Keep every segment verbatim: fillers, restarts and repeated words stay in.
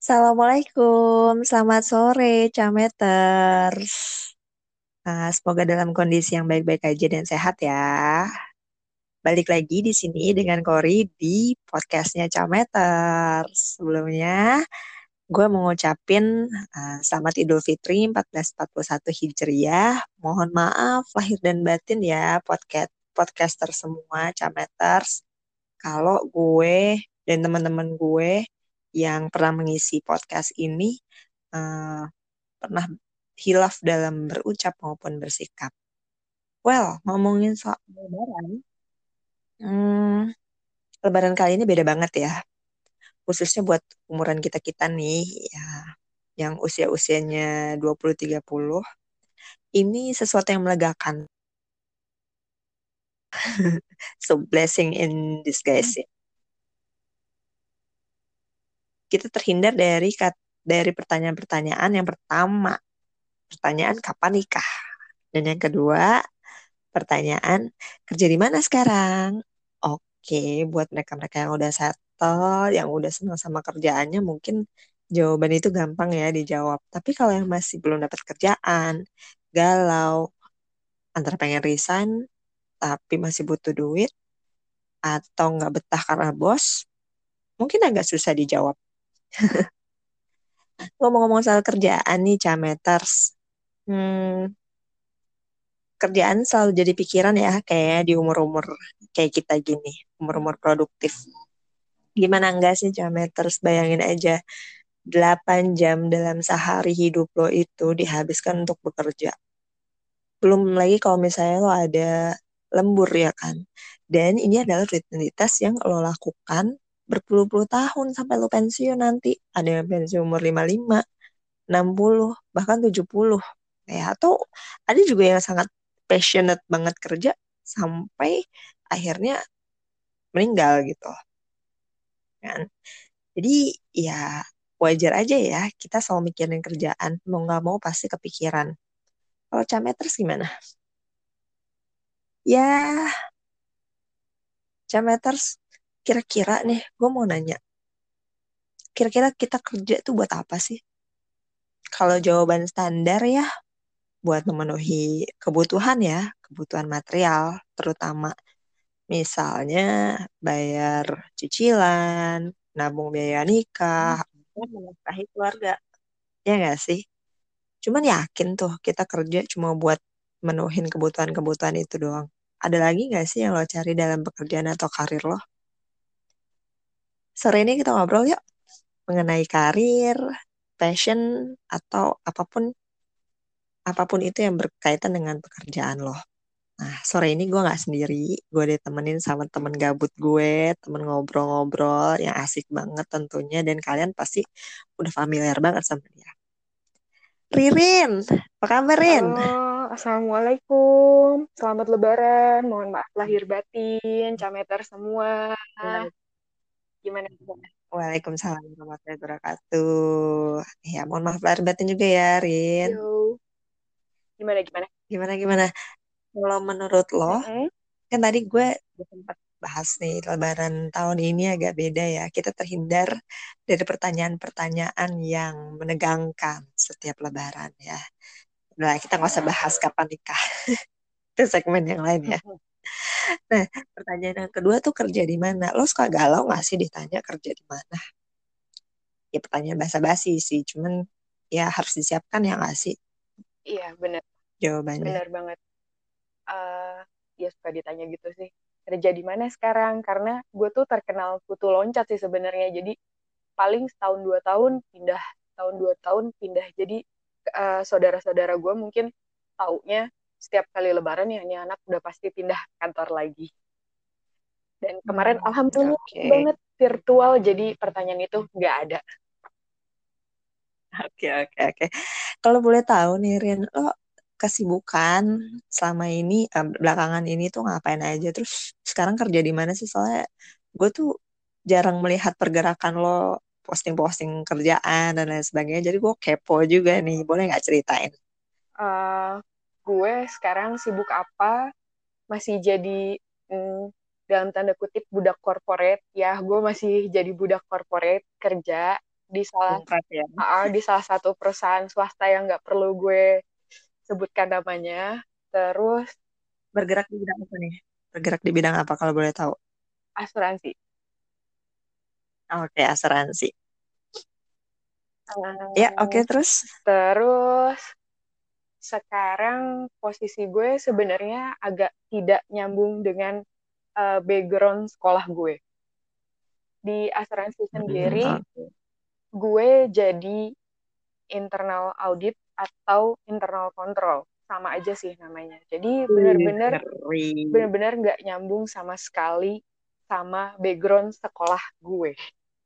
Assalamualaikum, selamat sore, Cameters. Nah, semoga dalam kondisi yang baik-baik aja dan sehat ya. Balik lagi di sini dengan Kori di podcastnya Cameters. Sebelumnya, gue mau ngucapin uh, selamat Idul Fitri seribu empat ratus empat puluh satu Hijriah. Mohon maaf lahir dan batin ya podcast podcaster semua Cameters. Kalau gue dan teman-teman gue yang pernah mengisi podcast ini eh, pernah hilaf dalam berucap maupun bersikap. Well, ngomongin soal lebaran, hmm, lebaran kali ini beda banget ya. Khususnya buat umuran kita-kita nih, ya, yang usia-usianya dua puluh tiga puluh. Ini sesuatu yang melegakan. So, blessing in disguise. Ya. Kita terhindar dari kat- dari pertanyaan-pertanyaan yang pertama. Pertanyaan kapan nikah? Dan yang kedua, pertanyaan, kerja di mana sekarang? Oke, buat mereka-mereka yang udah settle, yang udah senang sama kerjaannya, mungkin jawaban itu gampang ya dijawab. Tapi kalau yang masih belum dapat kerjaan, galau, antara pengen resign, tapi masih butuh duit, atau nggak betah karena bos, mungkin agak susah dijawab. Ngomong-ngomong soal kerjaan nih, Cameters. Hmm, kerjaan selalu jadi pikiran ya, kayak di umur-umur kayak kita gini, umur-umur produktif. Gimana enggak sih Jameters, bayangin aja delapan jam dalam sehari hidup lo itu dihabiskan untuk bekerja. Belum lagi kalau misalnya lo ada lembur ya kan. Dan ini adalah rutinitas yang lo lakukan berpuluh-puluh tahun sampai lo pensiun nanti. Ada yang pensiun umur lima puluh lima, enam puluh, bahkan tujuh puluh. Ya, atau ada juga yang sangat passionate banget kerja sampai akhirnya meninggal gitu kan. Jadi ya wajar aja ya kita selalu mikirin kerjaan, mau nggak mau pasti kepikiran. Kalau Cameters gimana? Ya, Cameters, kira-kira nih, gue mau nanya, kira-kira kita kerja tuh buat apa sih? Kalau jawaban standar ya, buat memenuhi kebutuhan ya, kebutuhan material, terutama misalnya bayar cicilan, nabung biaya nikah, dan menafkahi keluarga. Ya nggak sih? Cuman yakin tuh kita kerja cuma buat menuhin kebutuhan-kebutuhan itu doang. Ada lagi nggak sih yang lo cari dalam pekerjaan atau karir lo? Sore ini kita ngobrol yuk mengenai karir, passion, atau apapun apapun itu yang berkaitan dengan pekerjaan lo. Nah, sore ini gue nggak sendiri, gue ditemenin sama temen gabut gue, temen ngobrol-ngobrol yang asik banget tentunya, dan kalian pasti udah familiar banget sama dia. Ririn, apa kabar Halo, Rin? Assalamualaikum. Selamat Lebaran. Mohon maaf lahir batin, cameter semua. Gimana? Gimana? Waalaikumsalam warahmatullahi wabarakatuh. Ya, mohon maaf lahir batin juga ya, Rin. Yo, gimana gimana? Gimana gimana? Kalau menurut lo, Mm-mm. kan tadi gue udah sempat bahas nih, Lebaran tahun ini agak beda ya. Kita terhindar dari pertanyaan-pertanyaan yang menegangkan setiap Lebaran ya. Nah, kita nggak usah bahas kapan nikah. Itu segmen yang lain ya. Nah, pertanyaan yang kedua tuh kerja di mana? Lo suka galau nggak sih ditanya kerja di mana? Ya pertanyaan basa-basi sih, cuman ya harus disiapkan ya nggak sih Iya, bener, jawabannya. bener banget. Eh, ya suka ditanya gitu sih. Kerja di mana sekarang? Karena gue tuh terkenal kutu loncat sih sebenarnya. Jadi paling setahun dua tahun pindah, tahun dua tahun pindah. Jadi eh, saudara-saudara gue mungkin taunya setiap kali Lebaran ya ini anak udah pasti pindah kantor lagi. Dan kemarin Hmm, alhamdulillah oke. banget virtual, jadi pertanyaan itu nggak ada. Oke, oke, oke. Kalau boleh tahu nih, Rian, lo kesibukan selama ini, eh, belakangan ini tuh ngapain aja? Terus sekarang kerja di mana sih? Soalnya gue tuh jarang melihat pergerakan lo posting-posting kerjaan dan lain sebagainya. Jadi gue kepo juga nih. Boleh nggak ceritain? Eh, gue sekarang sibuk apa? Masih jadi mm, dalam tanda kutip budak korporat ya. Gue masih jadi budak korporat kerja di salah Singkat ya. uh, di salah satu perusahaan swasta yang nggak perlu gue sebutkan namanya. Terus Bergerak di bidang apa nih? Bergerak di bidang apa kalau boleh tahu? asuransi. Oke, asuransi. Ya, oke Um, terus. terus sekarang posisi gue sebenarnya agak tidak nyambung dengan uh, background sekolah gue. Di asuransi Hmm, sendiri, oke. gue jadi internal audit atau internal control. Sama aja sih namanya. Jadi Wih, benar-benar ngeri. benar-benar nggak nyambung sama sekali sama background sekolah gue.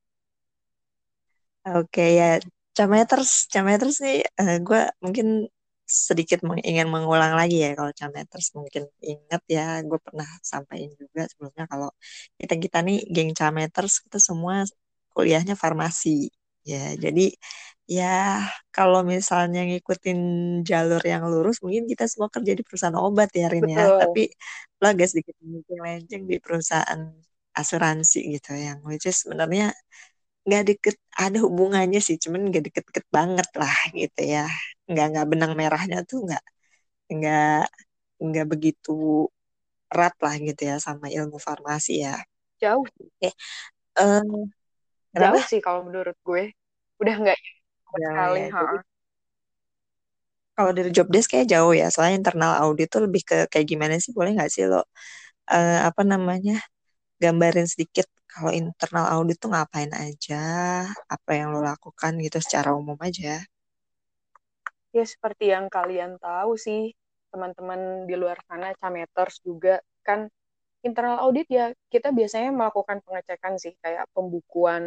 Oke ya, Cameters, Cameters nih, gue mungkin sedikit meng- ingin mengulang lagi ya kalau Cameters mungkin ingat ya, gue pernah sampaikan juga sebelumnya kalau kita kita nih geng Cameters kita semua kuliahnya farmasi ya, jadi ya kalau misalnya ngikutin jalur yang lurus mungkin kita semua kerja di perusahaan obat ya Rin ya, Betul. tapi lo agak sedikit melenceng di perusahaan asuransi gitu yang which is sebenarnya nggak deket ada hubungannya sih cuman nggak deket-deket banget lah gitu ya nggak nggak benang merahnya tuh nggak nggak nggak begitu erat lah gitu ya sama ilmu farmasi ya. Jauh, Oke, eh, kenapa jauh sih kalau menurut gue. Udah nggak sama jauh sekali. ya Ha. jadi kalau dari job desk kayak jauh ya soalnya internal audit tuh lebih ke kayak gimana sih boleh nggak sih lo eh, apa namanya gambarin sedikit kalau internal audit tuh ngapain aja apa yang lo lakukan gitu secara umum aja. Ya seperti yang kalian tahu sih, teman-teman di luar sana, Cameters juga kan internal audit ya kita biasanya melakukan pengecekan sih kayak pembukuan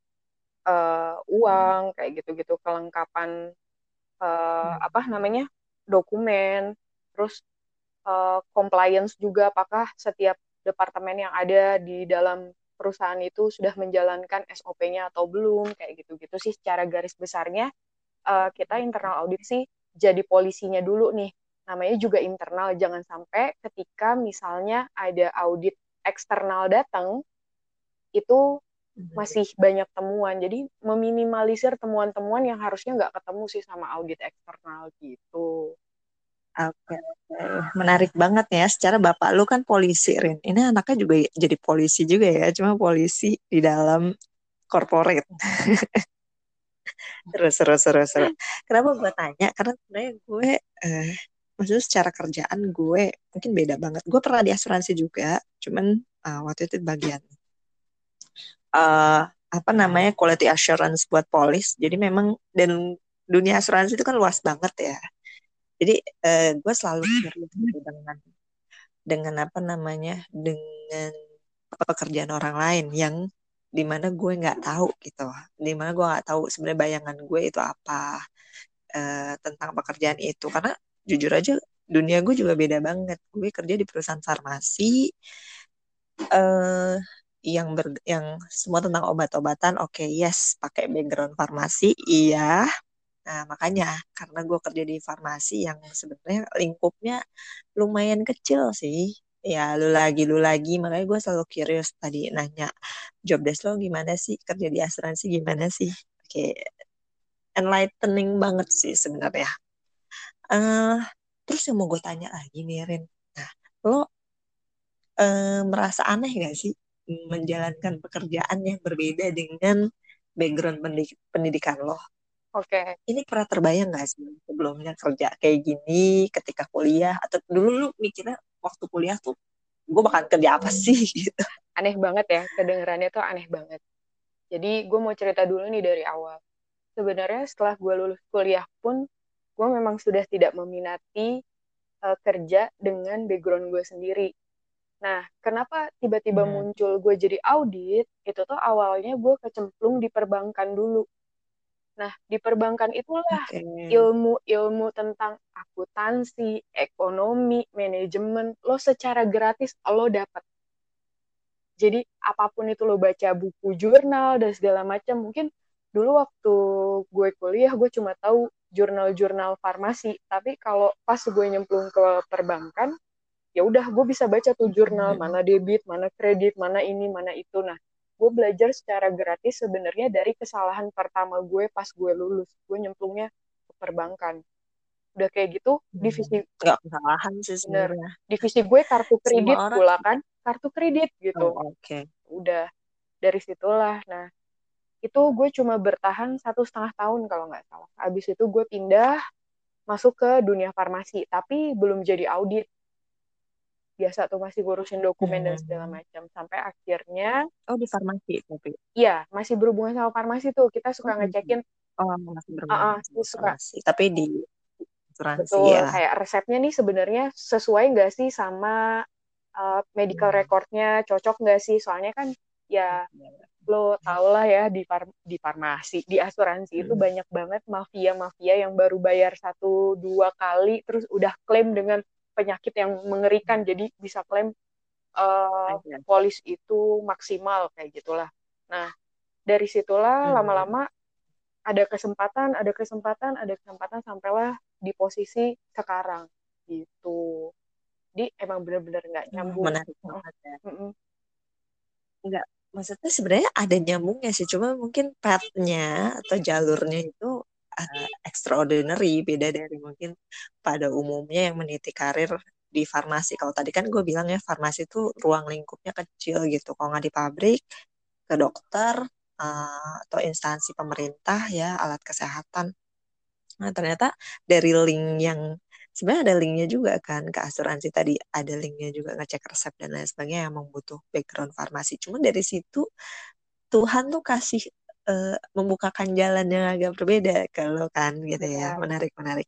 uh, uang kayak gitu-gitu kelengkapan uh, apa namanya dokumen terus uh, compliance juga apakah setiap departemen yang ada di dalam perusahaan itu sudah menjalankan S O P-nya atau belum kayak gitu-gitu sih secara garis besarnya uh, kita internal audit sih jadi polisinya dulu nih namanya juga internal jangan sampai ketika misalnya ada audit eksternal datang itu masih banyak temuan. Jadi meminimalisir temuan-temuan yang harusnya nggak ketemu sih sama audit eksternal gitu. Oke, oke. Menarik banget ya. Secara bapak lu kan polisi, Rin. Ini anaknya juga jadi polisi juga ya, cuma polisi di dalam corporate. Seru, seru, seru, seru. Kenapa gue tanya? Karena sebenarnya gue, eh, maksudnya secara kerjaan gue mungkin beda banget. Gue pernah di asuransi juga, cuman ah, waktu itu bagian eh, apa namanya quality assurance buat polis. Jadi memang dan dunia asuransi itu kan luas banget ya. Jadi eh, gue selalu curious gitu dengan dengan apa namanya dengan pekerjaan orang lain yang dimana gue nggak tahu gitu dimana gue nggak tahu sebenarnya bayangan gue itu apa eh, tentang pekerjaan itu karena jujur aja dunia gue juga beda banget gue kerja di perusahaan farmasi eh yang ber, yang semua tentang obat-obatan oke yes pakai background farmasi iya. Nah, makanya karena gue kerja di farmasi yang sebenarnya lingkupnya lumayan kecil sih. Ya, lu lagi, lu lagi. Makanya gue selalu curious tadi nanya, job desk lo gimana sih? Kerja di asuransi gimana sih? Oke, enlightening banget sih sebenarnya. eh Terus yang mau gue tanya lagi nih, Rin. Nah, lo eh, merasa aneh gak sih menjalankan pekerjaan yang berbeda dengan background pendidik- pendidikan lo? Oke, Ini pernah terbayang nggak sih sebelumnya kerja kayak gini ketika kuliah atau dulu lu mikirnya waktu kuliah tuh gue bakal kerja apa sih gitu. aneh banget ya. Kedengarannya tuh aneh banget. Jadi gue mau cerita dulu nih dari awal. Sebenarnya setelah gue lulus kuliah pun, gue memang sudah tidak meminati uh, kerja dengan background gue sendiri. Nah, kenapa tiba-tiba Hmm, muncul gue jadi audit? Itu tuh awalnya gue kecemplung di perbankan dulu. Nah, di perbankan itulah oke. ilmu-ilmu tentang akuntansi, ekonomi, manajemen, lo secara gratis lo dapat. Jadi apapun itu lo baca buku jurnal dan segala macam. Mungkin dulu waktu gue kuliah gue cuma tahu jurnal-jurnal farmasi, tapi kalau pas gue nyemplung ke perbankan, ya udah gue bisa baca tuh jurnal Hmm, mana debit, mana kredit, mana ini, mana itu. Nah, gue belajar secara gratis sebenarnya dari kesalahan pertama gue pas gue lulus. Gue nyemplungnya ke perbankan. Udah kayak gitu, Hmm. divisi Nggak kesalahan sih bener, sebenarnya. divisi gue kartu Semua kredit orang. pula kan, kartu kredit gitu. Oh, oke. Udah dari situlah. Nah, itu gue cuma bertahan satu setengah tahun kalau nggak salah. Habis itu gue pindah masuk ke dunia farmasi, tapi belum jadi audit. Biasa tuh masih ngurusin dokumen dan segala Hmm. macam. Sampai akhirnya, Oh, di farmasi tapi. ya masih berhubungan sama farmasi tuh. Kita suka Oh, masih. ngecekin, Oh, masih ah berhubungan ah, sama suka farmasi. Tapi di asuransi betul ya. kayak resepnya nih sebenarnya sesuai nggak sih sama uh, medical Hmm. recordnya, cocok nggak sih? Soalnya kan ya lo tau lah ya di far di farmasi, di asuransi itu Hmm. banyak banget mafia-mafia yang baru bayar satu dua kali terus udah klaim dengan penyakit yang mengerikan, jadi bisa klaim uh, Aja. polis itu maksimal kayak gitulah. Nah, dari situlah Hmm. lama-lama ada kesempatan, ada kesempatan, ada kesempatan sampailah di posisi sekarang gitu. Jadi emang bener-bener nggak Oh, nyambung. menarik banget ya. Mm-mm. Enggak, maksudnya sebenarnya ada nyambungnya sih, cuma mungkin path-nya atau jalurnya itu uh, extraordinary, beda dari mungkin pada umumnya yang meniti karir di farmasi. Kalau tadi kan gue bilang ya, farmasi itu ruang lingkupnya kecil gitu. Kalau nggak di pabrik, ke dokter, uh, atau instansi pemerintah ya, alat kesehatan. Nah, ternyata dari link yang sebenarnya ada linknya juga kan ke asuransi tadi, ada linknya juga ngecek resep dan lain sebagainya yang membutuh background farmasi. Cuma dari situ Tuhan tuh kasih eh, membukakan jalan yang agak berbeda kalau kan gitu ya. Benar. Menarik, menarik.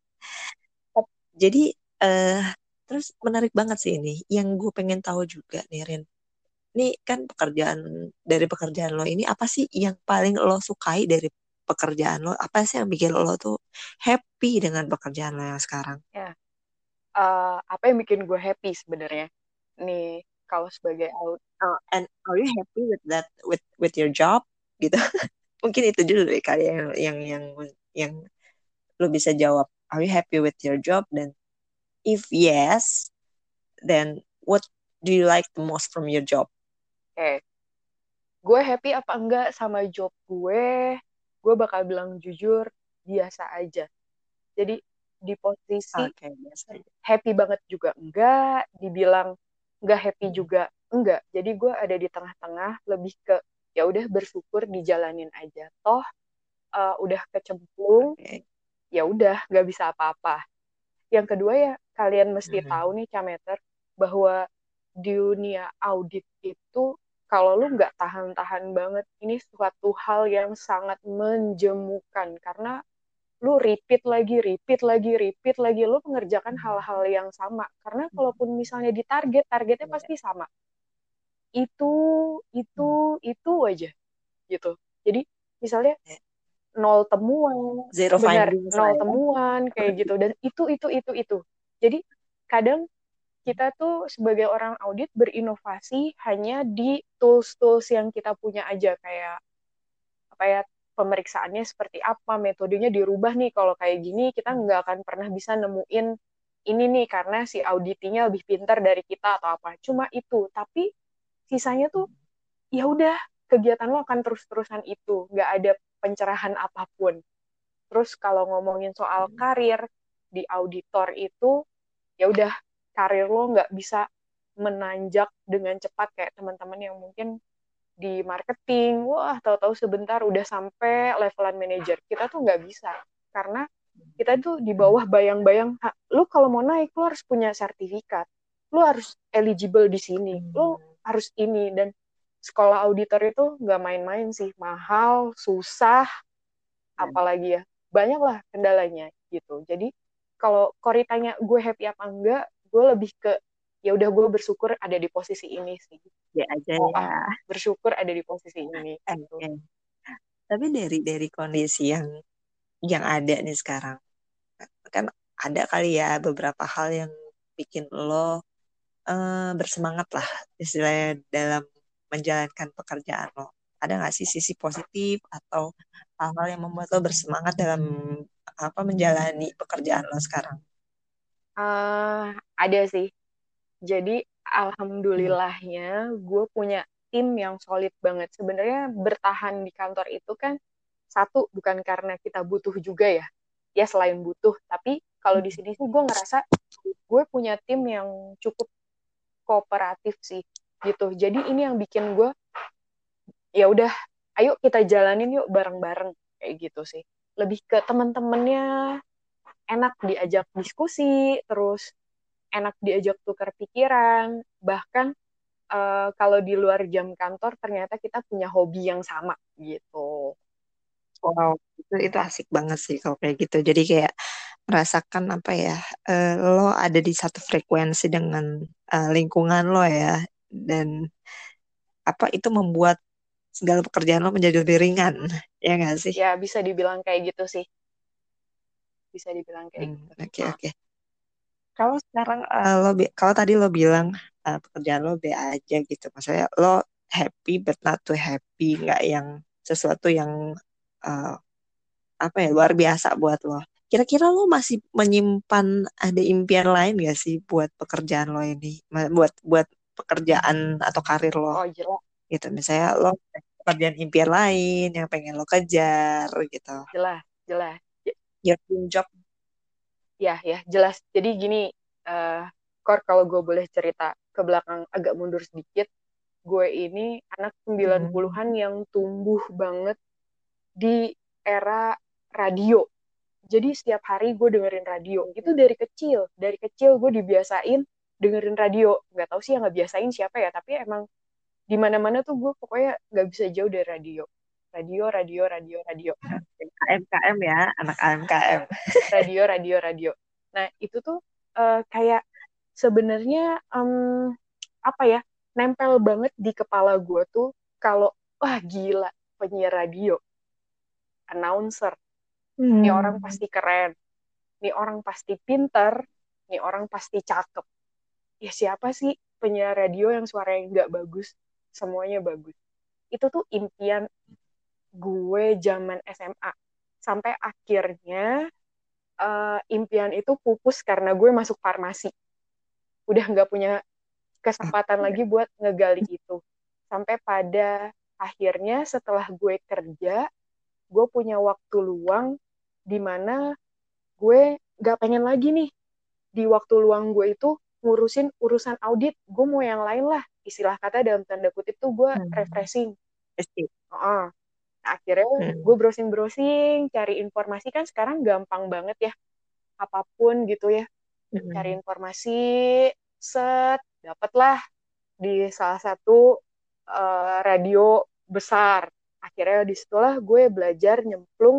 Jadi eh terus menarik banget sih ini. Yang gue pengen tahu juga nih Rin. Ini kan pekerjaan dari pekerjaan lo ini apa sih yang paling lo sukai dari pekerjaan lo? Apa sih yang bikin lo tuh happy dengan pekerjaan lo yang sekarang? Ya, uh, apa yang bikin gue happy sebenarnya? Nih, kalau sebagai out, Oh, and are you happy with that with with your job gitu? Mungkin itu dulu deh kali yang yang yang yang lo bisa jawab. Are you happy with your job? Dan if yes, then what do you like the most from your job? eh, gue happy apa enggak sama job gue? Gue bakal bilang jujur, biasa aja. Jadi di posisi Oke, biasa aja. happy banget juga enggak, dibilang enggak happy Hmm. juga enggak. Jadi gue ada di tengah-tengah, lebih ke ya udah bersyukur dijalanin aja. Toh uh, udah kecemplung, Oke. ya udah nggak bisa apa-apa. Yang kedua ya kalian mesti tahu Hmm. nih Cameter bahwa di dunia audit itu kalau lu nggak tahan-tahan banget ini suatu hal yang sangat menjemukan karena lu repeat lagi, repeat lagi, repeat lagi, lu mengerjakan hal-hal yang sama. Karena kalaupun misalnya di target, targetnya Yeah. pasti sama. Itu, itu, Hmm. itu aja gitu. Jadi misalnya nol temuan, Zero benar, findings nol lah ya. temuan kayak gitu. Dan itu, itu, itu, itu. Jadi kadang kita tuh sebagai orang audit berinovasi hanya di tools-tools yang kita punya aja kayak apa ya pemeriksaannya seperti apa, metodenya dirubah nih kalau kayak gini kita nggak akan pernah bisa nemuin ini nih karena si auditinya lebih pintar dari kita atau apa. Cuma itu, tapi sisanya tuh ya udah kegiatan lo akan terus-terusan itu, nggak ada pencerahan apapun. Terus kalau ngomongin soal karir di auditor itu ya udah karir lo nggak bisa menanjak dengan cepat kayak teman-teman yang mungkin di marketing, wah tahu-tahu sebentar udah sampai levelan manajer. Kita tuh nggak bisa karena kita tuh di Hmm. bawah bayang-bayang. Lu kalau mau naik, lu harus punya sertifikat, lu harus eligible di sini, lu Hmm. harus ini dan sekolah auditor itu nggak main-main sih, mahal, susah, apalagi ya banyak lah kendalanya gitu. Jadi kalau Kori tanya gue happy apa enggak, gue lebih ke ya udah gue bersyukur ada di posisi ini sih. Ya aja Oh ya. ah, bersyukur ada di posisi ini gitu. Oke. Tapi dari dari kondisi yang yang ada nih sekarang, kan ada kali ya beberapa hal yang bikin lo eh, bersemangat lah istilahnya dalam menjalankan pekerjaan lo. Ada nggak sih sisi positif atau hal-hal yang membuat lo bersemangat dalam apa menjalani pekerjaan lo sekarang? Uh, ada sih. Jadi Hmm. alhamdulillahnya gue punya tim yang solid banget. Sebenarnya bertahan di kantor itu kan satu bukan karena kita butuh juga ya, ya selain butuh, tapi kalau di sini sih gue ngerasa gue punya tim yang cukup kooperatif sih gitu. Jadi ini yang bikin gue ya udah, ayo kita jalanin yuk bareng-bareng kayak gitu sih. Lebih ke teman-temannya enak diajak diskusi, terus enak diajak tukar pikiran, bahkan uh, kalau di luar jam kantor ternyata kita punya hobi yang sama gitu. Wow, itu itu asik banget sih kalau kayak gitu. Jadi kayak merasakan apa ya, eh, lo ada di satu frekuensi dengan eh, lingkungan lo ya, dan apa itu membuat segala pekerjaan lo menjadi lebih ringan, ya nggak sih? Ya bisa dibilang kayak gitu sih, bisa dibilang kayak Hmm, gitu. oke Nah, oke. Kalau sekarang eh, lo, bi- kalau tadi lo bilang eh, pekerjaan lo be aja gitu, maksudnya lo happy but not too happy, nggak yang sesuatu yang eh, apa ya luar biasa buat lo. Kira-kira lo masih menyimpan ada impian lain gak sih buat pekerjaan lo ini, Ma- buat buat pekerjaan atau karir lo oh jelas, gitu. Misalnya lo ada pekerjaan impian lain yang pengen lo kejar gitu. jelas, jelas. Your dream job. Ya, ya, jelas. Jadi gini, uh, Kor, kalau gue boleh cerita ke belakang agak mundur sedikit, gue ini anak sembilan Hmm. puluhan-an yang tumbuh banget di era radio. Jadi setiap hari gue dengerin radio. Itu dari kecil. Dari kecil gue dibiasain dengerin radio. Nggak tahu sih yang nggak biasain siapa ya, tapi emang di mana-mana tuh gue pokoknya nggak bisa jauh dari radio. Radio, radio, radio, radio. K M K M ya, anak A M K M. Radio, radio, radio. Nah, itu tuh uh, kayak sebenarnya um, apa ya, nempel banget di kepala gue tuh kalau wah gila penyiar radio, announcer, ini orang Hmm. pasti keren, ini orang pasti pinter, ini orang pasti cakep. Ya siapa sih penyiar radio yang suaranya nggak bagus, semuanya bagus. Itu tuh impian gue zaman S M A. Sampai akhirnya uh, impian itu pupus karena gue masuk farmasi. Udah nggak punya kesempatan lagi buat ngegali itu. Sampai pada akhirnya setelah gue kerja, gue punya waktu luang di mana gue nggak pengen lagi nih di waktu luang gue itu ngurusin urusan audit. Gue mau yang lain lah. Istilah kata dalam tanda kutip tuh gue Hmm. refreshing. Pasti. Uh, akhirnya gue Hmm. browsing-browsing, cari informasi kan sekarang gampang banget ya. Apapun gitu ya. Cari Hmm. informasi, set, dapatlah di salah satu uh, radio besar. Akhirnya disitulah gue belajar nyemplung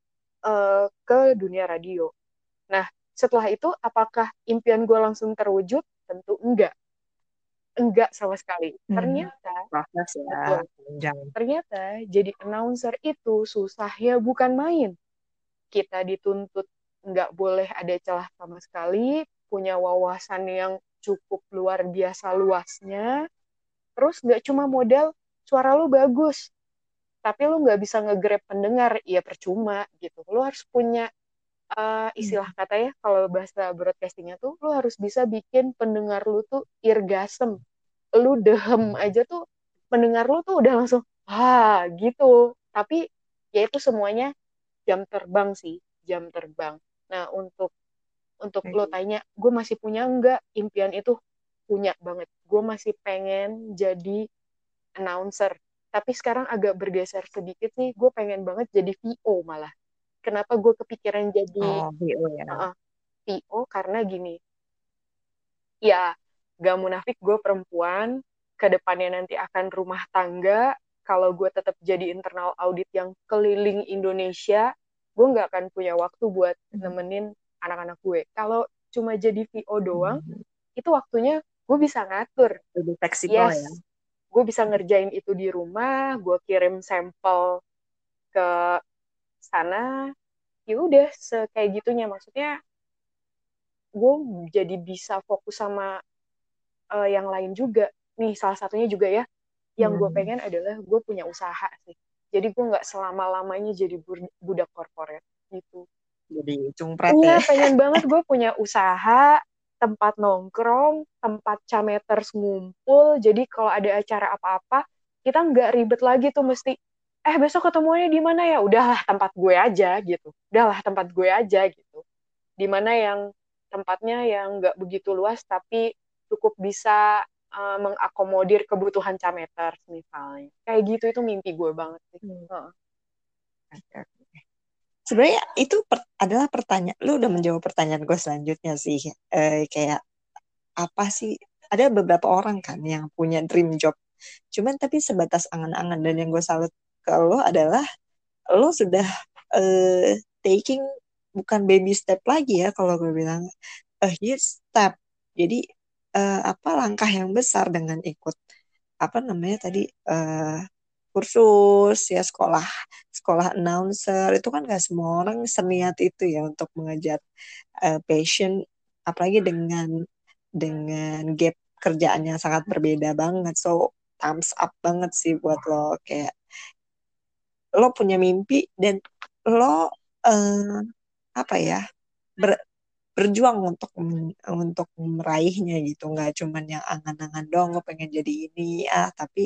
uh, ke dunia radio. Nah, setelah itu apakah impian gue langsung terwujud? Tentu enggak. Enggak sama sekali. Hmm. Ternyata, Proses ya, betul. panjang. Ternyata jadi announcer itu susahnya bukan main. Kita dituntut nggak boleh ada celah sama sekali, punya wawasan yang cukup luar biasa luasnya, terus nggak cuma modal suara lu bagus, tapi lu nggak bisa nge-grab pendengar, ya percuma gitu. Lu harus punya uh, istilah kata ya, kalau bahasa broadcastingnya tuh, lu harus bisa bikin pendengar lu tuh irgasem. Lu dehem aja tuh, pendengar lu tuh udah langsung, ah gitu. Tapi ya itu semuanya jam terbang sih, jam terbang. Nah, untuk untuk lo tanya, gue masih punya enggak impian itu? Punya banget. Gue masih pengen jadi announcer. Tapi sekarang agak bergeser sedikit nih, gue pengen banget jadi V O malah. Kenapa gue kepikiran jadi Oh, B O ya. uh, V O? Karena gini, ya gak munafik gue perempuan, kedepannya nanti akan rumah tangga, kalau gue tetap jadi internal audit yang keliling Indonesia, gue nggak akan punya waktu buat nemenin anak-anak gue. Kalau cuma jadi V O doang, Hmm. itu waktunya gue bisa ngatur. Lebih fleksibel ya. Yes, gue bisa ngerjain itu di rumah, gue kirim sampel ke sana, ya udah kayak gitunya. Maksudnya gue jadi bisa fokus sama uh, yang lain juga. Nih salah satunya juga ya, yang gue Hmm. pengen adalah gue punya usaha sih. Jadi gue nggak selama-lamanya jadi budak korporat gitu. Jadi cungpret Iya, ya. pengen banget gue punya usaha, tempat nongkrong, tempat cameters ngumpul. Jadi kalau ada acara apa-apa, kita nggak ribet lagi tuh mesti eh besok ketemuannya di mana ya, udahlah tempat gue aja gitu, udahlah tempat gue aja gitu, di mana yang tempatnya yang nggak begitu luas tapi cukup bisa uh, mengakomodir kebutuhan Cameter misalnya, kayak gitu. Itu mimpi gue banget sih. Hmm. Heeh. Oke, oke. Sebenarnya itu per- adalah pertanyaan, lu udah menjawab pertanyaan gue selanjutnya sih. Eh, kayak apa sih? Ada beberapa orang kan yang punya dream job, cuman tapi sebatas angan-angan. Dan yang gue salut ke lo adalah lo sudah eh, taking bukan baby step lagi ya kalau gue bilang a huge step. Jadi eh, apa langkah yang besar dengan ikut apa namanya tadi eh, kursus ya sekolah sekolah announcer itu kan gak semua orang seniat itu ya untuk mengejar eh, passion apalagi dengan dengan gap kerjaan yang sangat berbeda banget. So thumbs up banget sih buat lo kayak lo punya mimpi dan lo eh, apa ya ber- berjuang untuk untuk meraihnya gitu nggak cuman yang angan-angan dong lo pengen jadi ini ah tapi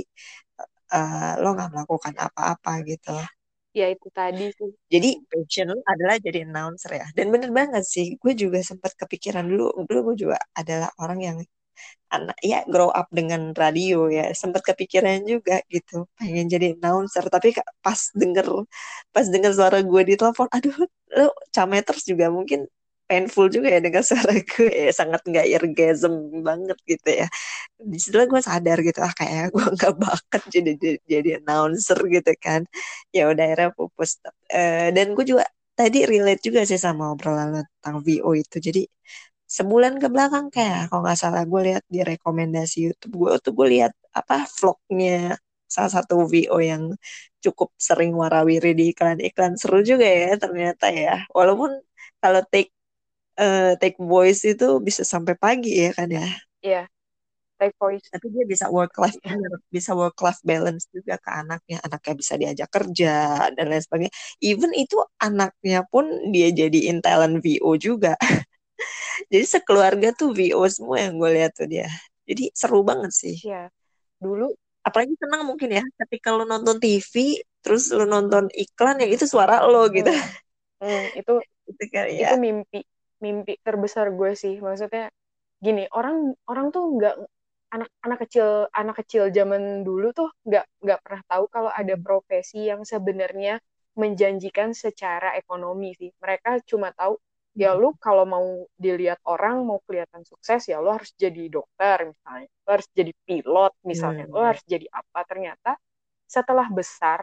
eh, lo nggak melakukan apa-apa gitu. Ya itu tadi sih. Jadi passion lo adalah jadi announcer ya dan bener banget sih gue juga sempat kepikiran dulu dulu gue juga adalah orang yang anak ya grow up dengan radio ya sempat kepikiran juga gitu pengen jadi announcer tapi ka- pas denger pas denger suara gue di telepon aduh lo Cameters juga mungkin painful juga ya dengan suara gue ya sangat nggak orgasm banget gitu ya di situ gue sadar gitu ah kayak gue nggak bakat jadi jadi, jadi announcer gitu kan ya udah akhirnya pupus. Eh, dan gue juga tadi relate juga sih sama obrolan lo tentang V O itu jadi sebulan ke belakang kayak kalau nggak salah gue lihat di rekomendasi YouTube gue tuh gue lihat apa vlognya salah satu V O yang cukup sering warawiri di iklan-iklan seru juga ya ternyata ya walaupun kalau take eh, take voice itu bisa sampai pagi ya kan ya Ya, take voice. tapi dia bisa work life bener bisa work life balance juga ke anaknya anaknya bisa diajak kerja dan lain sebagainya even itu anaknya pun dia jadiin talent V O juga. Jadi sekeluarga tuh V O semua yang gue lihat tuh dia. Jadi seru banget sih. Ya, dulu. Apalagi senang mungkin ya ketika lo nonton T V, terus lo nonton iklan yang itu suara lo gitu. hmm, hmm, itu Gitu kali ya. itu mimpi mimpi terbesar gue sih, maksudnya gini, orang orang tuh nggak, anak anak kecil anak kecil zaman dulu tuh nggak nggak pernah tahu kalau ada Hmm. profesi yang sebenarnya menjanjikan secara ekonomi sih. Mereka cuma tahu ya lu kalau mau dilihat orang, mau kelihatan sukses ya lu harus jadi dokter misalnya, lu harus jadi pilot misalnya, lu Hmm. harus jadi apa. Ternyata setelah besar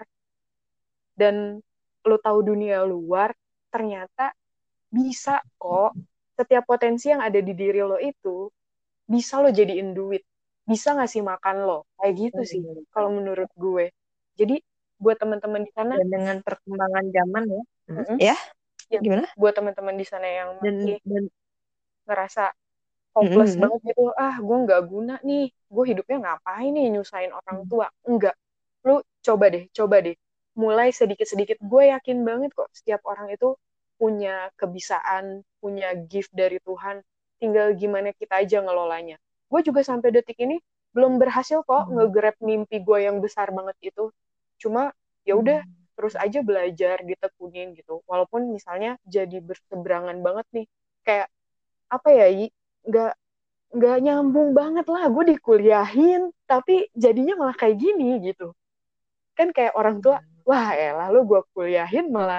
dan lu tahu dunia luar, ternyata bisa kok, setiap potensi yang ada di diri lo itu bisa lo jadiin duit, bisa ngasih makan lo, kayak gitu sih kalau menurut gue. Jadi buat teman-teman di sana, Dan dengan perkembangan zaman ya. Hmm. mm-mm, Ya, ya gimana? buat teman-teman di sana yang masih Dan dan ngerasa hmm, hopeless hmm, hmm. banget gitu, ah gue nggak guna nih, gue hidupnya ngapain nih nyusahin orang Hmm. tua. Enggak, lu coba deh, coba deh, mulai sedikit-sedikit. Gue yakin banget kok setiap orang itu punya kebisaan, punya gift dari Tuhan, tinggal gimana kita aja ngelolanya. Gue juga sampai detik ini belum berhasil kok nge-grab mimpi gue yang besar banget itu. Cuma ya udah, terus aja belajar, ditekunin gitu, walaupun misalnya jadi berseberangan banget nih, kayak apa ya, nggak nggak nyambung banget lah, gue dikuliahin tapi jadinya malah kayak gini gitu kan. Kayak orang tua, wah elah lu gue kuliahin malah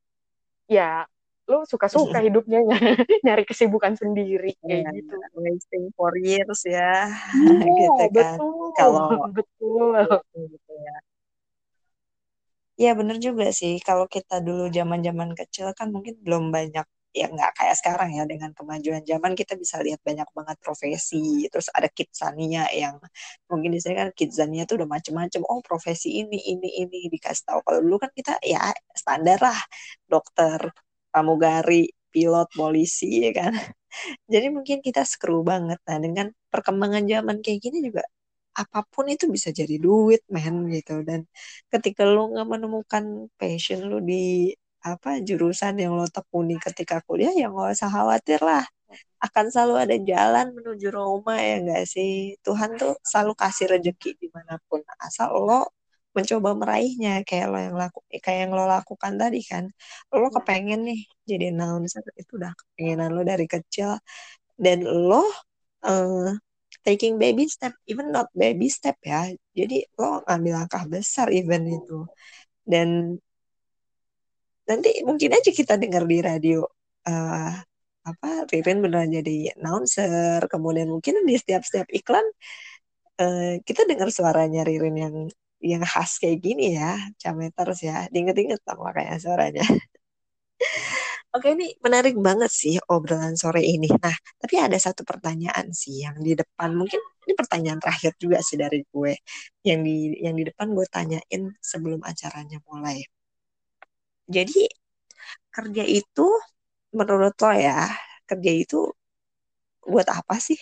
ya lu suka-suka hidupnya nyari kesibukan sendiri kayak Ya, gitu. wasting four years ya, gitu Iya kan. betul, Kalau betul. gitu ya. Iya bener juga sih. Kalau kita dulu zaman-zaman kecil kan mungkin belum banyak ya nggak kayak sekarang ya dengan kemajuan zaman kita bisa lihat banyak banget profesi. Terus ada Kidzania yang mungkin di sini kan Kidzania tuh udah macem-macem. Oh profesi ini ini ini dikasih tahu. Kalau dulu kan kita ya standar lah dokter, pramugari, pilot, polisi ya kan. Jadi mungkin kita screw banget. Nah, dengan perkembangan zaman kayak gini juga apapun itu bisa jadi duit, men gitu. Dan ketika lo nggak menemukan passion lo di apa jurusan yang lo tekuni ketika kuliah, ya nggak usah khawatir lah. akan selalu ada jalan menuju Roma ya enggak sih? Tuhan tuh selalu kasih rezeki dimanapun asal lo mencoba meraihnya kayak lo yang laku kayak yang lo lakukan tadi kan. Lo Nah, kepengen nih jadi announcer itu udah kepengenan lo dari kecil dan lo eh, taking baby step even not baby step ya. Jadi lo ngambil langkah besar even itu. Dan nanti mungkin aja kita dengar di radio eh apa Ririn beneran jadi announcer kemudian mungkin di setiap-setiap iklan eh, kita dengar suaranya Ririn yang yang khas kayak gini ya Cameters ya diinget-inget sama kayak suaranya. Oke ini menarik banget sih obrolan sore ini. Nah tapi ada satu pertanyaan sih yang di depan mungkin ini pertanyaan terakhir juga sih dari gue yang di yang di depan gue tanyain sebelum acaranya mulai. Jadi kerja itu menurut lo ya, kerja itu buat apa sih?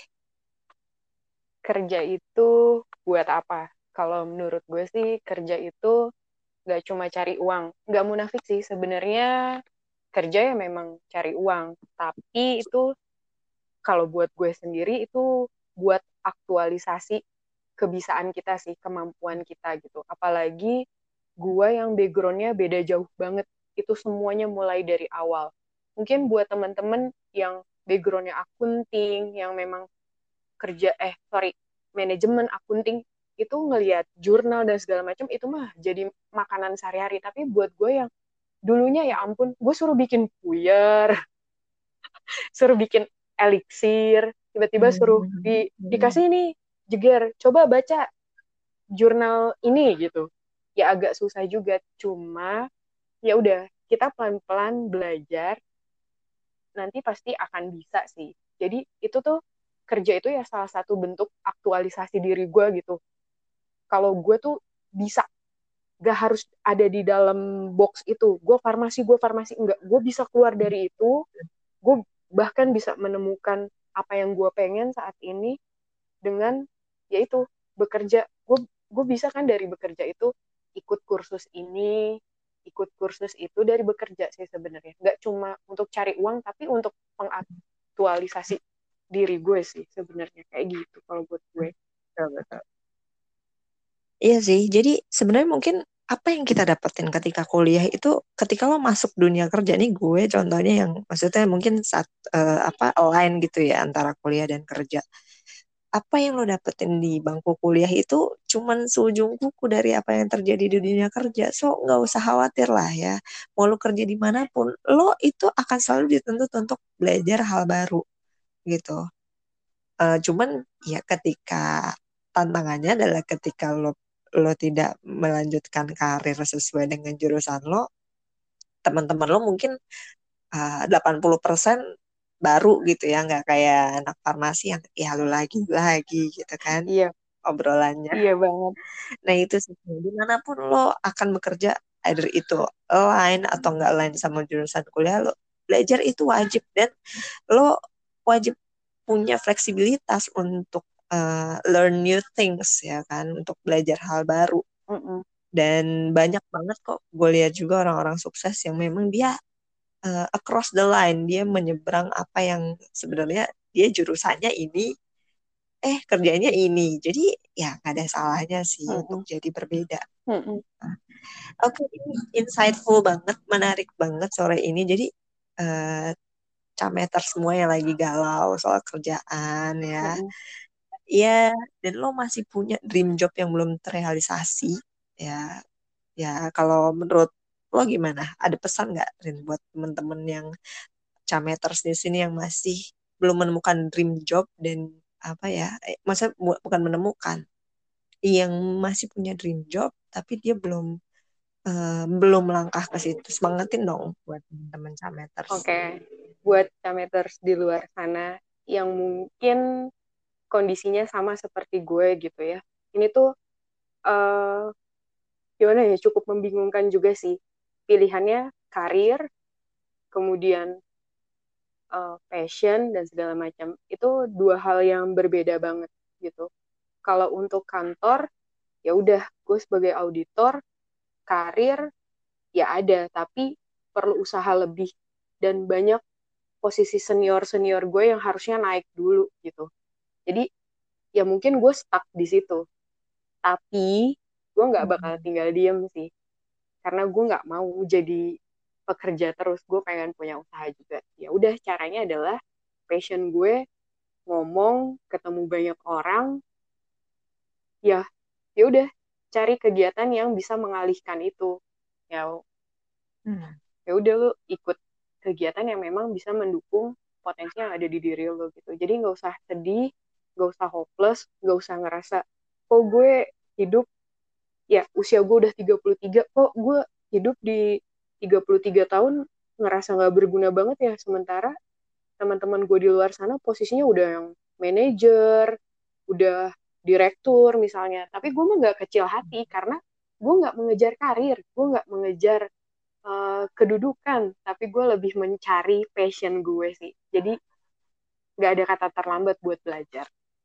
kerja itu buat apa? Kalau menurut gue sih kerja itu nggak cuma cari uang. Nggak munafik sih sebenarnya kerja ya memang cari uang. Tapi itu kalau buat gue sendiri itu buat aktualisasi kebiasaan kita sih, kemampuan kita gitu. Apalagi gue yang backgroundnya beda jauh banget. Itu semuanya mulai dari awal. Mungkin buat teman-teman yang backgroundnya akunting, yang memang kerja, eh sorry, manajemen akunting, itu ngelihat jurnal dan segala macam, itu mah jadi makanan sehari-hari. Tapi buat gue yang dulunya ya ampun, gue suruh bikin puyer, suruh bikin elixir, tiba-tiba suruh Hmm. di, dikasih ini, jeger, coba baca jurnal ini gitu. Ya agak susah juga, cuma ya udah kita pelan-pelan belajar, nanti pasti akan bisa sih. Jadi itu tuh kerja itu ya salah satu bentuk aktualisasi diri gue gitu. Kalau gue tuh bisa, gak harus ada di dalam box itu. Gue farmasi, gue farmasi, enggak. Gue bisa keluar dari itu, gue bahkan bisa menemukan apa yang gue pengen saat ini dengan yaitu bekerja. Gue gue bisa kan dari bekerja itu ikut kursus ini, ikut kursus itu dari bekerja sih sebenarnya. Nggak cuma untuk cari uang, tapi untuk pengaktualisasi diri gue sih sebenarnya kayak gitu kalau buat gue. Betul, betul. Iya sih, jadi sebenarnya mungkin apa yang kita dapetin ketika kuliah itu ketika lo masuk dunia kerja nih gue contohnya yang maksudnya mungkin saat eh, apa align gitu ya antara kuliah dan kerja. Apa yang lo dapetin di bangku kuliah itu cuman seujung kuku dari apa yang terjadi di dunia kerja. So nggak usah khawatir lah ya. Mau lo kerja dimanapun, lo itu akan selalu dituntut untuk belajar hal baru gitu. Eh, cuman ya ketika tantangannya adalah ketika lo lo tidak melanjutkan karir sesuai dengan jurusan lo, teman-teman lo mungkin uh, delapan puluh persen baru gitu ya, nggak kayak anak farmasi yang ya lo lagi lagi gitu kan Iya, obrolannya. iya banget. Nah itu sih, dimanapun lo akan bekerja, either itu align atau nggak align sama jurusan kuliah lo, belajar itu wajib dan lo wajib punya fleksibilitas untuk uh, learn new things ya kan, untuk belajar hal baru. Mm-mm, Dan banyak banget kok gue lihat juga orang-orang sukses yang memang dia uh, across the line, dia menyeberang apa yang sebenarnya dia jurusannya ini, eh kerjanya ini. Jadi ya nggak ada salahnya sih untuk mm-mm, jadi berbeda. mm-mm, Oke, ini insightful banget, menarik banget sore ini. Jadi eh cameter semua yang lagi galau soal kerjaan ya. mm-mm. Iya, dan lo masih punya dream job yang belum terrealisasi. Ya, ya kalau menurut lo gimana? Ada pesan nggak, Rin, buat temen-temen yang cameters di sini yang masih belum menemukan dream job dan apa ya? Eh, masa bu- bukan menemukan, yang masih punya dream job tapi dia belum eh, belum melangkah ke situ. Semangatin dong buat teman-teman cameters. Oke, buat cameters di luar sana yang mungkin kondisinya sama seperti gue gitu ya. Ini tuh eh, gimana ya, cukup membingungkan juga sih. Pilihannya karir, kemudian eh, passion dan segala macam. Itu dua hal yang berbeda banget gitu. Kalau untuk kantor, ya udah gue sebagai auditor, karir ya ada, tapi perlu usaha lebih dan banyak posisi senior-senior gue yang harusnya naik dulu gitu. Jadi ya mungkin gue stuck di situ. Tapi gue nggak bakal Hmm. tinggal diem sih. Karena gue nggak mau jadi pekerja terus. Gue pengen punya usaha juga. Ya udah, caranya adalah passion gue ngomong, ketemu banyak orang, ya ya udah cari kegiatan yang bisa mengalihkan itu. Ya Hmm. ya udah lu ikut kegiatan yang memang bisa mendukung potensi yang ada di diri lo gitu. Jadi nggak usah sedih, nggak usah hopeless, nggak usah ngerasa kok gue hidup, ya usia gue udah tiga puluh tiga, kok gue hidup di tiga puluh tiga tahun ngerasa nggak berguna banget ya, sementara teman-teman gue di luar sana posisinya udah yang manajer, udah direktur misalnya. Tapi gue mah nggak kecil hati karena gue nggak mengejar karir, gue nggak mengejar uh, kedudukan, tapi gue lebih mencari passion gue sih. Jadi nggak ada kata terlambat buat belajar.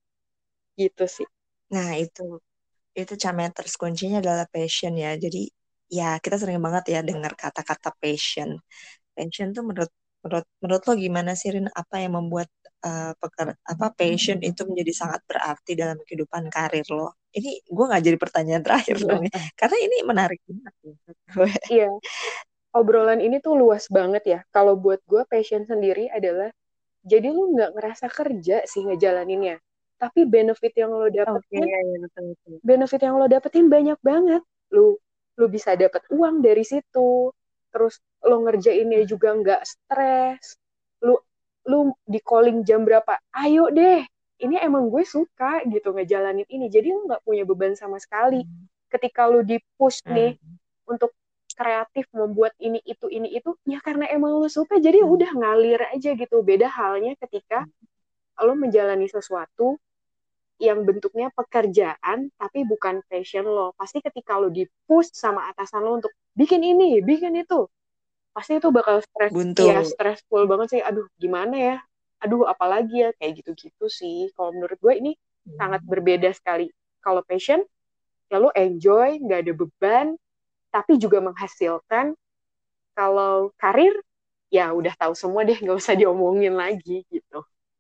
Gitu sih. Nah, itu itu Cameters kuncinya adalah passion ya. Jadi ya kita sering banget ya dengar kata-kata passion. Passion tuh menurut menurut menurut lo gimana sih Rin? Apa yang membuat uh, peker- apa passion itu menjadi sangat berarti dalam kehidupan karir lo? Ini gue nggak jadi pertanyaan terakhir dong ya, karena ini menarik banget ya. Iya, obrolan ini tuh luas banget ya. Kalau buat gue passion sendiri adalah jadi lu nggak ngerasa kerja sih ngejalaninnya. Tapi benefit yang lo Oke, dapetin, ya, ya, betul, betul. benefit yang lo dapetin banyak banget. Lu lu bisa dapet uang dari situ. Terus lo ngerjainnya juga nggak stres. Lu lu di calling jam berapa? Ayo deh. Ini emang gue suka gitu ngejalanin ini. Jadi lu nggak punya beban sama sekali. Hmm. Ketika lu di push nih Hmm. untuk kreatif membuat ini itu ini itu ya karena emang lu suka, jadi Hmm. udah ngalir aja gitu. Beda halnya ketika lo menjalani sesuatu yang bentuknya pekerjaan tapi bukan passion lo. Pasti ketika lo di push sama atasan lo untuk bikin ini bikin itu, pasti itu bakal stres, Buntu. ya stressful banget sih. Aduh gimana ya, aduh apalagi ya, kayak gitu-gitu sih. Kalau menurut gue ini sangat Hmm. berbeda sekali. Kalau passion ya lo enjoy, nggak ada beban, tapi juga menghasilkan. Kalau karir, ya udah tahu semua deh, nggak usah diomongin lagi gitu.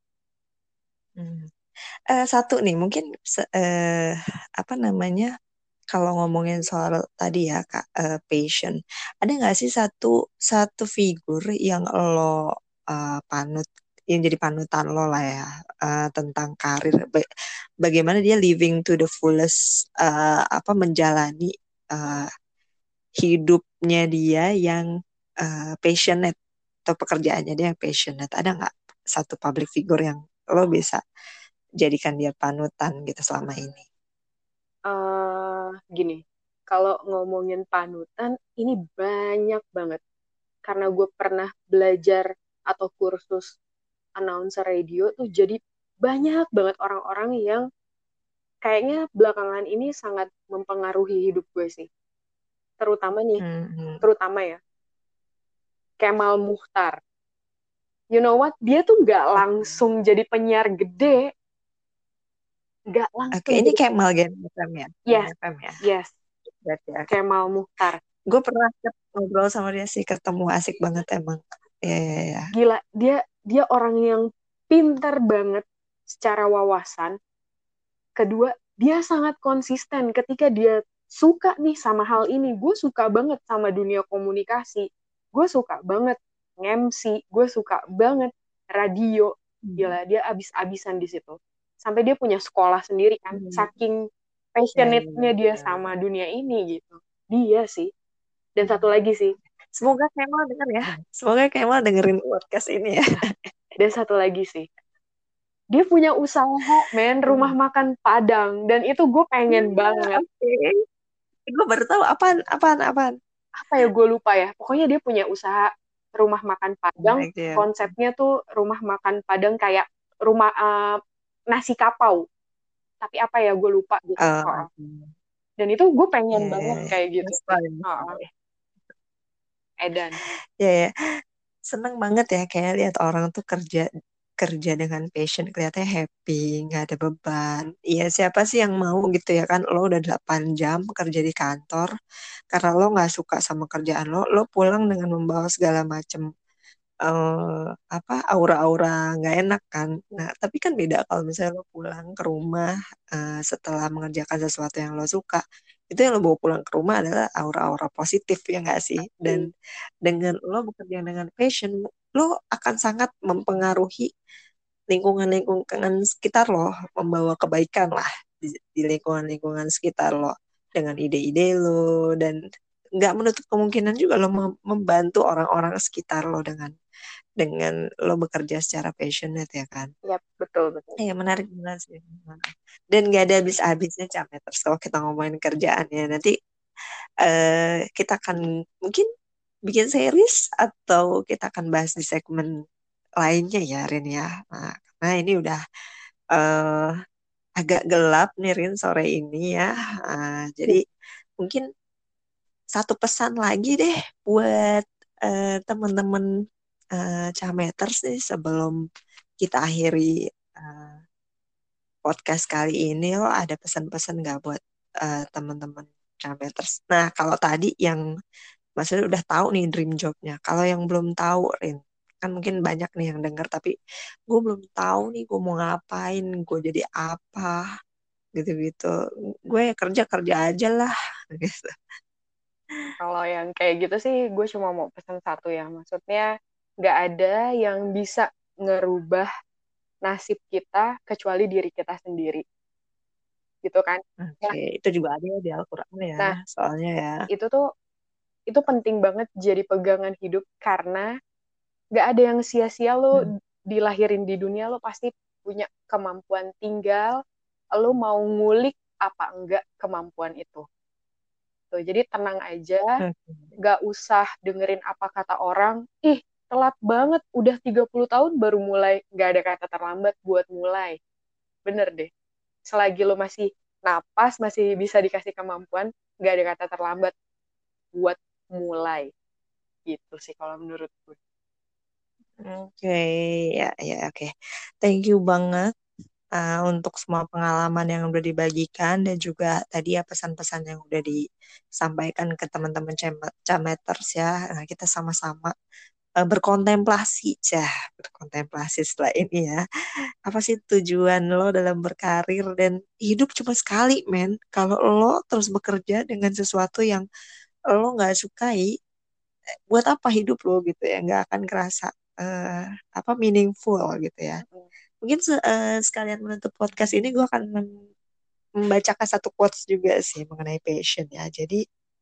Hmm. Eh, satu nih, mungkin se- eh, apa namanya? Kalau ngomongin soal tadi ya Kak, eh, passion, ada nggak sih satu satu figur yang lo eh, panut, yang jadi panutan lo lah ya, eh, tentang karir, Ba- bagaimana dia living to the fullest, eh, apa menjalani eh, hidupnya dia yang eh, passionate, atau pekerjaannya dia yang passionate. Ada nggak satu public figure yang lo bisa jadikan dia panutan gitu selama ini? eh Gini, kalau ngomongin panutan, ini banyak banget. Karena gue pernah belajar atau kursus announcer radio tuh, jadi banyak banget orang-orang yang kayaknya belakangan ini sangat mempengaruhi hidup gue sih. Terutama nih, Hmm. Hmm. terutama ya, Kemal Muhtar. You know what? Dia tuh nggak Oke. langsung jadi penyiar gede, nggak Oke, langsung ini jadi. Kemal Gen F M ya, Gen Yes, F M ya. yes, Berarti ya. Kemal Muhtar. Gue pernah ke- ngobrol sama dia sih, ketemu asik banget emang. Iya, iya, iya. Gila, dia dia orang yang pintar banget secara wawasan. Kedua, dia sangat konsisten ketika dia suka nih sama hal ini. Gue suka banget sama dunia komunikasi. Gue suka banget nge-M C. Gue suka banget radio. Hmm. Gila, dia abis-abisan di situ. Sampai dia punya sekolah sendiri kan. Hmm. Saking Ya, ya, passionate-nya dia ya, sama ya. dunia ini gitu. Dia sih. Dan satu Hmm. lagi sih. Semoga Kemal denger ya. Semoga Kemal dengerin podcast ini ya. Dan satu lagi sih. Dia punya usaha, men, rumah Hmm. makan Padang. Dan itu gue pengen Iya, banget. oke. Gue baru tahu apaan, apaan, apaan. Apa ya, gue lupa ya. Pokoknya dia punya usaha rumah makan Padang. Baik ya. Konsepnya tuh rumah makan Padang kayak rumah uh, nasi kapau. Tapi apa ya, gue lupa gitu. Oh, Oh. oke. Dan itu gue Ya, pengen ya, banget ya. kayak gitu sih. Gaspar, ya, Oh. gaspar ya. Edan. Ya, ya. Seneng banget ya kayak lihat orang tuh kerja kerja dengan passion, kelihatannya happy, nggak ada beban. Iya, siapa sih yang mau gitu ya kan? Lo udah delapan jam kerja di kantor, karena lo nggak suka sama kerjaan lo, lo pulang dengan membawa segala macam eh, apa aura-aura nggak enak kan. Nah, tapi kan beda kalau misalnya lo pulang ke rumah eh, setelah mengerjakan sesuatu yang lo suka, itu yang lo bawa pulang ke rumah adalah aura-aura positif ya nggak sih? Dan dengan lo bekerja dengan passion, lo akan sangat mempengaruhi lingkungan-lingkungan sekitar lo, membawa kebaikan lah di, di lingkungan-lingkungan sekitar lo dengan ide-ide lo dan nggak menutup kemungkinan juga lo mem- membantu orang-orang sekitar lo dengan dengan lo bekerja secara passionate ya kan. Ya, betul betul. Eh, menarik banget sih. Dan gak ada habis-habisnya capek terus kalau kita ngomongin kerjaan ya. Nanti eh, kita akan mungkin bikin series atau kita akan bahas di segmen lainnya ya Rin ya. Nah, karena ini udah eh, agak gelap nih Rin sore ini ya. Ah, jadi mungkin satu pesan lagi deh buat eh, teman-teman eh, Cameters nih sebelum kita akhiri eh, podcast kali ini. Lo ada pesan-pesan nggak buat eh, teman-teman Cameters? Nah, kalau tadi yang maksudnya udah tahu nih dream jobnya. Kalau yang belum tahu, Rin, kan mungkin banyak nih yang denger, tapi gue belum tahu nih gue mau ngapain, gue jadi apa, gitu-gitu. Gue ya kerja-kerja aja lah, gitu. Kalau yang kayak gitu sih, gue cuma mau pesan satu ya. Maksudnya, nggak ada yang bisa ngerubah nasib kita kecuali diri kita sendiri. Gitu kan? Oke, Nah, itu juga ada ya di Al-Quran ya, nah soalnya ya. itu tuh, itu penting banget jadi pegangan hidup karena nggak ada yang sia-sia lo Hmm. dilahirin di dunia, lo pasti punya kemampuan, tinggal lo mau ngulik apa enggak kemampuan itu. Tuh, jadi tenang aja, Oke. nggak usah dengerin apa kata orang, ih telat banget, udah tiga puluh tahun baru mulai, nggak ada kata terlambat buat mulai. Bener deh, selagi lo masih napas, masih bisa dikasih kemampuan, nggak ada kata terlambat buat mulai. Gitu sih kalau menurut gue. Oke, ya, ya, oke. Thank you banget uh, untuk semua pengalaman yang udah dibagikan dan juga tadi ya pesan-pesan yang udah disampaikan ke teman-teman Cam- Cameters ya. Nah, kita sama-sama uh, berkontemplasi, cah, berkontemplasi setelah ini ya. Apa sih tujuan lo dalam berkarir dan hidup cuma sekali, men. Kalau lo terus bekerja dengan sesuatu yang lo nggak sukai, buat apa hidup lo gitu ya? Nggak akan kerasa eh, apa meaningful gitu ya. Mungkin se- eh, sekalian menutup podcast ini gue akan mem- membacakan satu quotes juga sih mengenai passion ya. Jadi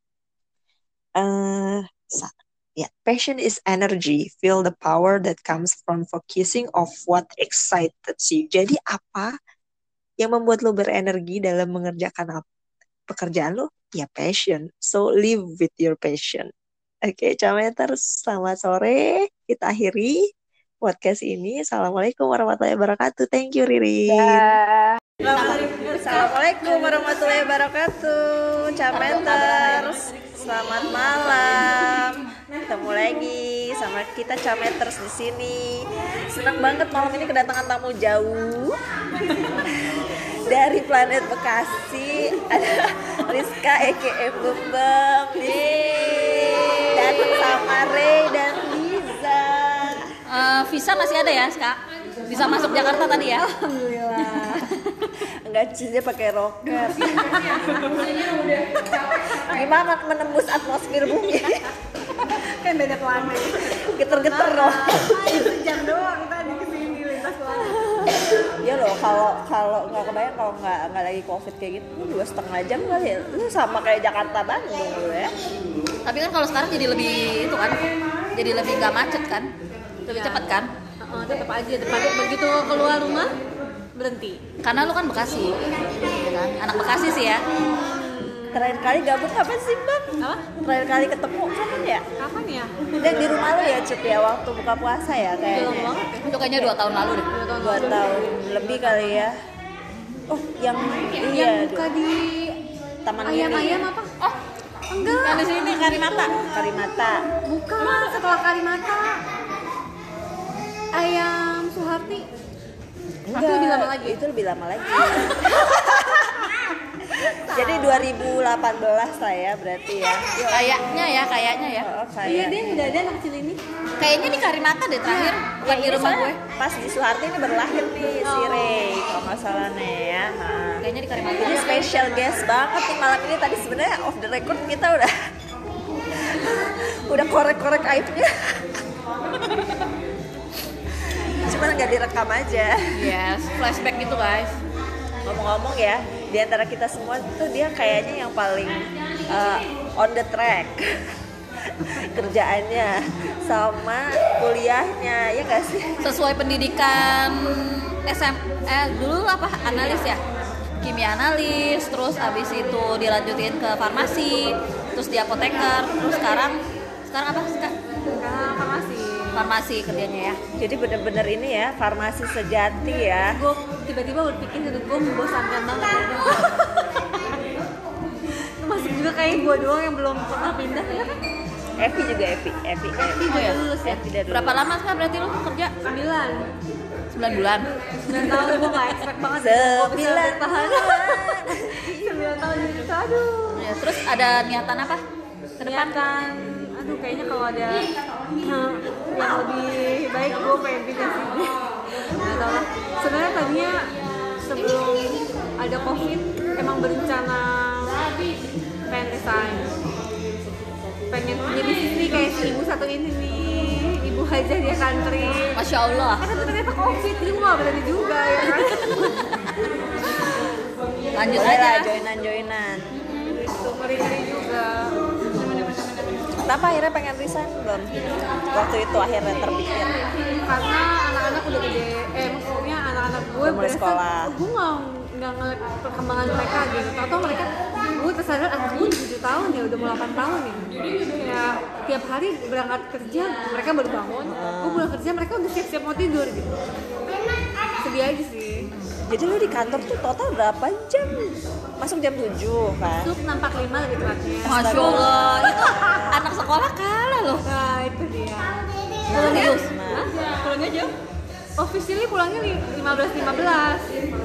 eh sa- ya, passion is energy, feel the power that comes from focusing of what excites you. Jadi apa yang membuat lo berenergi dalam mengerjakan ap- pekerjaan lo? Ya passion. So live with your passion. Oke, Cameters, selamat sore. Kita akhiri podcast ini. Assalamualaikum warahmatullahi wabarakatuh. Thank you, Ririn. Dah. Assalamualaikum warahmatullahi wabarakatuh, Cameters. Selamat malam. Ketemu lagi sama kita Cameters di sini. Senang banget malam ini kedatangan tamu jauh dari planet Bekasi. Ada Rizka aka Bembem dan sama Ray dan Liza. Uh, visa masih ada ya, Kak? Bisa masuk Jakarta tadi ya? Alhamdulillah. Enggak, dia pakai roket. Gimana menembus atmosfer bumi? Kan beda planet. Geter-geter loh. Sejam doang tadi kesini lintas planet. Ya loh, kalau kalau nggak kebayang kalau nggak nggak lagi covid kayak gitu, dua setengah jam kali ya. Lu sama kayak Jakarta Bandung lu ya. Tapi kan kalau sekarang jadi lebih itu kan, jadi lebih nggak macet kan, lebih cepat kan? Oh, tetap aja depan- begitu keluar rumah berhenti. Karena lu kan Bekasi, ya kan? Anak Bekasi sih ya. Terakhir kali gabung kapan sih Bang? Apa? Terakhir kali ketemu kapan ya? Kapan ya? Dan di rumah lu ya Cut ya waktu buka puasa ya Udah lama kayaknya. banget ya. Itu kayaknya dua tahun lalu deh. Dua tahun Dua lalu. tahun lebih kali ya. Oh, yang Yang iya buka dua- di Taman Mini. ayam-ayam apa? Oh, Enggak. Yang di sini Karimata. Karimata. Bukan, setelah Karimata. Ayam Suharti. Enggak, lebih lama lagi? Itu lebih lama lagi. Jadi dua ribu delapan belas lah ya berarti ya. kayaknya ya, kayaknya ya. Oh, Iya kayak deh, udah ada anak kecil ini. Kayaknya di Karimata deh terakhir, bukan di ini rumah soalnya gue. pas di Suharti ini baru lahir nih si Ray kalau nggak salah nih ya. Nah. Kayaknya di Karimata. Jadi special guest banget nih malam ini. Tadi sebenarnya off the record kita udah udah korek-korek aibnya. Cuman nggak direkam aja. Yes, flashback gitu guys. Ngomong-ngomong ya, di antara kita semua tuh dia kayaknya yang paling uh, on the track. Kerjaannya sama kuliahnya, ya nggak sih? Sesuai pendidikan S M eh dulu apa analis ya, kimia analis, terus abis itu dilanjutin ke farmasi, terus di apoteker, terus sekarang sekarang apa sih Kak? Sekarang farmasi. Farmasi kerjanya ya. Jadi bener-bener ini ya farmasi sejati ya. Gue tiba-tiba berpikir hidup gue membosankan banget. Masuk juga kayak gue doang yang belum pernah pindah ya kan? Evi juga Evi, Evi, Evi. Oh ya. Lulus ya. Evi udah dulu. Berapa lama Kak berarti lu kerja? Sembilan. sembilan bulan. Sembilan tahun gue gak expect banget. Sembilan tahan. Sembilan tahun itu aduh. Ya, terus ada niatan apa? Ke depan Niatan, aduh kayaknya kalau ada hmm, yang lebih baik gue pengen pindah sini. Nggak tahu lah. Sebenarnya tadinya sebelum ada covid emang berencana pengen resign, pengen punya bisnis nih kayak si ibu satu ini nih, ibu Haja dia country. Masya Allah. Eh tapi ternyata covid jadi gue gak berani juga ya kan. Lanjut Boleh aja. lah, joinan-joinan. Itu ngeri-ngeri juga. Kenapa akhirnya pengen resign belum? Waktu itu akhirnya terpikir. Karena anak-anak udah gede, eh maksudnya anak-anak gue Udah mulai sekolah. gue nggak nggak ngeliat perkembangan mereka gitu, atau mereka gue tersadar anak gue udah tujuh tahun ya, udah mau delapan tahun ya, kayak tiap hari berangkat kerja mereka baru bangun, gue pulang kerja mereka udah siap-siap mau tidur gitu, sedih aja sih. Jadi lu di kantor tuh total berapa jam? Masuk jam tujuh kan? Itu enam empat puluh lima lebih tepatnya. Masya Allah. Itu anak sekolah kalah loh. Nah itu dia. Pulangnya? Hah? Pulangnya jam? Officially pulangnya lima belas lima belas.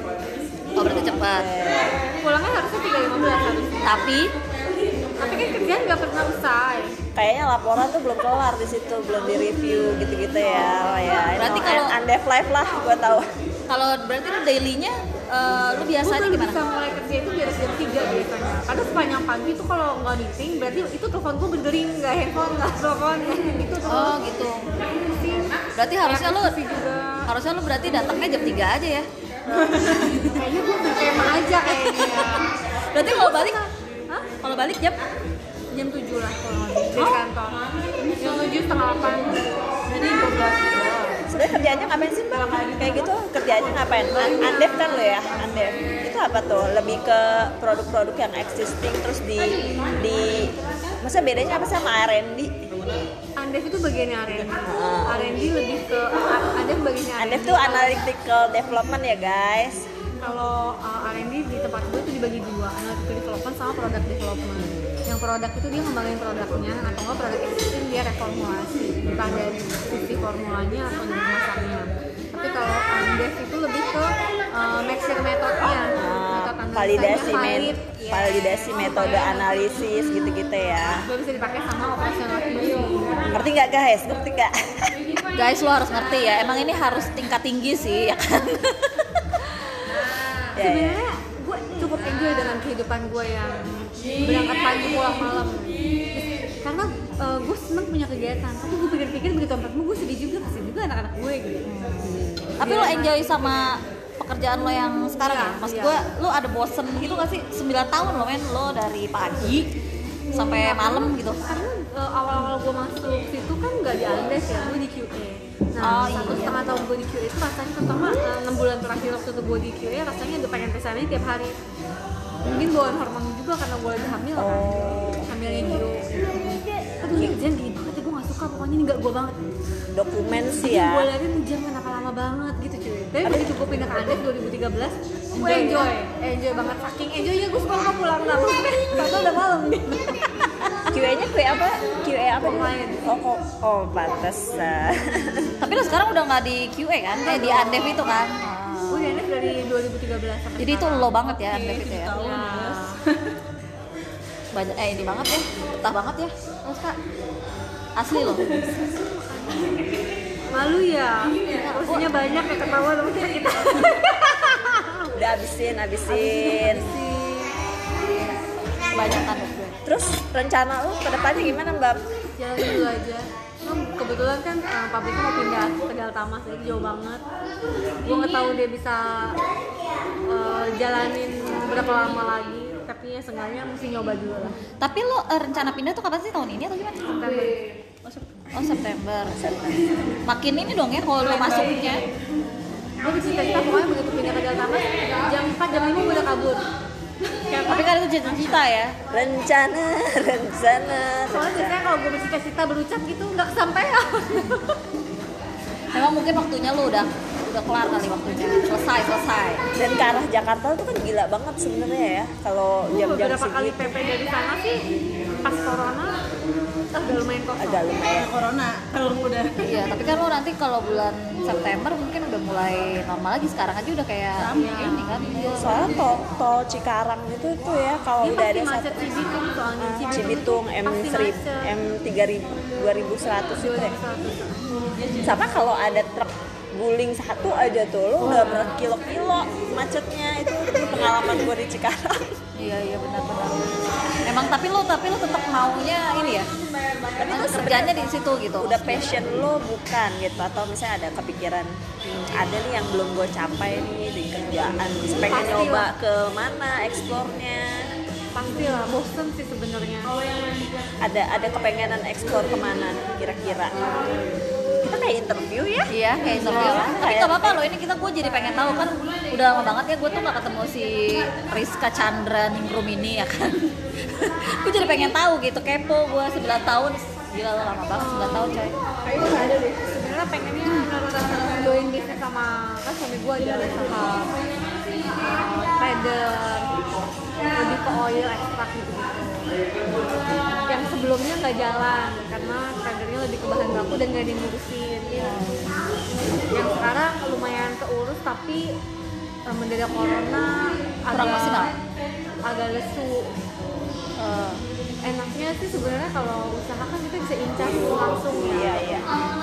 Oh berarti cepat. Pulangnya harusnya tiga lima belas harusnya. Tapi Tapi kan kerjaan nggak pernah usai. Kayaknya laporan tuh belum kelar di situ, belum di review gitu-gitu ya. Oh ya, Berarti no, kalau- Undev Life lah, gue tahu. kalau berarti lu daily-nya eh, lu biasanya Gue gimana? bisa mulai kerja itu di atas jam tiga biasanya. Karena sepanjang pagi itu kalau nggak meeting berarti itu telepon gue berdering, nggak handphone, nggak telepon gitu terus. Oh gitu. Pusing. Berarti harusnya lu Pusing juga. harusnya lu berarti datangnya jam tiga aja ya. Kayaknya gue berkema aja kayaknya. Berarti kalau balik Hah? kalau balik jam Jam tujuh lah kalau lebih dari kantor. Jam tujuh setengah delapan. Jadi dua belas. Sebenarnya kerjaannya ngapain sih Mbak? Kayak gitu kerjaannya ngapain? An- Undev kan lo ya, Undev. Itu apa tuh? Lebih ke produk-produk yang existing terus di di maksudnya bedanya apa sama R and D? Andev itu bagiannya R and D. R and D lebih ke Andev bagiannya R and D. Undev tuh analytical development ya guys. Kalau uh, R and D di tempat gue itu dibagi dua, analytical development sama product development. Yang produk itu dia ngembangin produknya, atau enggak produk existing dia reformulasi, entah dari sisi formulanya atau dari masaknya. Tapi kalau Andev itu lebih ke uh, make sure metodenya, metode Uh, analisanya validasi men valid, ya. validasi metode analisis gitu-gitu ya. Gue bisa dipakai sama operational Q C. Ngerti nggak guys? Ngerti nggak? guys lo harus ngerti ya. Emang ini harus tingkat tinggi sih ya kan. Ya, ya. Sebenarnya gue cukup enjoy dengan kehidupan gue yang berangkat pagi pulang malam, karena uh, gue seneng punya kegiatan. Tapi gue pikir-pikir begitu tempatmu gue sedih juga, kasihan juga anak-anak gue gitu. Tapi lo enjoy sama pekerjaan lo yang sekarang ya? Iya, Maksud iya. gue lo ada bosen gitu gak sih? sembilan tahun lo men, lo dari pagi sampai malam gitu. Karena uh, awal-awal gue masuk situ kan nggak di Andes ya, gue di Q A. Nah, Oh, satu iya. setengah tahun gue di Q A itu rasanya, terutama uh, enam bulan terakhir waktu itu gue di Q A, rasanya udah pengen kesana tiap hari. Mungkin bawaan hormon juga karena gue lagi hamil kan, hamilnya Gio. Aduh, ini kerjaan gini banget ya, gue gak suka, pokoknya ini gak gue banget. Dokumen sih Gue ya. liatin jam kenapa lama banget gitu cuy. Tapi begitu gue pindah ke Andes dua ribu tiga belas, gue enjoy, enjoy banget, saking enjoynya gue suka lupa pulang lama. Karena udah malam. Q A-nya Q A apa? Q A apa? Compliance. Oh, oh, oh pantesan. Tapi lo sekarang udah gak di Q A kan? Kayak di Andev itu kan? Gue di Andes dari dua ribu tiga belas sampai Jadi itu lo banget ya Andev itu ya? ya. Banyak, eh ini banget ya, betah banget ya. Terus kak, asli lo. Malu ya, porsinya banyak ya ketawa sama kita kita. Udah abisin, abisin. Banyak kan gue. Terus rencana lu ke depannya gimana, Mbak? Jalan dulu aja. Nah, kebetulan kan uh, pabriknya mau pindah ke Deltamas, jadi jauh banget. Gue nggak tahu dia bisa uh, jalanin berapa lama lagi. Tapi ya seenggaknya mesti nyoba dulu lah. Tapi lo uh, rencana pindah tuh kapan sih, tahun ini atau gimana? September. Oh September. Makin ini dong ya kalau lo masuknya. Gue cita-cita pokoknya begitu pindah ke Deltamas, jam empat jam lima gue udah kabur. Tapi kan itu cita-cita ya. Rencana, rencana. Soalnya biasanya kalau gue bercita-cita berucap gitu nggak kesampaian. Memang mungkin waktunya lo udah udah kelar kali waktunya. Selesai, selesai. Dan ke arah Jakarta tuh kan gila banget sebenarnya ya. Kalau Gue jam-jam beberapa kali segitu P P dari sana sih pas corona agak lumayan kosong. agak lumayan. Corona kalau udah Iya, tapi kan lo nanti kalau bulan September mungkin udah mulai normal lagi. Sekarang aja udah kayak ini kan. Soalnya tol, tol Cikarang itu tuh ya kalau Ini udah pasti ada macet satu Cibitung soalnya Ah, Cibitung M pasti seribu macet. M tiga ribu dua ribu seratus itu ya. Sama kalau ada truk guling satu aja tuh lo udah berkilo-kilo macetnya. Itu pengalaman gue di Cikarang. Iya, iya benar-benar. Emang tapi lo tapi lo tetap maunya ini ya. Tapi lo kerjanya di situ gitu. Udah passion lo bukan gitu, atau misalnya ada kepikiran hmm, ada nih yang belum gue capai nih di kerjaan, pengen Pasti nyoba lah. ke mana eksplornya. Pasti lah, bosen sih sebenarnya. Ada ada kepengenan eksplor kemana kira-kira? Kita kayak interview ya. Iya, kayak interview. Iya, Tapi kayak- nggak apa-apa loh, ini kita gue jadi pengen tahu kan. Udah lama banget ya gue tuh nggak ketemu si Rizka Chandra Ningrum ini ya kan. Gue jadi pengen tahu gitu, kepo gue sembilan tahun. Gila lo lama banget sembilan tahun coy. Kayaknya nggak ada deh. Sebenarnya pengennya doing bisnis sama kan suami gue ada usaha uh, trader, lebih ke oil ekstrak gitu gitu. Yang sebelumnya nggak jalan karena tradernya lebih ke bahan baku dan nggak ada yang ngurusin. Yang sekarang lumayan keurus tapi uh, mendadak corona Kurang agak maksimal. agak lesu. Eh, Enaknya sih sebenarnya kalau usaha kan kita bisa incas langsung ya. Iya iya.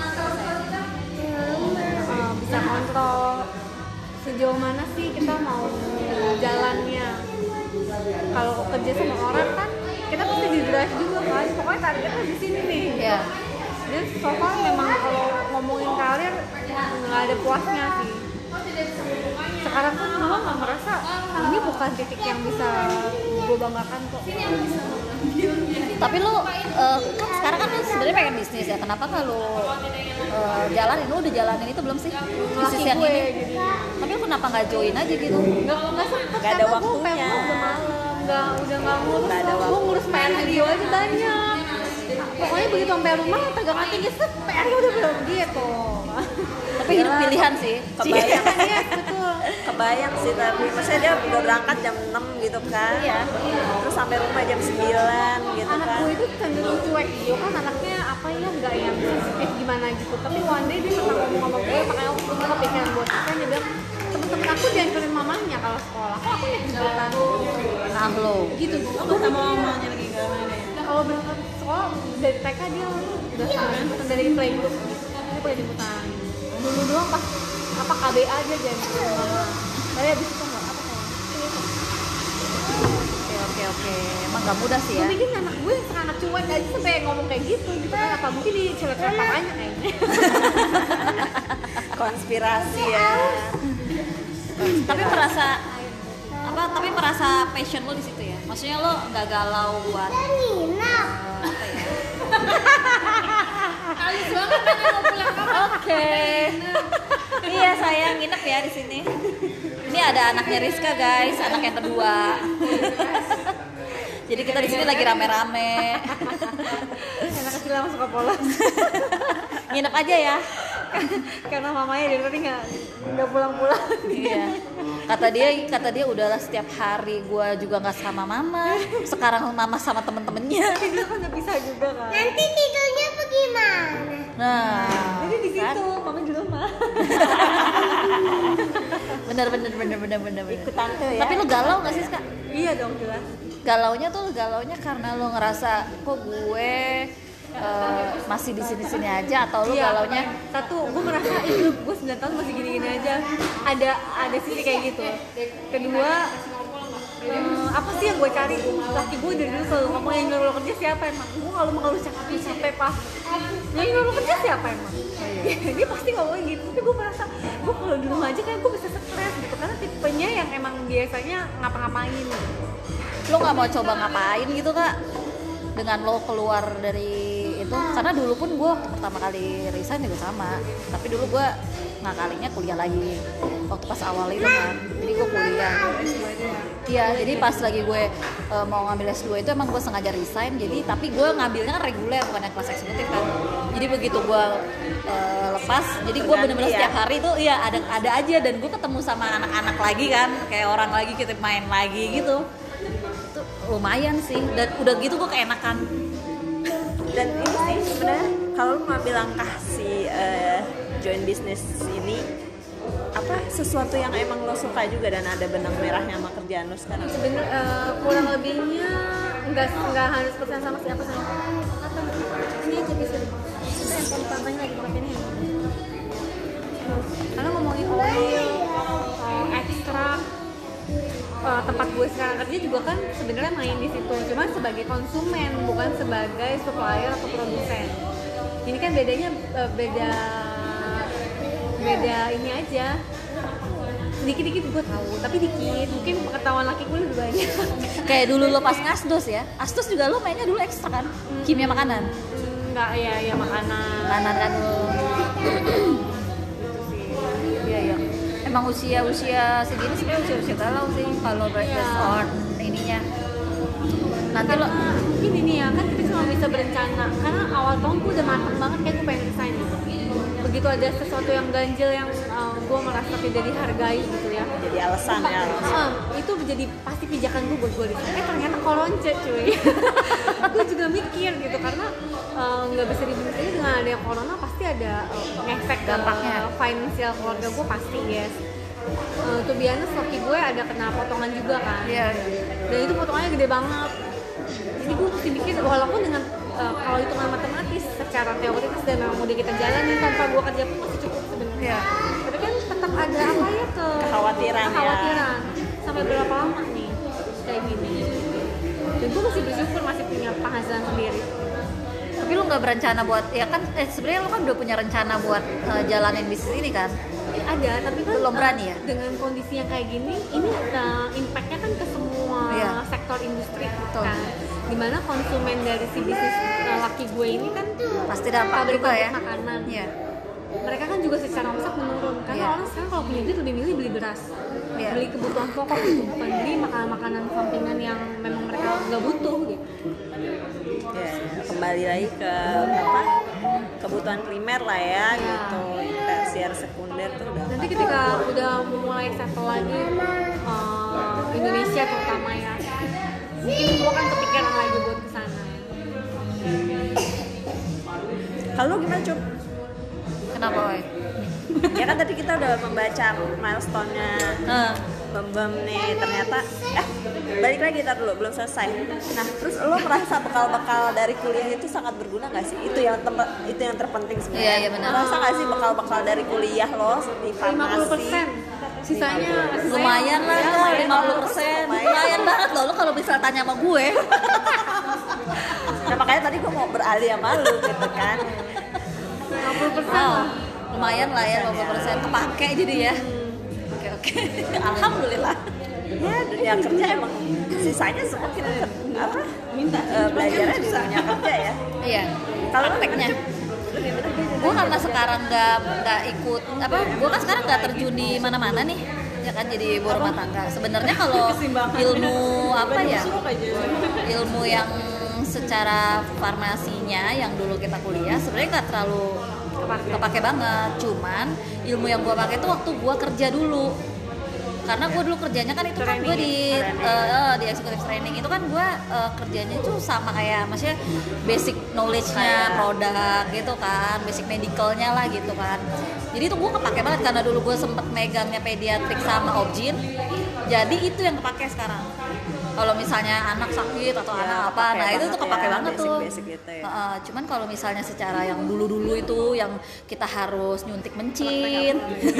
Uh, bisa kontrol sejauh mana sih kita mau jalannya. Kalau kerja sama orang kan kita pasti di drive juga kan. Pokoknya targetnya di sini nih. Iya. Jadi so far memang kalau ngomongin karir nggak ada puasnya sih. Sekarang pun gue nggak merasa ini bukan titik yang bisa gue banggakan kok. Tapi lo eh, kan sekarang kan lo sebenarnya pengen bisnis ya. Kenapa kalau uh, jalanin lo udah jalanin itu belum sih? Bisnis Laki yang gue ini. jadi Tapi lo kenapa nggak join aja gitu? nggak nggak sempet Nggak ada karena gue waktunya. pengen udah malam nggak udah nggak ngurus Nggak ada gue waktu. ngurus P R video aja banyak pokoknya begitu sampai rumah pegangan tinggi set P R-nya udah belum gitu. Tapi hidup pilihan sih. Kebayang Iya betul. kebayang sih, tapi maksudnya dia udah berangkat jam enam gitu kan. Iya. Terus sampai rumah jam sembilan gitu Anak kan. gue itu cenderung cuek dia kan anaknya apa ya nggak yang sensitif gimana gitu tapi one day dia pernah ngomong sama gue makanya aku gue kepikiran buat kan dia bilang temen-temen aku diantarin mamanya kalau sekolah kok aku naik jembatan Nah lo. gitu aku sama mamanya lagi gak main ya. nah kalau berangkat sekolah dari T K dia udah sebenarnya dari playgroup gitu dia pakai jemputan dulu doang pas apa K B A aja jadi mama tapi abis itu nggak apa Oke oke oke. Emang nggak mudah sih ya. gue mikir anak gue yang anak cuek aja sampai ngomong kayak gitu gitu kan apa mungkin di cewek-cewek papanya kayaknya Konspirasi ya. Tapi merasa apa? Tapi merasa passion lo di situ ya. Maksudnya lo nggak galau buat eh, apa ya? halus banget kan mau pulang kapan Oke. Iya saya nginep ya di sini. Ini ada anaknya Rizka guys, anak yang kedua. Jadi kita di sini lagi rame-rame. anak kecil yang suka polos Nginep aja ya. karena mamanya dari tadi nggak nggak pulang-pulang Iya. Kata dia, kata dia udahlah setiap hari gue juga nggak sama mama. Sekarang mama sama temen-temennya. tapi dia kan nggak bisa juga kan Nanti tidurnya bagaimana? Nah, jadi di kan? situ mama di rumah Bener bener bener bener bener. bener. Ikut tante ya. Tapi lu galau nggak sih Kak? iya dong jelas Galaunya tuh galaunya karena lu ngerasa kok gue uh, masih di sini-sini aja atau lu Iya, galaunya satu gue merasa hidup gue sembilan tahun masih gini-gini aja, ada ada sisi kayak gitu. Kedua, hmm, apa sih yang gue cari? Laki gue dari dulu selalu ngomong yang nyuruh lo kerja siapa emang? Gue kalau mau lu capek capek pak, yang nyuruh lo kerja siapa emang? Dia pasti ngomongin gitu. Tapi gue merasa gue kalau di rumah aja kayak gue bisa stres gitu, karena tipenya yang emang biasanya ngapa-ngapain gitu. lo nggak mau coba ngapain gitu kak dengan lo keluar dari itu? Karena dulu pun gue pertama kali resign juga sama, tapi dulu gue ngakalinya kuliah lagi waktu pas awal itu kan, jadi gue kuliah. Iya, jadi pas lagi gue uh, mau ngambil S dua itu emang gue sengaja resign, jadi tapi gue ngambilnya kan reguler bukan yang kelas eksekutif kan. Jadi begitu gue uh, lepas, jadi gue bener-bener setiap hari tuh iya ada ada aja, dan gue ketemu sama anak-anak lagi kan, kayak orang lagi, kita main lagi gitu. Itu lumayan sih, dan udah gitu gue keenakan. Dan ini sih sebenarnya kalau lu ngambil langkah si uh, join bisnis ini, apa sesuatu yang emang lo suka juga dan ada benang merahnya sama kerjaan lo sekarang? Sebenarnya uh, kurang lebihnya enggak enggak seratus persen sama siapa sih. Apa? Ini aja bisa. Kita yang paling lagi pakai ini. Karena ngomongin oil, uh, ekstrak, uh, tempat gue sekarang kerja juga kan sebenarnya main di situ, cuma sebagai konsumen bukan sebagai supplier atau produsen. Ini kan bedanya uh, beda beda ini aja. Dikit-dikit gue tahu, tapi dikit. Mungkin pengetahuan laki gue lebih banyak. Kayak dulu lo pas ngasdos ya, Asdos juga lo mainnya dulu ekstra kan, kimia makanan. Enggak, ya ya makanan. Makanan kan lo. Iya iya. Emang usia-usia segini sebenarnya usia-usia galau sih kalau based on ininya. Nanti lo Gini nih ya, kan kita cuma bisa berencana. Karena awal tahun gue udah mateng banget kayak gue pengen resign gitu. Begitu ada sesuatu yang ganjil yang uh, gue merasa tidak dihargai gitu ya, Jadi alasan ya. uh, itu menjadi pasti pijakan gue buat gue resign. Eh ternyata kolonce cuy. Gue juga mikir gitu, karena nggak uh, bisa dibungkiri dengan adanya corona pasti ada uh, ngefek Dampaknya. uh, finansial keluarga gue pasti yes. Uh, tuh biasanya laki gue ada kena potongan juga kan. Iya. Dan itu potongannya gede banget. Jadi gue mesti mikir walaupun dengan uh, kalau hitungan matematis secara teoritis dan memang udah kita jalanin tanpa gue kerja pun masih cukup sebenarnya. Iya. Tapi kan tetap ada apa ya ke Kekhawatiran ya. kekhawatiran sampai berapa lama nih kayak gini. Dan gue masih bersyukur masih punya penghasilan sendiri. Tapi lo nggak berencana buat, ya kan eh, sebenarnya lo kan udah punya rencana buat uh, jalanin bisnis ini kan? Ada, tapi kan Belum berani ya? uh, dengan kondisi yang kayak gini, ini uh, impact-nya kan ke semua Iya. sektor industri Betul. kan. Dimana konsumen dari si bisnis uh, laki gue ini kan Pasti dampak pabrik juga ya. makanan. Iya. Mereka kan juga secara omset menurun karena Iya. orang sekarang kalau punya duit lebih milih beli beras, Iya. beli kebutuhan pokok gitu, bukan beli makanan-makanan sampingan yang memang mereka nggak butuh gitu. Ya, kembali lagi ke apa kebutuhan primer lah ya gitu. Tersier sekunder tuh udah Nanti ketika udah mulai settle lagi uh, Indonesia terutama ya, mungkin gue kan kepikiran lagi buat kesana. kalau gimana Cup? Kenapa woy? Ya kan tadi kita udah membaca milestone-nya Uh, Bam Bam nih, ternyata eh balik lagi tar dulu belum selesai. Nah terus lo merasa bekal-bekal dari kuliah itu sangat berguna nggak sih? Itu yang tempat itu yang terpenting sebenarnya. Iya, iya benar. Merasa nggak sih bekal-bekal dari kuliah lo di lima puluh persen farmasi? sisanya sisanya- lumayan lah ya, kak, lima puluh persen lumayan banget loh. Lo kalau bisa tanya sama gue. Nah makanya tadi gue mau beralih sama lo gitu kan. lima puluh persen Wow, lah. lumayan lah ya, lima puluh persen kepake jadi ya. Oke oke, alhamdulillah. Ya dunia kerja emang sisanya semua kita apa minta belajarnya di dunia kerja ya. Iya, Kalau lo prakteknya. lebih bener Gue karena sekarang nggak nggak ikut apa, gue kan sekarang nggak terjun di mana-mana nih, ya kan jadi ibu rumah tangga. Sebenarnya kalau ilmu apa ya, ilmu yang secara farmasinya yang dulu kita kuliah sebenarnya nggak terlalu kepake banget. Cuman ilmu yang gue pakai itu waktu gue kerja dulu. Karena gue dulu kerjanya kan itu kan gue di uh, di executive training itu kan gue uh, kerjanya itu sama kayak maksudnya basic knowledge-nya produk gitu kan, basic medicalnya lah gitu kan. Jadi itu gue kepake banget karena dulu gue sempet megangnya pediatrik sama obgyn. Jadi itu yang kepake sekarang. kalau misalnya anak sakit atau Ya, anak apa, kepake nah itu tuh banget kepake ya, banget tuh. basic-basic gitu ya. Uh, cuman kalau misalnya secara yang dulu-dulu itu yang kita harus nyuntik mencin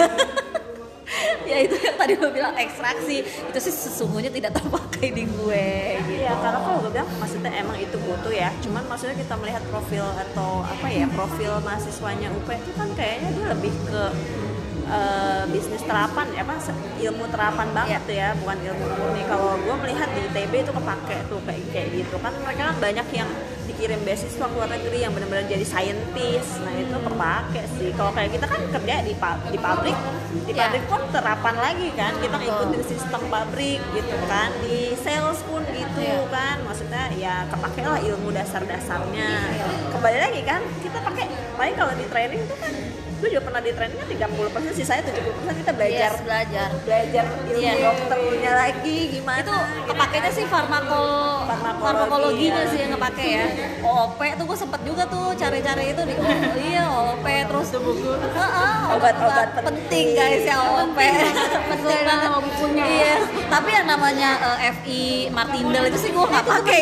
ya itu yang tadi lo bilang ekstraksi, itu sih sesungguhnya tidak terpakai di gue gitu. Iya, karena kalau gue bilang maksudnya emang itu butuh ya. Cuman maksudnya kita melihat profil atau apa ya, profil mahasiswanya U P itu kan kayaknya dia lebih ke uh, bisnis terapan, apa ilmu terapan banget tuh ya, bukan ilmu murni. Kalau gue melihat di I T B itu kepake tuh kayak kayak gitu kan, mereka kan banyak yang dikirim beasiswa ke luar negeri yang benar-benar jadi scientist. Nah itu kepake sih. Kalau kayak kita kan kerja di pa- di pabrik, di Ya. pabrik pun terapan lagi kan, kita ngikutin sistem pabrik gitu kan. Di sales pun gitu Ya. kan, maksudnya ya kepake lah ilmu dasar-dasarnya. Kembali lagi kan, kita pakai, paling kalau di training itu kan, gue juga pernah di training kan tiga puluh persen, sisanya tujuh puluh persen kita belajar Yes, belajar belajar ilmu Iya. dokternya lagi gimana. itu kepakainya sih farmakol Farmakologi, farmakologinya ya. sih yang kepake ya. O O P tuh gue sempet juga tuh cari-cari itu di oh, iya O O P terus buku Obat-obat penting guys ya O O P penting banget bukunya. iya tapi yang namanya uh, F I Martindale itu sih gue nggak pakai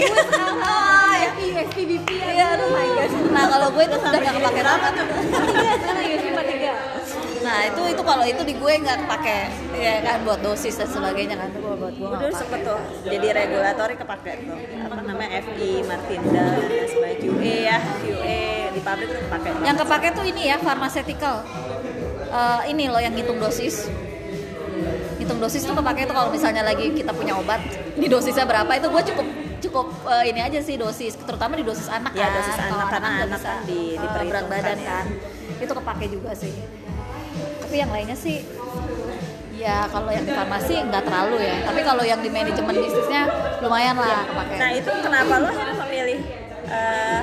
ah ya F P B P iya aduh my god nah kalau gue itu udah nggak kepake banget sekarang U S lima tiga. nah itu itu kalau itu di gue nggak kepake ya kan buat dosis dan sebagainya kan buat buat gue Gue nggak dulu pakai sempet tuh jadi regulatori kepake tuh, apa namanya F I Martindale dan sebagai Q A ya, Q A di pabrik tuh kepake. yang kepake tuh ini ya pharmaceutical. Uh, ini loh yang ngitung dosis ngitung dosis tuh kepake tuh kalau misalnya lagi kita punya obat ini dosisnya berapa itu gue cukup cukup uh, ini aja sih dosis terutama di dosis anak Ya, kan dosis kalau anak, karena nggak anak bisa, kan di- uh, diperhitungkan berat badan ya. kan itu kepake juga sih tapi yang lainnya sih ya kalau yang di farmasi nggak terlalu ya tapi kalau yang di manajemen bisnisnya lumayan lah kepake. Nah itu kenapa lo akhirnya memilih uh,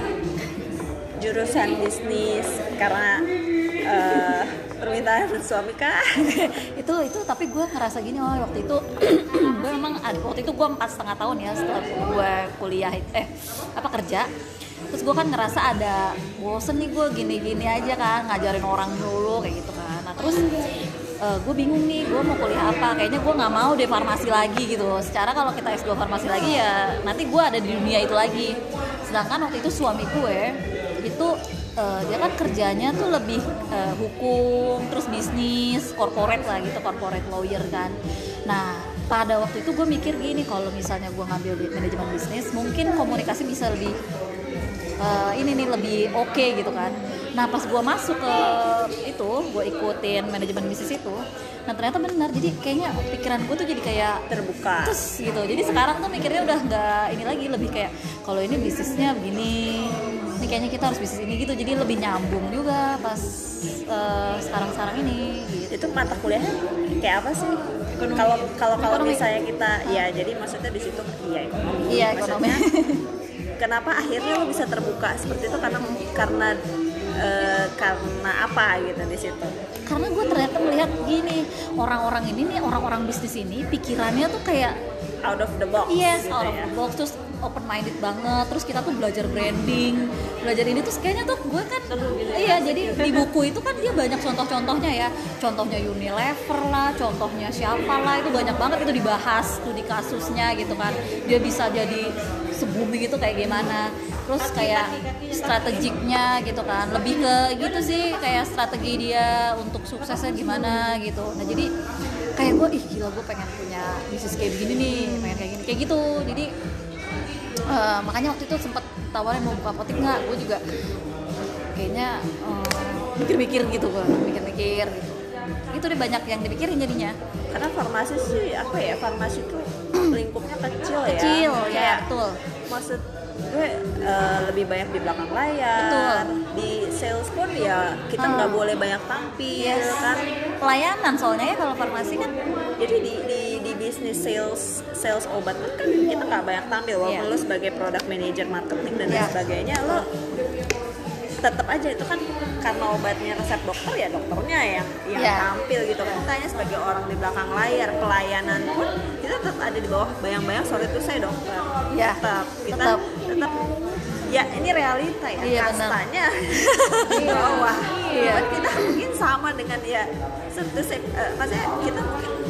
jurusan bisnis karena uh, permintaan suami kah? itu itu tapi gue ngerasa gini oh waktu itu gue memang ada waktu itu gue empat setengah tahun ya setelah gue kuliah eh apa kerja terus gue kan ngerasa ada bosen nih gue gini-gini aja kan ngajarin orang dulu kayak gitu kan nah terus uh, gue bingung nih gue mau kuliah apa kayaknya gue nggak mau deh farmasi lagi gitu secara kalau kita S dua farmasi lagi ya nanti gue ada di dunia itu lagi sedangkan waktu itu suami gue itu uh, dia kan kerjanya tuh lebih uh, hukum terus bisnis corporate lah gitu corporate lawyer kan nah pada waktu itu gue mikir gini kalau misalnya gue ngambil di manajemen bisnis mungkin komunikasi bisa lebih uh, ini nih lebih oke okay, gitu kan nah pas gue masuk ke itu gue ikutin manajemen bisnis itu nah ternyata benar jadi kayaknya pikiran gue tuh jadi kayak Terbuka. terus gitu jadi sekarang tuh mikirnya udah nggak ini lagi lebih kayak kalau ini bisnisnya begini ini kayaknya kita harus bisnis ini gitu jadi lebih nyambung juga pas uh, sekarang-sekarang ini gitu. Itu mata kuliahnya kayak apa sih? Kalau kalau kalau misalnya kita ya jadi maksudnya di situ iya ekonomi. Iya ekonomi. Kenapa akhirnya lo bisa terbuka seperti itu karena karena uh, karena apa gitu di situ? Karena gue ternyata melihat gini orang-orang ini nih orang-orang bisnis ini pikirannya tuh kayak Out of the box. yes gitu out of ya. the box terus open minded banget terus kita tuh belajar branding belajar ini terus kayaknya tuh gue kan iya jadi di buku itu kan dia banyak contoh-contohnya ya contohnya Unilever lah contohnya siapa lah itu banyak banget itu dibahas tuh di kasusnya gitu kan dia bisa jadi se-booming itu kayak gimana terus kayak strategiknya gitu kan lebih ke gitu sih kayak strategi dia untuk suksesnya gimana gitu nah jadi kayak gue ih gila gue pengen punya bisnis kayak begini nih pengen kayak gini kayak gitu jadi uh, makanya waktu itu sempet tawarin mau buka apotek nggak gue juga kayaknya uh, mikir-mikir gitu gue mikir-mikir gitu itu deh banyak yang dipikirin jadinya Karena farmasi sih apa ya, farmasi tuh lingkupnya kecil ya. kecil ya Kayak, betul maksud gue uh, lebih banyak di belakang layar. Betul. Di sales pun ya kita Hmm. nggak boleh banyak tampil yes. kan. Pelayanan soalnya ya kalau farmasi kan Jadi di di di bisnis sales sales obat kan kita nggak banyak tampil walaupun Iya. lo sebagai product manager marketing dan lain Iya. sebagainya lo tetap aja itu kan karena obatnya resep dokter ya dokternya yang yang Iya. tampil gitu kan. Kita hanya sebagai orang di belakang layar, pelayanan pun kita tetap ada di bawah bayang-bayang sorry itu saya dokter. Iya. Tetap kita Tetap. tetap ya ini realita ya, Iya, benar. kastanya di bawah. Iya. Cuman kita mungkin sama dengan ya tentu saya, eh, maksudnya kita mungkin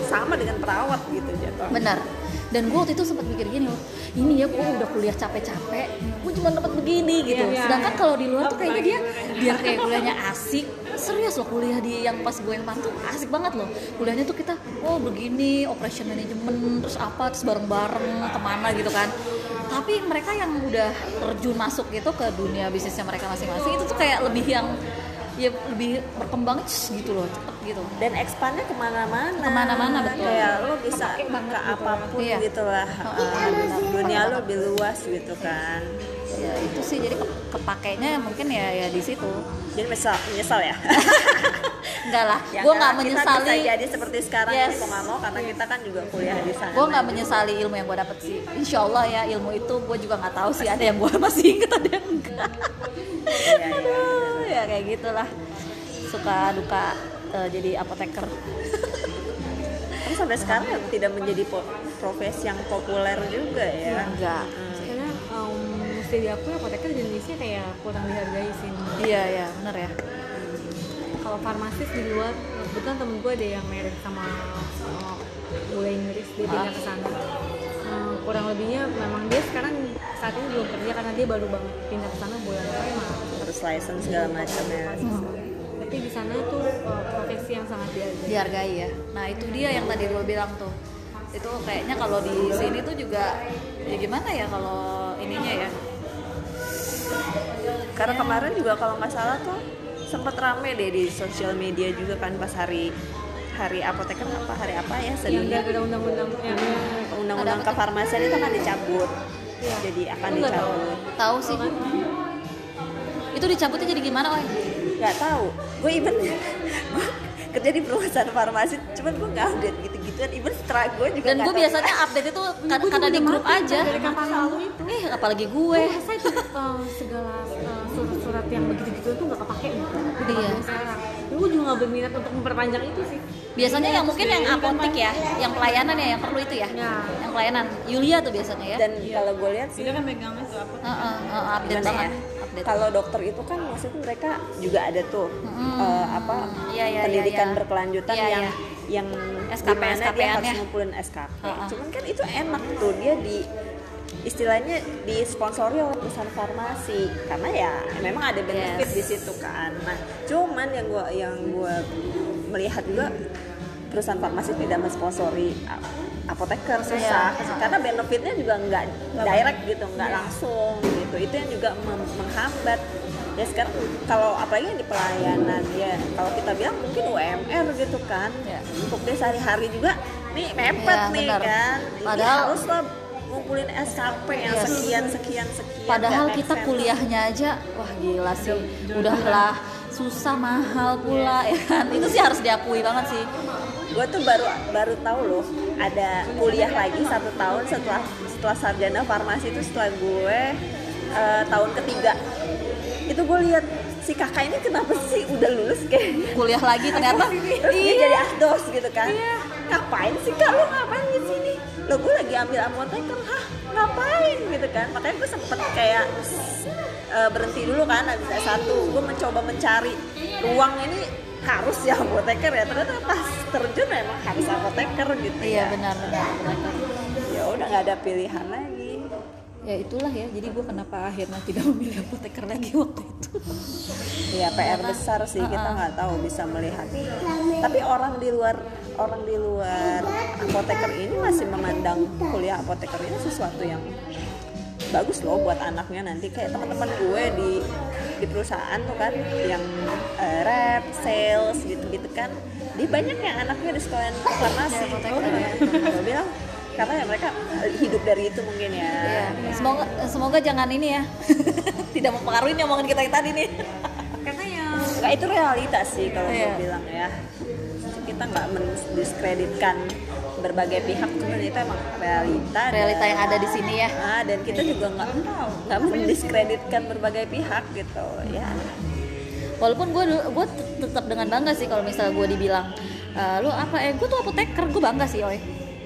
sama dengan perawat gitu jatuh. Benar. Dan gue waktu itu sempat mikir gini loh, ini ya gue udah kuliah capek-capek, gue cuma dapat begini gitu. Iya, iya. Sedangkan kalau di luar tuh kayaknya dia, biar kayak kuliahnya asik, serius loh kuliah di yang pas gue yang tuh asik banget loh. Kuliahnya tuh kita, oh begini, operation management, terus apa, terus bareng-bareng kemana gitu kan. Tapi mereka yang udah terjun masuk gitu ke dunia bisnisnya mereka masing-masing itu tuh kayak lebih yang ya lebih berkembang gitu loh, cepet gitu. Dan expandnya kemana-mana. Kemana-mana, betul. Kayak lo bisa ke apapun Iya. gitu lah. Uh, dunia lo lebih luas gitu kan. Ya itu sih, jadi ke- kepakainya mungkin ya ya di situ. Jadi menyesal, menyesal ya. Enggak lah, Ya gue kan, nggak Kita menyesali. bisa jadi seperti sekarang Yes. mau nggak mau karena kita kan juga kuliah di sana. Gue nggak menyesali ilmu yang gue dapet sih. Insya Allah ya ilmu itu gue juga nggak tahu sih, ada yang gue masih inget, ada yang enggak. Iya, iya, Aduh, ya kayak gitulah. Suka duka uh, jadi apoteker. Tapi sampai sekarang ya tidak menjadi po- profesi yang populer juga ya. Enggak. Karena um, mesti diakui apoteker di Indonesia kayak kurang dihargai sih. Iya ya, bener ya. Kalau farmasis di luar, kebetulan temen gue ada yang married sama sama bule Inggris, dia pindah ke sana. Hmm, kurang lebihnya memang dia sekarang saat ini belum kerja karena dia baru banget pindah ke sana bulan apa ya Mas? Harus license segala macam ya. Tapi di sana tuh uh, profesi yang sangat dihargai. Dihargai ya. Nah itu dia yang tadi gue bilang tuh. Itu kayaknya kalau di sini tuh juga ya gimana ya kalau ininya ya. Karena kemarin juga kalau nggak salah tuh sempat rame deh di sosial media juga kan pas hari hari apoteker apa hari apa ya Yang sedunia gara-gara undang-undang yang undang-undang Ada apa tuh? kefarmasian itu akan dicabut. Iya. Jadi akan Lu nggak tahu? dicabut. Tahu sih. Itu dicabutnya jadi gimana, Oi? Nggak tahu. Gue even gue kerja di perusahaan farmasi, cuman gue nggak update gitu-gituan. Even setelah gue juga Dan nggak gue tahu. biasanya update itu kan- karena di grup aja. dari kapan lalu itu. Eh, apalagi gue. Saya itu uh, segala uh, surat-surat yang begitu-gitu itu nggak kepake gitu. Iya. Sekarang. Gue juga nggak berminat untuk memperpanjang itu sih. Biasanya yang mungkin yang apotek ya, yang pelayanan ya, yang perlu itu ya. Ya. Yang pelayanan. Yulia tuh biasanya ya. Dan kalau gue lihat sih Dia kan megangnya tuh apa? Heeh, heeh, update gimana banget. ya? Update. Kalau dokter itu kan maksudnya mereka juga ada tuh eh, apa Iya, iya, pendidikan iya, iya. berkelanjutan Iya, yang iya. yang S K P, dimana S K P-annya. dia harus ngumpulin S K P. Uh-uh. Cuman kan itu enak tuh dia di istilahnya disponsori oleh perusahaan farmasi karena ya memang ada benefit Yes. di situ kan. Nah, cuman yang gua yang gua melihat juga perusahaan farmasi tidak mensponsori a- apoteker susah Iya. karena benefitnya juga nggak direct gitu, nggak langsung gitu. Itu yang juga mem- menghambat. Ya sekarang kalau apalagi yang di pelayanan ya kalau kita bilang mungkin U M R gitu kan Ya. untuk dia sehari-hari juga nih mepet Ya, nih benar. kan. Padahal- Ini harus lah ngumpulin S K P yang Yes. sekian sekian sekian. Padahal nggak kita make sense. kuliahnya aja, wah gila sih, udahlah susah mahal pula ya kan. Itu sih harus diakui banget sih. Gue tuh baru baru tahu loh ada kuliah lagi satu tahun setelah setelah sarjana farmasi itu setelah gue eh, tahun ketiga itu gue lihat si kakak ini kenapa sih udah lulus kayak Kuliah lagi ternyata. terus dia jadi asdos gitu kan. Ngapain sih kak lu ngapain di sini? Lo gue lagi ambil apoteker. Hah ngapain gitu kan? Makanya gue sempet kayak eh, berhenti dulu kan habis S satu. Gue mencoba mencari ruang ini harus ya apoteker ya. Ternyata pas terjun memang harus apoteker gitu Iya ya. benar benar. benar. Ya udah nggak ada pilihan lagi. Ya itulah ya. Jadi gue kenapa akhirnya tidak memilih apoteker lagi waktu itu. Ya P R besar sih kita nggak tahu bisa melihat. Tapi orang di luar orang di luar apoteker ini masih memandang kuliah apoteker ini sesuatu yang bagus loh buat anaknya nanti kayak teman-teman gue di di perusahaan tuh kan yang uh, rep, sales gitu-gitu kan. Dia banyak yang anaknya di sekolah farmasi. Gue bilang karena ya mereka hidup dari itu mungkin ya. Iya. Semoga semoga jangan ini ya. Tidak mempengaruhi nih omongan kita yang tadi nih. Karena ya Nggak itu realitas sih kalau Iya. gue bilang ya. Kita nggak mendiskreditkan berbagai pihak, cuman itu emang realita. Realita dan, yang ada di sini ya. ah, dan kita juga nggak nggak mendiskreditkan berbagai pihak gitu ya. Walaupun gue gue tetap dengan bangga sih kalau misalnya gue dibilang e, lu apa eh gue tuh apoteker, gue bangga sih oi.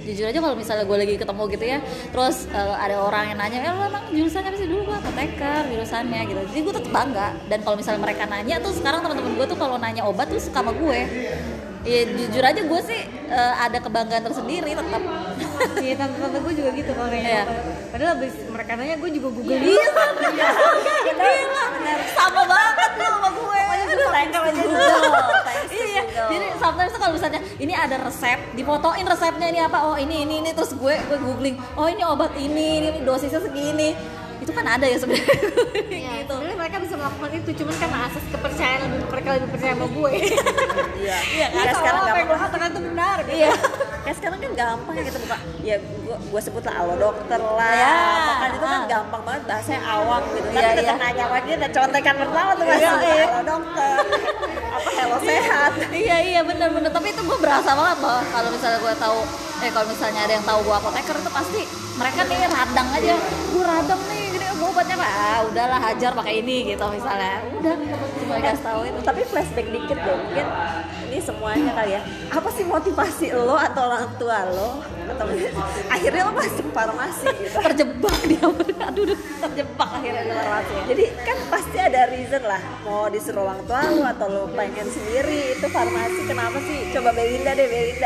jujur aja kalau misalnya gue lagi ketemu gitu ya, terus uh, ada orang yang nanya, eh lo emang jurusannya apa sih? Dulu gue apoteker jurusannya gitu. Jadi gue tetap bangga. Dan kalau misalnya mereka nanya tuh, sekarang teman-teman gue tuh kalau nanya obat tuh suka sama gue. Ya jujur aja gue sih uh, ada kebanggaan tersendiri tetap. Iya, tante-tante gue juga gitu kalau nanya. Iya. Padahal abis mereka nanya gue juga google. Iya, iya. Gila, sama banget lo sama gue. Aduh, thanks to Google, thanks to Iya, Google. jadi sometimes tuh kalau misalnya ini ada resep, difotoin resepnya ini apa, oh ini ini ini, terus gue gue googling, oh ini obat ini, ini dosisnya segini. Itu kan ada ya sebenarnya. Iya, Gitu. sebenarnya mereka bisa melakukan itu, cuman karena asas kepercayaan lebih mereka lebih percaya sama gue. Iya. Iya kan? Kayak sekarang Apa yang gue gampang. katakan itu benar. Gitu. Iya. Kayak sekarang kan gampang ya kita buka. Ya gua gua sebut lah alo dokter lah. Ya. Makan itu kan Ah. gampang banget bahasanya awam gitu. Tapi Iya, tetap iya. nanya lagi dan contekan pertama tuh masih Iya. alo dokter. Apa hello sehat. Iya iya benar-benar, tapi itu gue berasa banget loh kalau misalnya gue tahu, eh kalau misalnya ada yang tahu gue apoteker itu pasti mereka nih radang aja, gue radang nih, gini mau obatnya apa? Ah udahlah hajar pakai ini gitu misalnya, udah cuma kasih tahu itu. Tapi flashback dikit deh, mungkin ini semuanya kali ya. Apa sih motivasi lo atau orang tua lo atau akhirnya lo masuk farmasi gitu? Terjebak dia, aduh aduh, terjebak akhirnya di farmasi. Jadi kan pasti ada reason lah, mau disuruh orang tua lo atau lo pengen sendiri itu farmasi, kenapa sih? Coba Belinda deh, Belinda.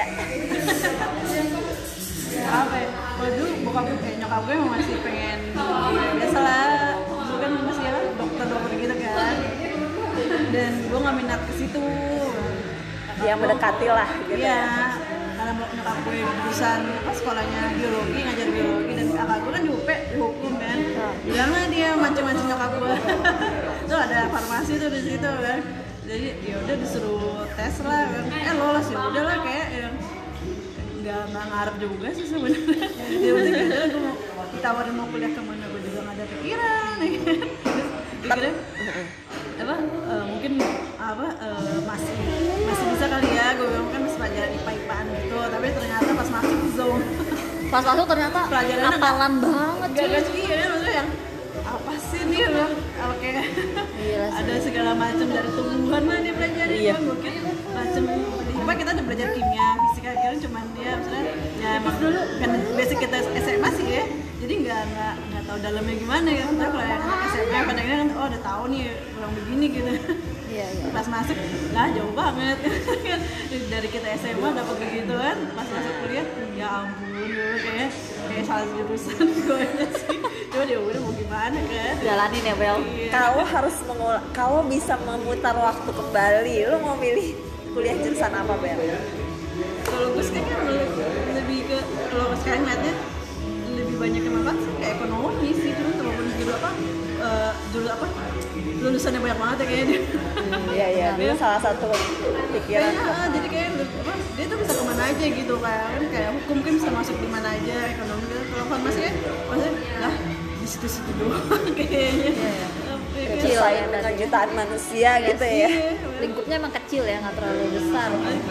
Apa ya? Kalau dulu bokap gue kayak nyokap gue emang masih pengen ya, biasa lah, dulu kan masih ya dokter-dokter gitu kan, dan gue nggak minat ke situ. Dia mendekati lah gitu. Iya, karena nyokap gue jurusan apa sekolahnya biologi, ngajar biologi, dan kakak gue kan di U P, di hukum kan. Bilang lah dia mancing-mancing nyokap gue. Tuh ada farmasi tuh di situ kan. Jadi ya udah disuruh tes lah kan. Eh lolos ya udah lah kayak yang nggak nggak ngarep juga sih sebenarnya. Ya udah gitu gue mau ditawarin mau kuliah kemana gue juga nggak ada pikiran. Ya kan. Pikirnya apa uh, mungkin apa uh, masih masih bisa kali ya, gue bilang kan masih pelajaran I P A I P A-an gitu, tapi ternyata pas masuk zone Pas masuk ternyata Pelajarannya hafalan banget gak cuy. gak sih ya maksudnya yang apa sih nih ya bilang apa kayak Gila sih. ada segala macam dari tumbuhan lah dia pelajari. Iya. Kan mungkin macam apa kita udah belajar kimia fisika kira cuman dia misalnya ya emang dulu kan basic kita S M A sih ya, jadi nggak nggak nggak tahu dalamnya gimana ya. Tapi kalau yang anak S M A pada akhirnya kan oh udah tahu nih kurang begini gitu. Iya iya. Pas masuk lah jauh banget kan dari kita S M A dapat begitu kan, pas masuk kuliah ya ampun dulu kayak kayak salah jurusan gue sih. Cuma dia udah mau gimana kan. Jalanin ya Bel. Iya. Kalau harus mengulang, kalau bisa memutar waktu kembali, lo mau milih kuliah jurusan apa, Bel? Kalau gue sekarang kan lebih, lebih ke kalau sekarang lihatnya lebih banyak yang manfaat sih kayak ekonomi sih, cuma walaupun judul apa uh, judul apa lulusannya banyak banget ya kayaknya dia. Iya iya, dulu salah satu pikiran. Kayaknya ah, jadi kayak apa dia tuh bisa kemana aja gitu kayak kan kayak hukum mungkin bisa masuk di mana aja, ekonomi gitu. Kalau farmasi kan maksudnya lah di situ-situ doang kayaknya. Kecil Sayang ya, dengan dan- jutaan manusia gitu ya. Lingkupnya emang kecil ya, nggak terlalu besar.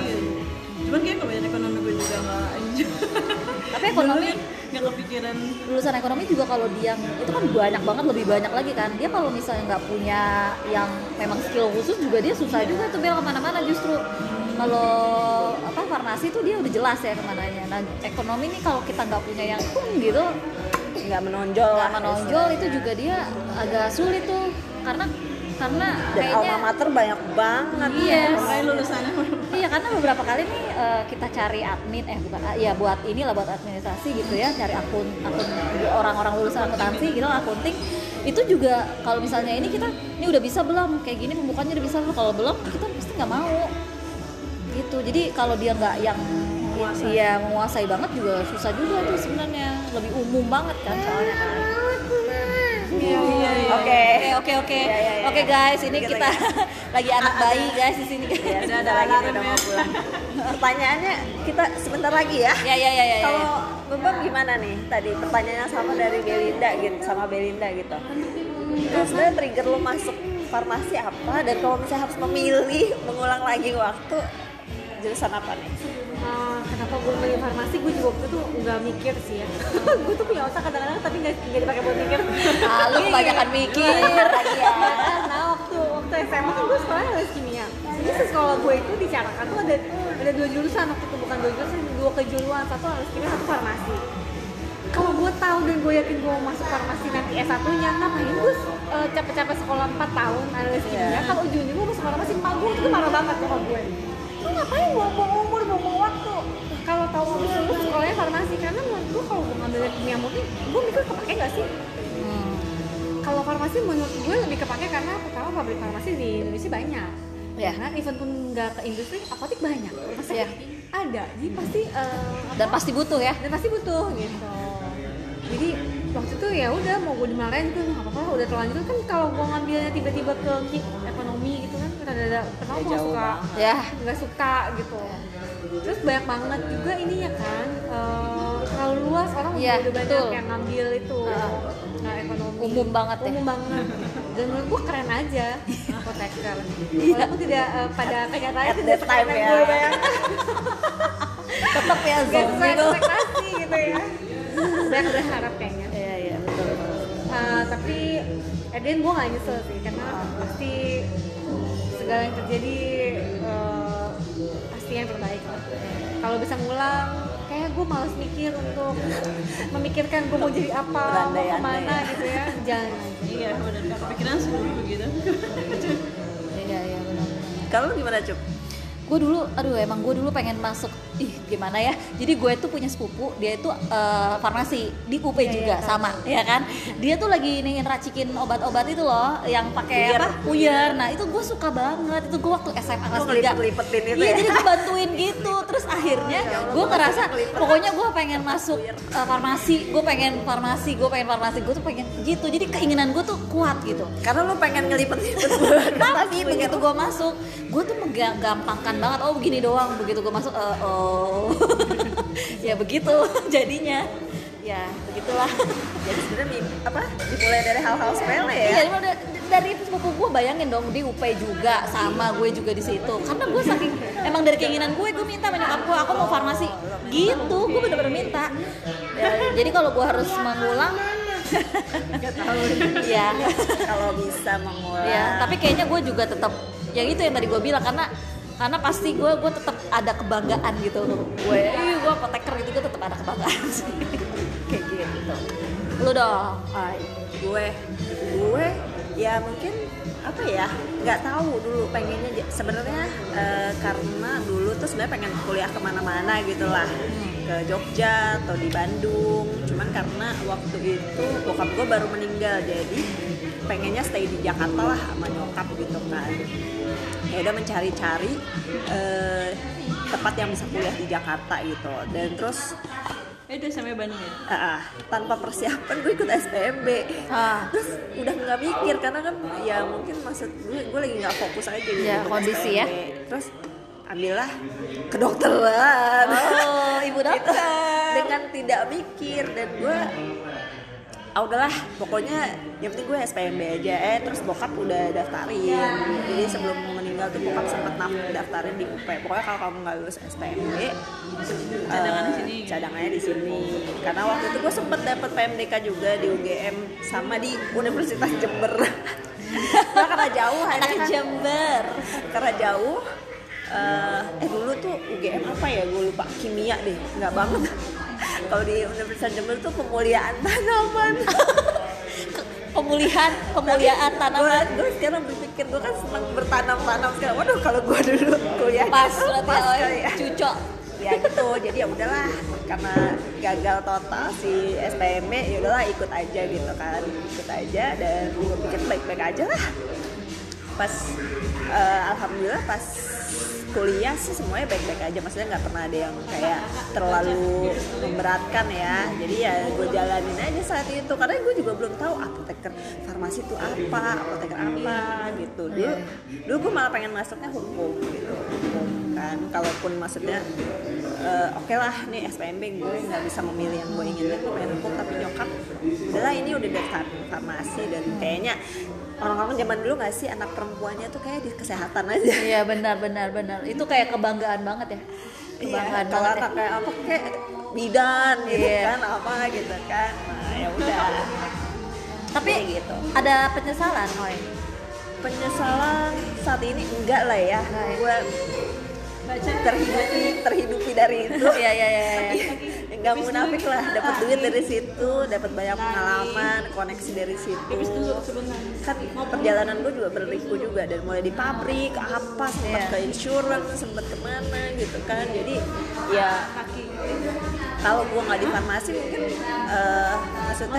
Cuman kayak kebanyakan ekonomi gue juga nggak enjoy. Tapi ekonomi, nggak kepikiran. lulusan ekonomi juga kalau dia itu kan banyak banget, lebih banyak lagi kan. Dia kalau misalnya nggak punya yang memang skill khusus juga dia susah juga tuh Bel kemana-mana justru. Kalau apa farmasi tuh dia udah jelas ya kemananya. Nah ekonomi nih kalau kita nggak punya yang pun gitu, Nggak menonjol lah. nggak menonjol itu juga dia agak sulit tuh karena karena Dan kayaknya alma mater banyak banget. Iya. Kayak lulusannya iya karena beberapa kali nih eh, kita cari admin eh bukan ah, ya buat inilah buat administrasi gitu ya, cari akun akun orang-orang lulusan akuntansi gitu akunting itu juga kalau misalnya ini kita ini udah bisa belum kayak gini pembukanya udah bisa belum, kalau belum kita pasti nggak mau gitu. Jadi kalau dia nggak yang dia menguasai banget juga susah juga tuh sebenarnya, lebih umum banget kan soalnya kan. iya iya iya. Oke. Oke oke oke Ya, ya, ya, oke ya. guys, ini Gitu, kita lagi anak bayi guys di sini. Ya, Ada- sebentar ada lagi nih alarm udah ya. mau pulang. Pertanyaannya kita sebentar lagi ya. Ya ya ya ya. ya, Kalau ya. Bebam gimana nih? Tadi pertanyaannya sama dari Belinda gitu, sama Belinda gitu. Terus sebenarnya trigger lo masuk farmasi apa? Dan kalau misalnya harus memilih mengulang lagi waktu, jurusan apa nih? Uh, kenapa gue milih farmasi, gue juga waktu itu nggak mikir sih ya. Gue tuh punya otak kadang-kadang tapi nggak nggak dipakai buat mikir. Ah, lu kebanyakan mikir lagi ya. Nah waktu waktu waktu S M A kan gue sekolahnya les kimia. Jadi sekolah gue itu di Carakan tuh ada ada dua jurusan waktu itu, bukan dua jurusan, dua kejuruan, satu les kimia, satu farmasi. Kalau gue tahu dan gue yakin gue mau masuk farmasi nanti S satu-nya, ngapain gue uh, capek-capek sekolah empat tahun analis kimia, yeah. Kalau ujung-ujungnya gue masuk farmasi, emak gue itu marah banget sama gue. Lu ngapain buang-buang umur, buang-buang waktu? Kalau tahu habis lulus sekolahnya farmasi, karena menurut gue kalau gue ngambil kimia murni, gue mikir kepake nggak sih? Hmm. Kalau farmasi menurut gue lebih kepake karena pertama pabrik farmasi di Indonesia banyak. Ya, nah, even pun nggak ke industri, apotek banyak. Masa ya. Ada, jadi pasti uh, dan pasti butuh ya. Dan pasti butuh gitu. Jadi waktu itu ya udah mau gue dimarahin juga nggak apa-apa, udah terlanjur kan. Kalau gue ngambilnya tiba-tiba ke ekonomi gitu kan, kan ada kenapa nggak suka ya nggak suka gitu. Terus banyak banget juga ininya kan, uh, terlalu luas, orang ya, udah banyak betul. yang ngambil itu uh, nah, ekonomi umum banget umum ya. banget dan menurut gue keren aja apoteker walaupun tidak uh, pada kenyataannya tidak time ya. gue bayangkan Tetap ya zombie tuh ekspektasi gitu ya. Banyak berharap kayaknya. Iya iya betul. Uh, tapi Eden gue nggak nyesel sih karena pasti segala yang terjadi uh, pasti yang terbaik. Kalau bisa ngulang, kayak gue malas mikir untuk memikirkan gue mau jadi apa, mau kemana ya. Gitu ya. Jangan. Iya benar. Gak kepikiran sih dulu begitu. Iya iya benar. Kalau gimana Cup? Gue dulu, aduh emang gue dulu pengen masuk, ih gimana ya. Jadi gue tuh punya sepupu, dia itu uh, farmasi di U P yeah, juga yeah, sama, ya kan. Dia tuh lagi nih racikin obat-obat itu loh, yang pakai apa? Puyer. Nah itu gue suka banget. Itu gue waktu S M A kelas tiga. Lipetin itu iya, ya. jadi gue bantuin gitu. Terus akhirnya gue ngerasa, pokoknya gue pengen masuk uh, farmasi, gue pengen farmasi, gue pengen farmasi, gue tuh pengen gitu. Jadi keinginan gue tuh kuat gitu. Karena lu pengen ngelipet-lipet. Tapi begitu gue masuk, gue tuh menggampangkan banget, oh begini doang. Begitu gue masuk, uh, oh ya begitu jadinya, ya begitulah. Jadi sebenarnya apa dimulai dari hal-hal sepele ya? Iya, dimulai dari, dari sepupu gue, bayangin dong di U P juga sama gue juga di situ. Karena gue saking emang dari keinginan gue, gue minta menyokap gue, aku mau farmasi gitu, gue bener-bener minta. Ya, jadi kalau gue harus mengulang, nggak tahu ya kalau bisa mengulang. Ya, tapi kayaknya gue juga tetap yang itu yang tadi gue bilang, karena karena pasti gue gue tetap ada kebanggaan gitu untuk gue, ih gue apoteker gitu, gue tetap ada kebanggaan sih. Kayak gitu. Lu dong. Ay, gue gue ya mungkin apa ya, nggak tahu dulu pengennya sebenarnya uh, karena dulu tuh sebenarnya pengen kuliah kemana-mana gitulah, ke Jogja atau di Bandung, cuman karena waktu itu bokap gue baru meninggal, jadi pengennya stay di Jakarta lah sama nyokap gitu kan. Ya udah mencari-cari uh, tempat yang bisa kuliah di Jakarta gitu, dan terus Eh udah sampai Bandung ya? Uh, tanpa persiapan gue ikut S P M B. Ah. Terus udah nggak mikir karena kan ya mungkin maksud gue gue lagi nggak fokus aja gitu. Ya, kondisi ya. Terus ambillah kedokteran. Oh, ibu dokter. Dengan tidak mikir, dan gue ah udahlah pokoknya yang penting gue S P M B aja. Eh terus bokap udah daftarin. Jadi sebelum meninggal tuh bokap sempet daftarin di U P. Pokoknya kalau kamu nggak lulus S P M B, cadangan uh, di sini. Cadangannya di sini. Karena waktu itu gue sempet dapet P M D K juga di U G M sama di Universitas Jember. Nah, karena jauh anak kan, Jember. Karena jauh. Uh, eh dulu tuh U G M apa ya? Gue lupa, kimia deh. Nggak banget. Kalau di Universitas Jember tuh pemuliaan tanaman. Pemulihan, pemuliaan tanaman. Gue sekarang berpikir, gue kan senang bertanam-tanam sekarang. Waduh, kalau gue dulu kuliah pas gitu, berarti pas oh, kali ya. Cucok. Ya gitu, jadi ya udahlah, karena gagal total si S P M B, ya udahlah ikut aja gitu kan, ikut aja, dan gue pikir baik-baik aja lah. Pas uh, alhamdulillah pas kuliah sih semuanya baik-baik aja, maksudnya nggak pernah ada yang kayak terlalu memberatkan ya. Jadi ya gue jalanin aja saat itu, karena gue juga belum tahu apoteker farmasi itu apa, apoteker apa gitu. Dulu dulu gue malah pengen masuknya hukum gitu, hukum kan. Kalaupun maksudnya uh, oke okay lah nih S P M B gue nggak bisa memilih yang gue inginkan, gue pengen hukum, tapi nyokap udahlah ini udah daftar farmasi, dan kayaknya orang-orang zaman dulu nggak sih anak perempuannya tuh kayak di kesehatan aja. Iya benar benar benar. Itu kayak kebanggaan banget ya. Kebanggaan iya, kalau banget. anak ya. Kayak apa kayak bidan gitu iya. kan, apa gitu kan. Nah, ya udah. Tapi gitu. Ada penyesalan, Oi. penyesalan saat ini enggak lah ya. Gue terhidupi terhidupi dari itu. Iya iya iya. Nggak munafik lah, dapat duit dari situ, dapat banyak pengalaman, koneksi dari situ. Kan perjalanan gue juga berliku juga, dari mulai di pabrik apa, sempat ke insurance, sempat kemana gitu kan. Jadi ya kalau gue nggak di farmasi mungkin uh, maksudnya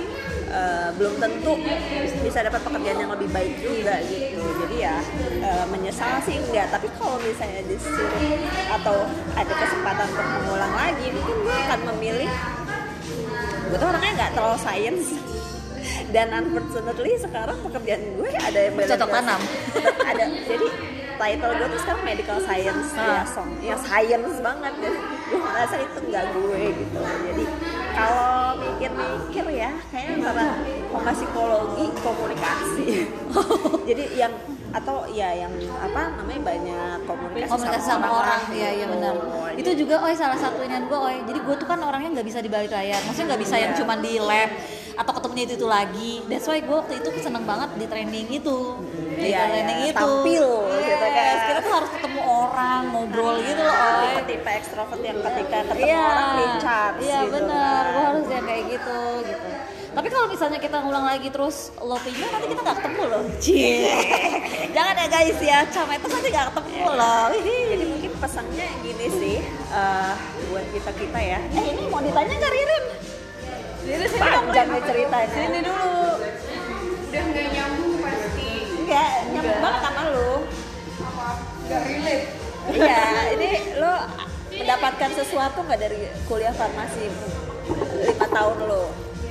uh, belum tentu bisa dapat pekerjaan yang lebih baik juga gitu. Jadi ya uh, menyesal sih enggak, tapi kalau misalnya disuruh atau ada kesempatan untuk mengulang lagi, mungkin gue akan memilih. Gue tuh orangnya nggak terlalu science, dan unfortunately sekarang pekerjaan gue ada yang cocok tanam. Ada, jadi title gue tuh sekarang medical science, ya song, ya science banget, dan gue merasa itu nggak gue gitu. Jadi kalau mikir-mikir ya, kayaknya antara koma psikologi, komunikasi. Jadi yang atau ya yang apa namanya banyak komunikasi, komunikasi sama, sama orang, iya iya benar. Itu juga oi salah satunya gue oi. Jadi gue tuh kan orangnya nggak bisa di balik layar, maksudnya nggak bisa yang cuma di lab atau ketemunya itu, itu lagi. That's why gue waktu itu seneng banget di training itu, di ya, training ya, itu. Tampil, yes, gitu kan. Kita tuh harus ketemu orang, ngobrol gitu loh. Oi. Tipe ekstrovert yang ketika ketemu yeah, orang recharge. Iya gitu, benar, kan. gue harus yang kayak gitu gitu. Tapi kalau misalnya kita ngulang lagi terus lo pindah, nanti kita nggak ketemu loh. Cie. Jangan ya guys ya, sama itu nanti nggak ketemu loh. Jadi mungkin pesannya gini sih, uh, buat kita kita ya. Eh ini mau ditanya nggak Ririn? Jadi panjang nih ceritanya. Sini dulu. Udah nggak nyambung pasti. Enggak, nyambung banget sama lu. Apa? Nggak relate. Iya, ini lo mendapatkan sesuatu nggak dari kuliah farmasi lima tahun lo?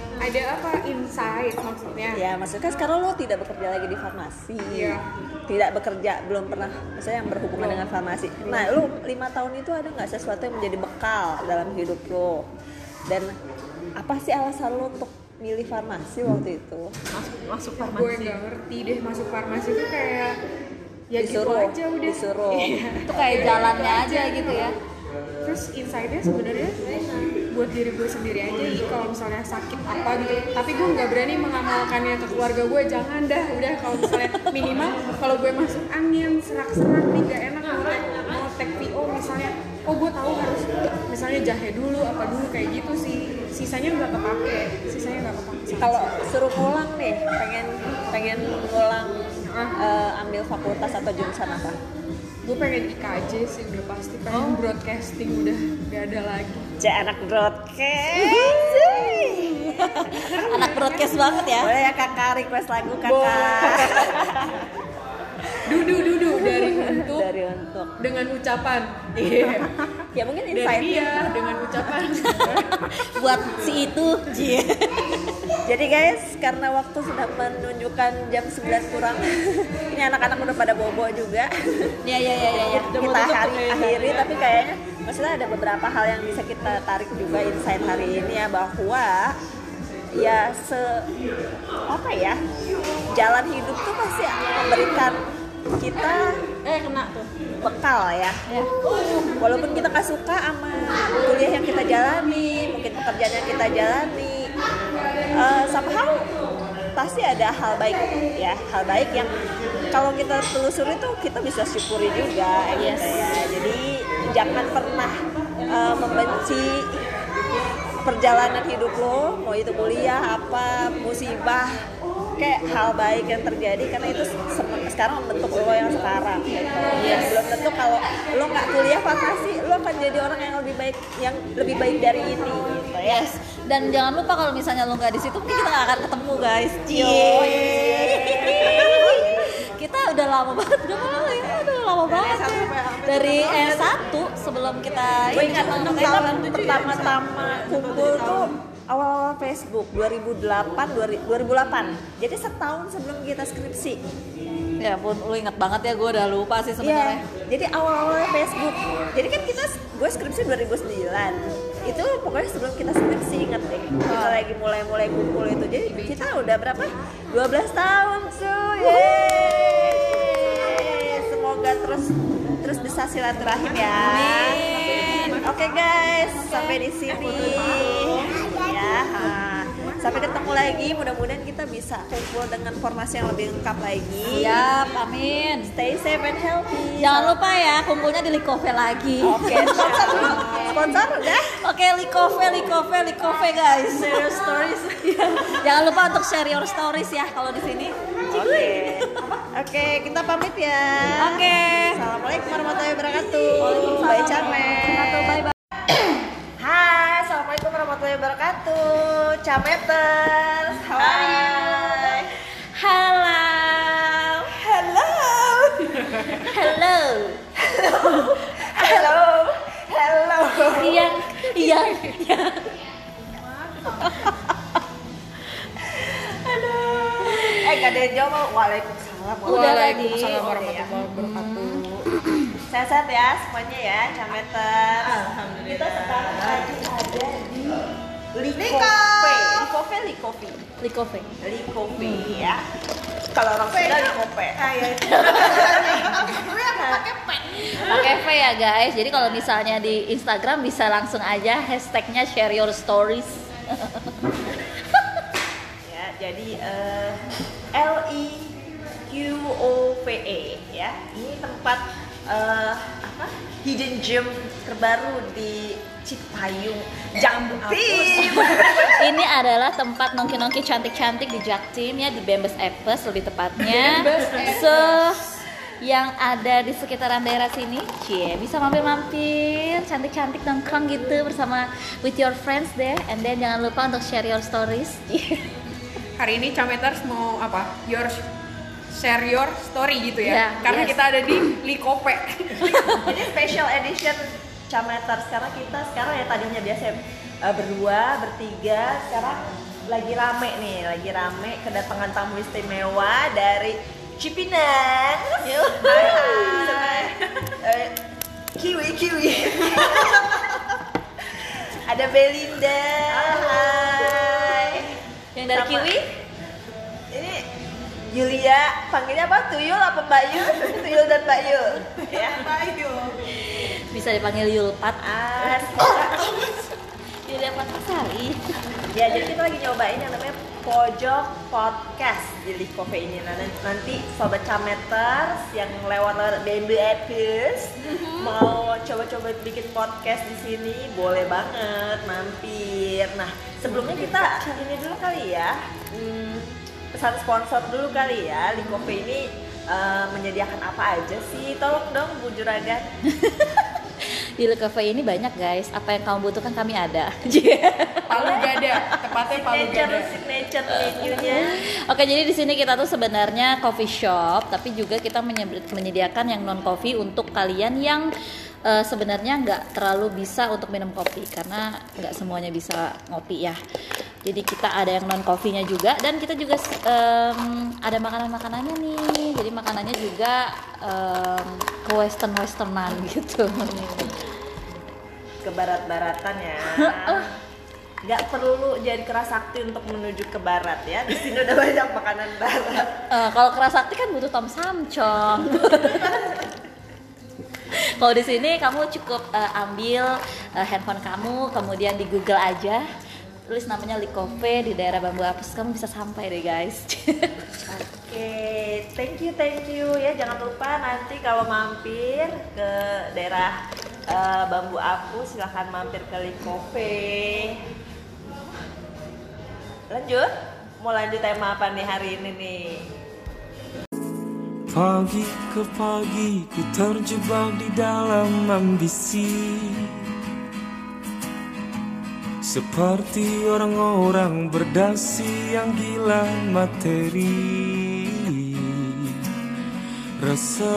Ada apa insight maksudnya? Ya, maksudnya sekarang lo tidak bekerja lagi di farmasi. Iya. Tidak bekerja, belum pernah, maksudnya yang berhubungan dengan farmasi. Nah, lo lima tahun itu ada nggak sesuatu yang menjadi bekal dalam hidup lo? Dan apa sih alasan lo untuk milih farmasi waktu itu? Masuk masuk farmasi. Gue nggak ngerti deh masuk farmasi itu kayak ya disuruh, gitu aja udah. Disuruh. Itu kayak jalannya aja gitu ya. Terus insight-nya sebenarnya buat diri gue sendiri aja sih, kalau misalnya sakit apa gitu. Tapi gue nggak berani mengamalkannya ke keluarga gue, jangan dah. Udah kalau misalnya minimal kalau gue masuk angin serak-serak nih nggak enak, mau mau take V O misalnya, oh gue tahu harus misalnya jahe dulu apa dulu kayak gitu sih. Sisanya nggak kepake, sisanya nggak kepake. Kalau suruh ngulang nih, pengen pengen ngulang uh, ambil fakultas atau jurusan apa? Gue pengen I K J sih udah pasti, pengen oh. broadcasting udah gak ada lagi. Cek anak broadcast. Anak broadcast banget ya. Boleh ya kakak request lagu kakak. Dudu dudu dari untuk dari untuk dengan ucapan. Iya. Yeah. Ya mungkin insight dia dengan ucapan. Buat si itu. Jadi guys, karena waktu sudah menunjukkan jam sebelas kurang, ini anak-anak udah pada bobo juga. Iya iya iya iya. Kita hari akhiri, tapi kayaknya maksudnya ada beberapa hal yang bisa kita tarik juga insight hari ini ya, bahwa ya se apa ya, jalan hidup tuh pasti memberikan kita eh kena tuh bekal ya. ya. Walaupun kita gak suka sama kuliah yang kita jalani, mungkin pekerjaan yang kita jalani, uh, somehow pasti ada hal baik ya, hal baik yang kalau kita telusuri tuh kita bisa syukuri juga. Yes. Gitu ya. Jadi jangan pernah uh, membenci perjalanan hidup lo, mau itu kuliah apa, musibah, kayak hal baik yang terjadi, karena itu sekarang membentuk lo yang sekarang gitu. Yes. Belum tentu kalau lo nggak kuliah farmasi lo akan jadi orang yang lebih baik, yang lebih baik dari ini gitu ya. Yes. Dan jangan lupa kalau misalnya lo nggak di situ mungkin kita nggak akan ketemu guys. Kita udah lama banget, udah lama ya, udah lama banget ya. Dari S satu sebelum kita gue ingat kita pertama-tama kumpul tuh awal-awal Facebook dua ribu delapan dua ribu delapan. Jadi setahun sebelum kita skripsi. Ya pun lu ingat banget ya, gue udah lupa sih sebenarnya. Yeah, jadi awal-awal Facebook. Jadi kan kita gue skripsi dua ribu sembilan. Itu pokoknya sebelum kita skripsi, inget deh. Kita oh. lagi mulai-mulai kumpul itu. Jadi kita udah berapa? dua belas tahun, cuy. Semoga terus terus bisa silaturahim ya. Oke okay, guys, sampai di sini. Ya. Sampai ketemu lagi, mudah-mudahan kita bisa kumpul dengan formasi yang lebih lengkap lagi. Siap, amin. Stay safe and healthy. Jangan lupa ya, kumpulnya di Likove lagi. Oke, sponsor dulu. Sponsor udah. Oke, Likove, Likove, Likove guys. Share your stories. Jangan lupa untuk share your stories ya kalau di sini. Oke. Oke, kita pamit ya. Oke. Assalamualaikum warahmatullahi wabarakatuh. Bye Camet. Bye bye. Hai, assalamualaikum warahmatullahi wabarakatuh. Cameters, how are you? Halo. Hello. Hello. Hello. Hello. Iya, iya, iya. Eh, gak ada yang jawab. Waalaikumsalam. Udah tadi. Waalaikumsalam warahmatullahi wabarakatuh. Sehat-sehat ya semuanya ya, Cameters. Alhamdulillah. Kita sekarang lagi ada di Likove. Likove, Likove. Likove. Likove ya. Kalau orang Sunda Likove. Pakai V ya guys. Jadi kalau misalnya di Instagram bisa langsung aja hashtagnya share your stories. Ya, jadi uh, L I Q O V E ya. Ini tempat uh, apa? Hidden gem terbaru di Cipayung, Jatim. Ini adalah tempat nongki-nongki cantik-cantik di Jaktim ya, di Bembes Epes lebih tepatnya. So yang ada di sekitaran daerah sini, cie bisa mampir-mampir, cantik-cantik nongkrong gitu bersama with your friends deh. And then jangan lupa untuk share your stories. Hari ini Cameters mau apa? Your share your story gitu ya. Yeah, Karena yes. kita ada di Likove. Ini special edition Cameters karena kita sekarang ya tadinya biasa uh, berdua, bertiga, sekarang lagi rame nih, lagi rame kedatangan tamu istimewa dari Cipinang. Yuk. Hai, hai. Uh, Kiwi, Kiwi. Ada Belinda. Hai. Yang dari Sama- Kiwi? Ini Yulia, panggilnya apa? Tuyul apa Mbak Yul? Tuyul dan Mbak Yul. Ya, Mbak Yul. Bisa dipanggil Yulpat. Ah, Yulia Patasari. ya jadi kita lagi nyobain yang namanya Pojok Podcast di Likove ini. Nah, nanti sobat Cameters yang lewat-lewat B B Epis mau coba-coba bikin podcast di sini, boleh banget mampir. Nah, sebelumnya kita ini dulu kali ya. Hmm, pesan sponsor dulu kali ya. Likove ini uh, menyediakan apa aja sih? Tolong dong Bu Juragan. Di Likove ini banyak guys. Apa yang kamu butuhkan kami ada. Palu Gada, tepatnya Palu Signature, Gada. signature menu-nya. Oke, jadi di sini kita tuh sebenarnya coffee shop, tapi juga kita menye- menyediakan yang non coffee untuk kalian yang uh, sebenarnya nggak terlalu bisa untuk minum kopi karena nggak semuanya bisa ngopi ya. Jadi kita ada yang non coffee-nya juga dan kita juga um, ada makanan-makanannya nih. Jadi makanannya juga um, ke western-westernan gitu. Ke barat-baratan ya. Nggak perlu jadi keras sakti untuk menuju ke barat ya. Di sini udah banyak makanan barat. Uh, kalau keras sakti kan butuh tom samcong. Kalau di sini kamu cukup uh, ambil uh, handphone kamu, kemudian di Google aja, tulis namanya Likove di daerah Bambu Apus, kamu bisa sampai deh guys. Oke, thank you, thank you ya. Jangan lupa nanti kalau mampir ke daerah uh, Bambu Apus, silahkan mampir ke Likove. Lanjut, mau lanjut tema apa nih hari ini nih? Pagi ke pagi ku terjebak di dalam ambisi, seperti orang-orang berdasi yang gila materi. Rasa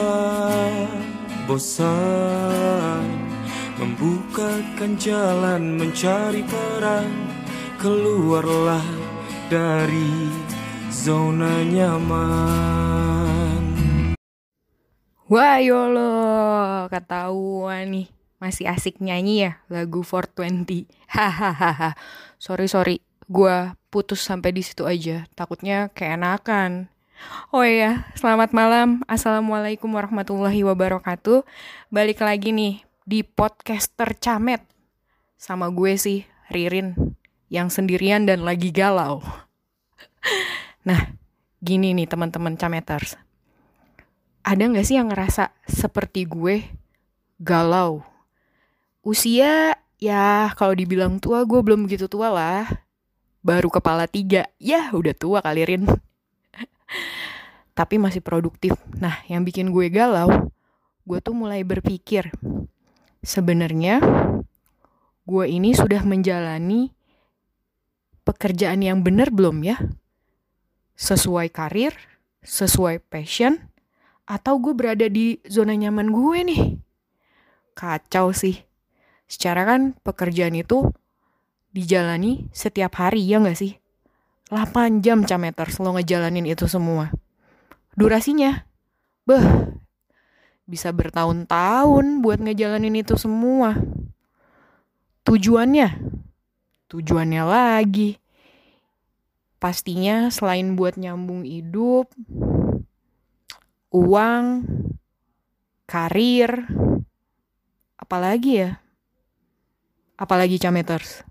bosan membukakan jalan mencari peran, keluarlah dari zona nyaman. Wah yolo, ketahuan nih. Masih asik nyanyi ya lagu four twenty. Hahaha. Sorry sorry, gue putus sampai di situ aja. Takutnya keenakan. Oh iya, selamat malam. Assalamualaikum warahmatullahi wabarakatuh. Balik lagi nih di podcaster Camet sama gue sih, Ririn. yang sendirian dan lagi galau. Nah, gini nih teman-teman Cameters. Ada gak sih yang ngerasa seperti gue galau? Usia, ya kalau dibilang tua gue belum begitu tua lah. Baru kepala tiga, ya udah tua kali Rin. Tapi masih produktif. Nah, yang bikin gue galau, gue tuh mulai berpikir, sebenarnya gue ini sudah menjalani pekerjaan yang benar belum ya? Sesuai karir, sesuai passion, atau gue berada di zona nyaman gue nih? Kacau sih. Secara kan pekerjaan itu dijalani setiap hari, ya gak sih? delapan jam Cameters lo ngejalanin itu semua. Durasinya, beh, bisa bertahun-tahun buat ngejalanin itu semua. Tujuannya, tujuannya lagi. Pastinya selain buat nyambung hidup, uang, karir, apalagi ya? Apalagi Cameters.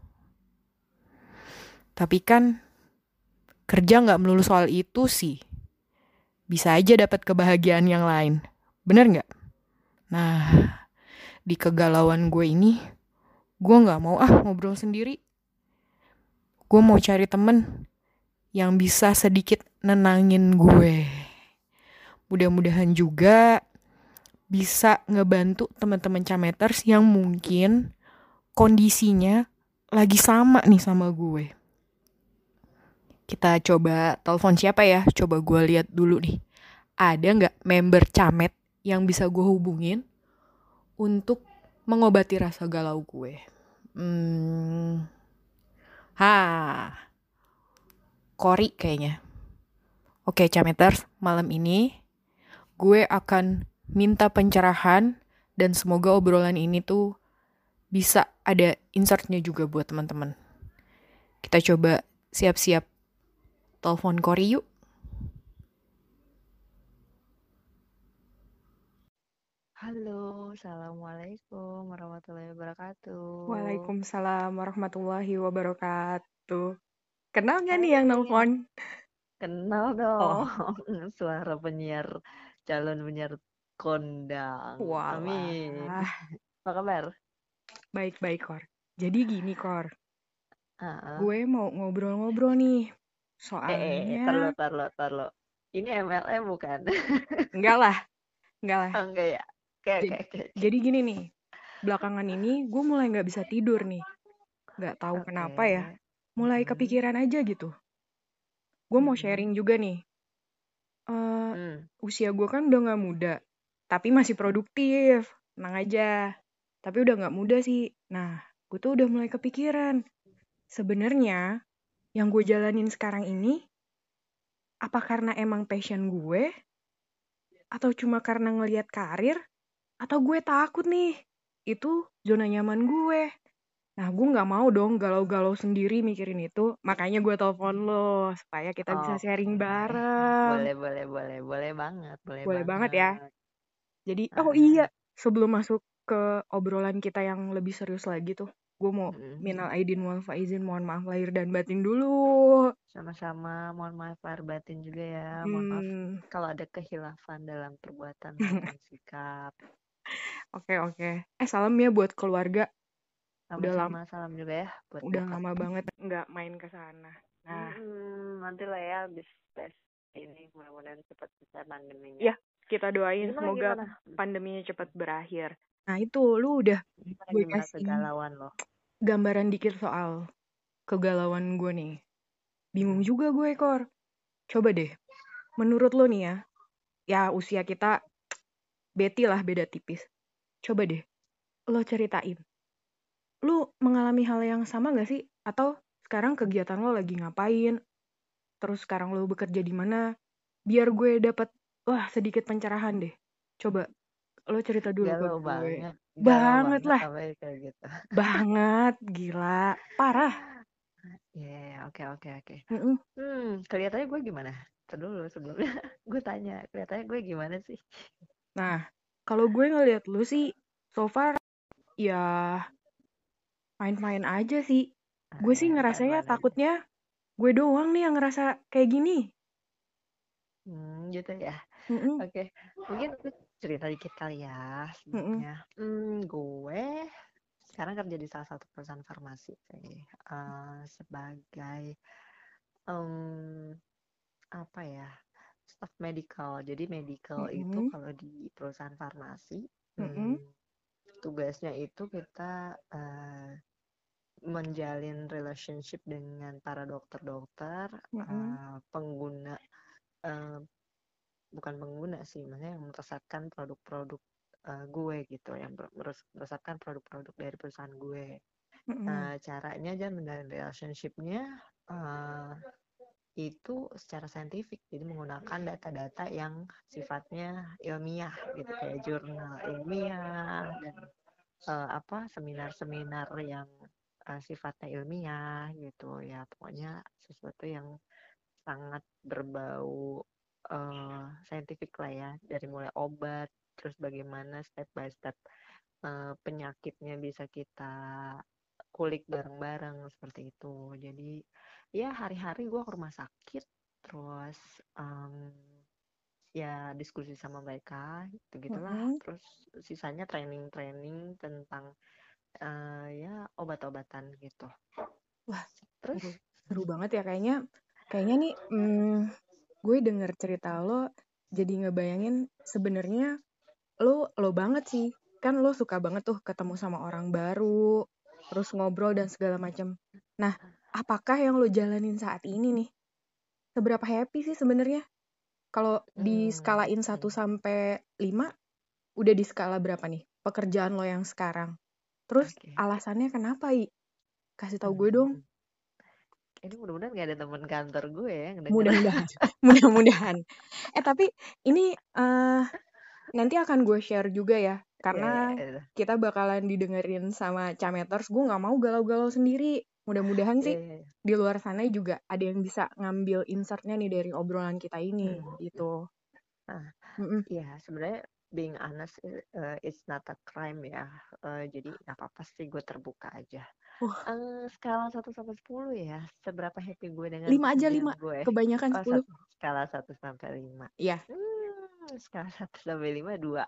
Tapi kan kerja gak melulu soal itu sih. Bisa aja dapat kebahagiaan yang lain. Bener gak? Nah, di kegalauan gue ini, gue gak mau ah ngobrol sendiri. Gue mau cari temen yang bisa sedikit nenangin gue. Mudah-mudahan juga bisa ngebantu teman-teman Cameters yang mungkin kondisinya lagi sama nih sama gue. Kita coba telepon siapa ya? Coba gue lihat dulu nih. Ada nggak member Camet yang bisa gue hubungin untuk mengobati rasa galau gue? Hmm, ha, Kori kayaknya. Oke Cameters, malam ini gue akan minta pencerahan dan semoga obrolan ini tuh bisa ada insertnya juga buat teman-teman. Kita coba siap-siap telepon Kori yuk. Halo, assalamualaikum warahmatullahi wabarakatuh. Waalaikumsalam warahmatullahi wabarakatuh. Kenal gak Hai, nih yang nelfon? kenal Oh. dong. Suara penyiar, calon penyiar kondang. Walah. Amin. Apa kabar? Baik-baik Kor. Jadi gini Kor, Uh-uh. gue mau ngobrol-ngobrol nih. Eh, eh, Soalnya tarlo, tarlo, tarlo. Ini M L M bukan? enggak lah, enggak lah. Oh, enggak ya? Oke, oke, Jadi, oke. jadi gini nih, belakangan ini gue mulai gak bisa tidur nih. Gak tahu Oke. kenapa ya, mulai Mhm. kepikiran aja gitu. Gue mau Mhm. sharing juga nih. Eh, Hmm. Usia gue kan udah gak muda, tapi masih produktif. Tenang aja. Tapi udah gak muda sih. Nah, gue tuh udah mulai kepikiran. Sebenarnya yang gue jalanin sekarang ini, apa karena emang passion gue? Atau cuma karena ngelihat karir? Atau gue takut nih, itu zona nyaman gue. Nah, gue gak mau dong galau-galau sendiri mikirin itu. Makanya gue telepon lo, supaya kita bisa sharing Oke. bareng. Boleh, boleh, boleh. Boleh banget, boleh, Boleh banget banget. ya. Jadi, oh Ah. iya, sebelum masuk ke obrolan kita yang lebih serius lagi tuh, gue mau Mhm. minal aidin wal faizin, mohon maaf lahir dan batin dulu. Sama-sama, mohon maaf lahir batin juga ya. Mohon maaf Hmm, kalau ada kehilafan dalam perbuatan maupun sikap. oke oke. Eh salam ya buat keluarga. Udah lama, Sama-sama salam juga ya buat udah bokap. lama banget nggak main ke sana. Nah, Hmm, nanti lah ya habis tes ini mudah-mudahan cepat selesai pandeminya. ya kita doain Gimana, semoga gimana? pandeminya cepat berakhir. Nah itu lu udah Gimana, gue gimana kasih kegalauan lo? gambaran dikit soal kegalauan gue nih. Bingung juga gue Kor. Coba deh, menurut lo nih ya, ya usia kita beti lah beda tipis. Coba deh, lo ceritain. Lu mengalami hal yang sama gak sih? Atau sekarang kegiatan lo lagi ngapain? Terus sekarang lo bekerja di mana? Biar gue dapat wah sedikit pencerahan deh. Coba lo cerita dulu ke Galau gue. banget. Galau Banget banget lah. apa ya kayak gitu. Banget, gila. Parah. Ya, oke, oke, oke. Mm-mm. Hmm, kelihatannya gue gimana? Ntar dulu sebelumnya gue tanya, kelihatannya gue gimana sih? Nah, kalau gue ngeliat lu sih, so far ya main-main aja sih. Gue sih ya, ngerasanya gimana? takutnya gue doang nih yang ngerasa kayak gini. Hmm, gitu ya. Mm-mm. Oke, mungkin aku cerita dikit kali ya Mm-mm. sebelumnya. Hmm, gue sekarang kerja di salah satu perusahaan farmasi sih. Eh, sebagai em, apa ya, staff medical. Jadi medical itu Mm-mm. kalau di perusahaan farmasi, Mm-mm. hmm, tugasnya itu kita eh, menjalin relationship dengan para dokter-dokter, Mm-mm. eh, pengguna, eh, bukan pengguna sih, maksudnya yang meresapkan produk-produk eh, gue gitu, yang ber- meres- meresapkan produk-produk dari perusahaan gue. Mm-mm. Eh, caranya aja menjalin relationship-nya eh, itu secara saintifik, jadi menggunakan data-data yang sifatnya ilmiah gitu, kayak jurnal ilmiah dan eh, apa seminar-seminar yang eh, sifatnya ilmiah gitu ya, pokoknya sesuatu yang sangat berbau eh, saintifik lah ya, dari mulai obat, terus bagaimana step by step eh, penyakitnya bisa kita kulik bareng-bareng seperti itu. Jadi ya hari-hari gue ke rumah sakit, terus em, ya diskusi sama mereka gitu gitulah, Mm-mm. terus sisanya training-training tentang eh, ya obat-obatan gitu. Wah, Terus seru, seru banget ya kayaknya. Kayaknya nih, hmm, gue denger cerita lo, jadi ngebayangin sebenarnya lo lo banget sih. Kan lo suka banget tuh ketemu sama orang baru, terus ngobrol dan segala macam. Nah, apakah yang lo jalanin saat ini nih? Seberapa happy sih sebenarnya? Kalau di hmm, skalain satu sampai lima, udah di skala berapa nih? Pekerjaan lo yang sekarang. Terus oke. alasannya kenapa, I? Kasih tahu gue dong. Hmm, ini mudah-mudahan gak ada teman kantor gue ya yang denger. Mudah-mudahan. Mudah-mudahan. Eh tapi ini eh nanti akan gue share juga ya. Ya, ya, Karena ya. kita bakalan didengerin sama Cameters. Gue gak mau galau-galau sendiri. Mudah-mudahan Ya, sih ya, ya. di luar sana juga ada yang bisa ngambil insertnya nih dari obrolan kita ini. Hmm. Gitu. Nah, Mm-mm. ya sebenarnya being honest, uh, it's not a crime ya. Uh, jadi nggak apa-apa sih, gue terbuka aja. Wah, Uh, skala satu sampai sepuluh ya, seberapa happy gue dengan lima aja pekerjaan lima. gue? Kebanyakan Oh, sepuluh. satu, skala satu sampai lima. Iya. Hmm, skala satu sampai lima, dua.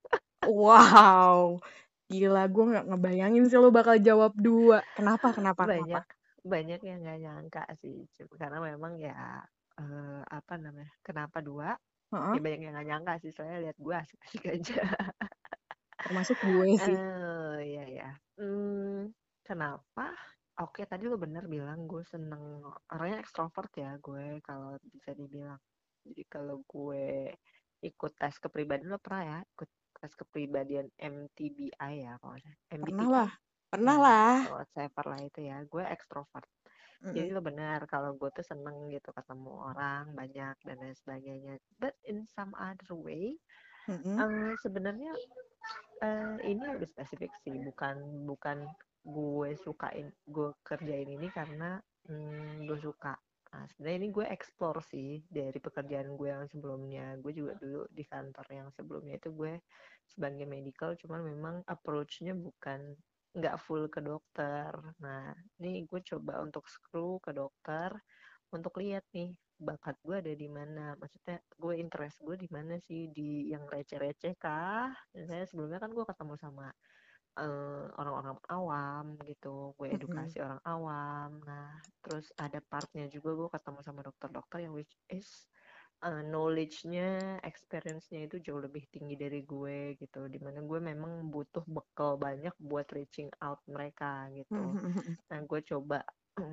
Wow. Gila, gue gak ngebayangin sih lo bakal jawab dua. Kenapa, kenapa, kenapa? Banyak, banyak yang nggak nyangka sih. Cuma karena memang ya, uh, apa namanya, kenapa dua? Heeh. Ya banyak yang nggak nyangka sih, soalnya lihat gue asik-asik aja. Termasuk gue sih. Oh iya ya. Hmm, kenapa? Oke, tadi lo bener bilang gue seneng, orangnya ekstrovert ya gue kalau bisa dibilang. Jadi kalau gue ikut tes kepribadian, lo pernah ya ikut tes kepribadian M T B I ya kalau nggak salah? Pernah M B T I. lah. Pernah Nah, lah. whatever lah itu ya. Gue ekstrovert. Jadi Mm-mm. lo benar kalau gue tuh seneng gitu ketemu orang banyak dan lain sebagainya. But in some other way, Mm-mm. eh, sebenarnya eh, ini lebih spesifik sih, bukan bukan gue sukain gue kerjain ini karena hmm, gue suka. Nah, sebenarnya ini gue explore sih dari pekerjaan gue yang sebelumnya. Gue juga dulu di kantor yang sebelumnya itu gue sebagai medical, cuman memang approach-nya bukan nggak full ke dokter. Nah, ini gue coba untuk screw ke dokter untuk lihat nih bakat gue ada di mana, maksudnya gue interest gue di mana sih, di yang receh-receh kah. Misalnya sebelumnya kan gue ketemu sama eh, orang-orang awam gitu, gue Mm-mm. edukasi orang awam. Nah terus ada partnya juga gue ketemu sama dokter-dokter yang which is uh, knowledge-nya, experience-nya itu jauh lebih tinggi dari gue gitu, dimana gue memang butuh bekal banyak buat reaching out mereka gitu. Mm-mm. Nah gue coba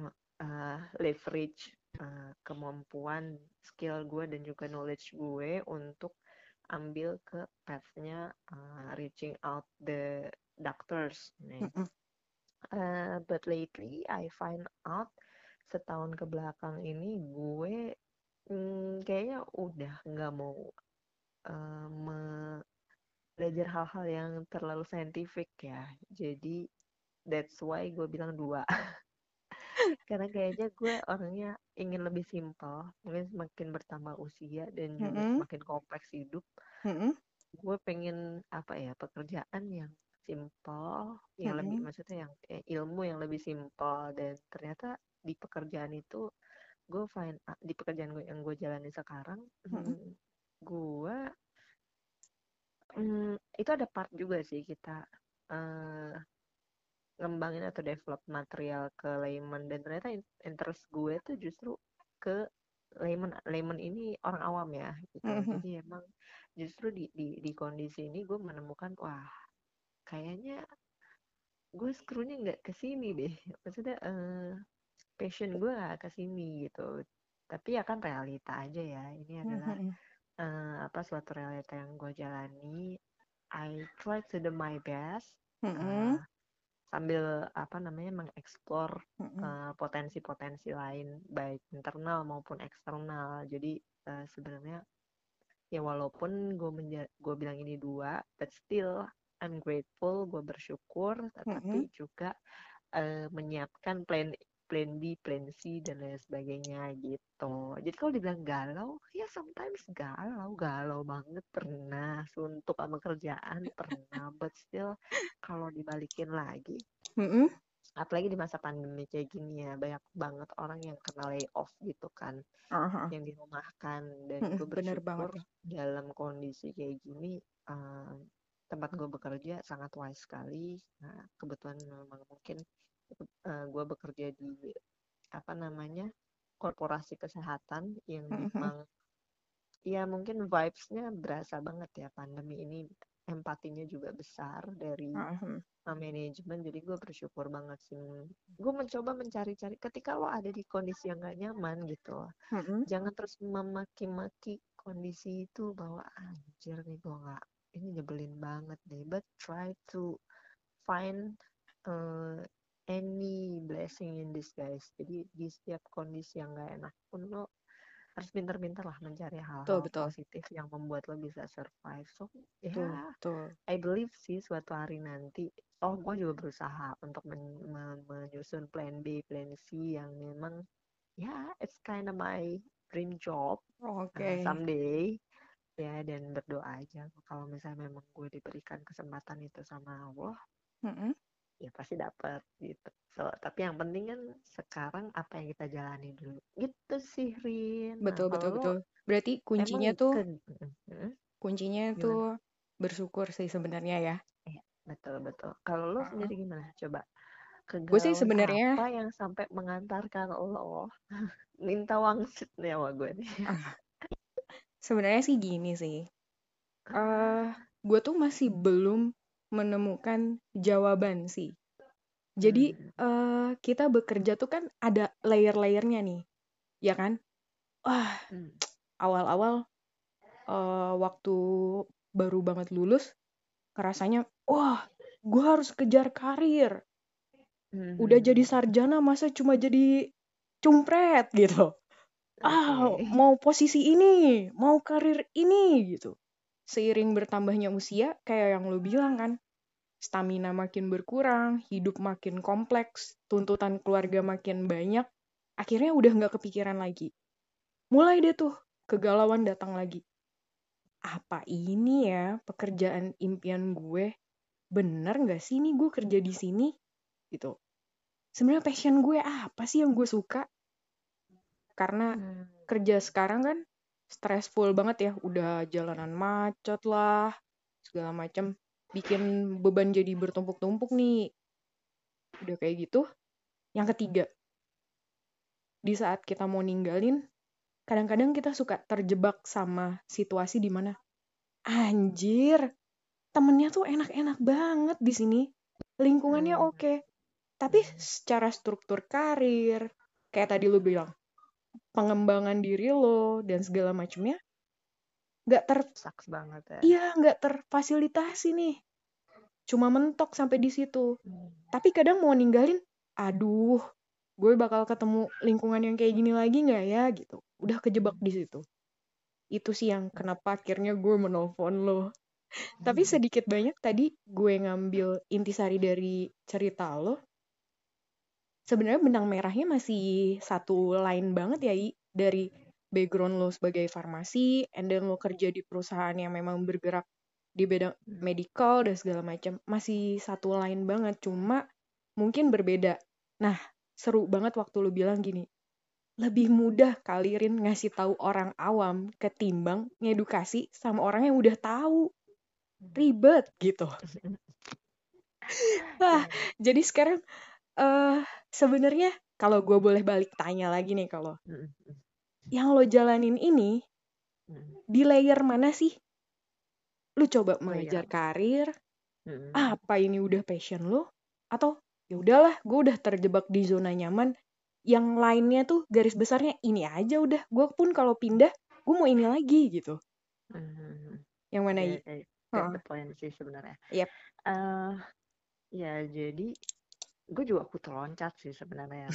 uh, leverage uh, kemampuan, skill gue dan juga knowledge gue untuk ambil ke path-nya uh, reaching out the doctors nih. Mm-mm. Uh, but lately I find out setahun ke belakang ini gue hmm, kayaknya udah nggak mau uh, me- belajar hal-hal yang terlalu saintifik ya. Jadi that's why gue bilang dua. Karena kayaknya gue orangnya ingin lebih simpel. Mungkin semakin bertambah usia dan juga Mm-mm. semakin kompleks hidup, Mm-mm. gue pengen apa ya, pekerjaan yang simple, yang lebih Mm-mm. maksudnya yang eh, ilmu yang lebih simple, dan ternyata di pekerjaan itu gue find ah, di pekerjaan gue yang gue jalani sekarang, Mm-mm. hmm, gue hmm, itu ada part juga sih kita eh, ngembangin atau develop material ke layman, dan ternyata in- interest gue tuh justru ke layman layman ini orang awam ya gitu. Mm-mm. Jadi emang justru di di di kondisi ini gue menemukan, wah kayaknya gue skrunya nggak ke sini deh, maksudnya eh, passion gue nggak ke sini gitu. Tapi ya kan realita aja ya, ini adalah Mm-mm. eh, apa suatu realita yang gue jalani. I try to do my best Mm-mm. eh, sambil apa namanya mengeksplor Mm-mm. eh, potensi-potensi lain baik internal maupun eksternal. Jadi eh, sebenarnya ya walaupun gue menja- gue bilang ini dua, but still I'm grateful, gue bersyukur, Mm-mm. tetapi juga eh, menyiapkan plan plan B, plan C dan lain sebagainya gitu. Jadi kalau dibilang galau, ya sometimes galau, galau banget pernah, suntuk sama kerjaan pernah, but still kalau dibalikin lagi, Mm-mm. apalagi di masa pandemi kayak gini ya, banyak banget orang yang kena layoff gitu kan, Aha. yang dirumahkan, dan Mm-mm. gue Bener banget bersyukur ya. dalam kondisi kayak gini eh, tempat gue bekerja sangat wise sekali. Nah, kebetulan memang mungkin eh, gue bekerja di apa namanya korporasi kesehatan yang Mm-mm. memang ya mungkin vibes-nya berasa banget ya pandemi ini, empatinya juga besar dari Aha. uh, manajemen. Jadi gue bersyukur banget sih, gue mencoba mencari-cari ketika lo ada di kondisi yang gak nyaman gitu, Mm-mm. jangan terus memaki-maki kondisi itu bahwa anjir nih gue nggak, ini nyebelin banget nih, but try to find uh, any blessing in disguise. Jadi di setiap kondisi yang gak enak pun lo harus pintar-pintar lah mencari Betul, hal-hal betul. positif yang membuat lo bisa survive. So Betul, ya betul. I believe sih suatu hari nanti, oh gue juga berusaha untuk men- me- menyusun plan B, plan C yang memang ya it's kind of my dream job Oke. uh, someday ya, dan berdoa aja kalau misalnya memang gue diberikan kesempatan itu sama Allah, Mm-mm. ya pasti dapat gitu. So tapi yang penting kan sekarang apa yang kita jalani dulu gitu sih, Rin. Nah Betul, betul, kalau lo betul. Berarti kuncinya emang tuh, ke hmm, kuncinya gimana? tuh bersyukur sih sebenarnya ya. Eh, betul betul. Kalau lo Uh-uh. sendiri gimana? Coba Gue sih kegalauan sebenarnya, apa yang sampai mengantarkan lo minta wangsit nih sama gue nih? ah, sebenarnya sih gini sih. Eh, gue tuh masih belum menemukan jawaban sih. Jadi Hmm, eh kita bekerja tuh kan ada layer-layernya nih, ya kan? Wah, hmm, awal-awal eh, waktu baru banget lulus, kerasanya, wah, gue harus kejar karir. hmm, Udah hmm, jadi hmm. sarjana, masa cuma jadi cumpret gitu. Ah, Oke. mau posisi ini, mau karir ini gitu. Seiring bertambahnya usia, kayak yang lo bilang kan, stamina makin berkurang, hidup makin kompleks, tuntutan keluarga makin banyak, akhirnya udah nggak kepikiran lagi. Mulai deh tuh, kegalauan datang lagi. Apa ini ya pekerjaan impian gue? Bener nggak sih nih gue kerja di sini? Gitu. Sebenarnya passion gue apa sih yang gue suka? Karena Hmm, kerja sekarang kan stressful banget ya, udah jalanan macet lah, segala macam, bikin beban jadi bertumpuk-tumpuk nih. Udah kayak gitu. Yang ketiga, di saat kita mau ninggalin, kadang-kadang kita suka terjebak sama situasi di mana anjir, temennya tuh enak-enak banget di sini, lingkungannya hmm, oke, tapi secara struktur karir, kayak tadi lu bilang, pengembangan diri lo dan segala macamnya nggak ter sucks banget ya. iya nggak terfasilitasi nih, cuma mentok sampai di situ. Hmm, Tapi kadang mau ninggalin, aduh, gue bakal ketemu lingkungan yang kayak gini lagi nggak ya gitu, udah kejebak di situ. Itu sih yang kenapa akhirnya gue menelpon lo. Tapi sedikit banyak tadi gue ngambil intisari dari cerita lo, sebenarnya benang merahnya masih satu line banget ya, I, dari background lo sebagai farmasi, and then lo kerja di perusahaan yang memang bergerak di bidang medical dan segala macam, masih satu line banget, cuma mungkin berbeda. Nah, seru banget waktu lu bilang gini, lebih mudah kali Rin ngasih tahu orang awam ketimbang ngedukasi sama orang yang udah tahu. Ribet gitu. Wah, jadi sekarang eh sebenarnya kalau gue boleh balik tanya lagi nih, kalau yang lo jalanin ini di layer mana sih? Lu coba mengejar karir, apa ini udah passion lo, atau ya udahlah gue udah terjebak di zona nyaman, yang lainnya tuh garis besarnya ini aja udah, gue pun kalau pindah gue mau ini lagi gitu. Yang mana? Ya, kayak get the point sih sebenarnya. Yep. Uh, ya jadi gue juga kutu loncat sih sebenarnya.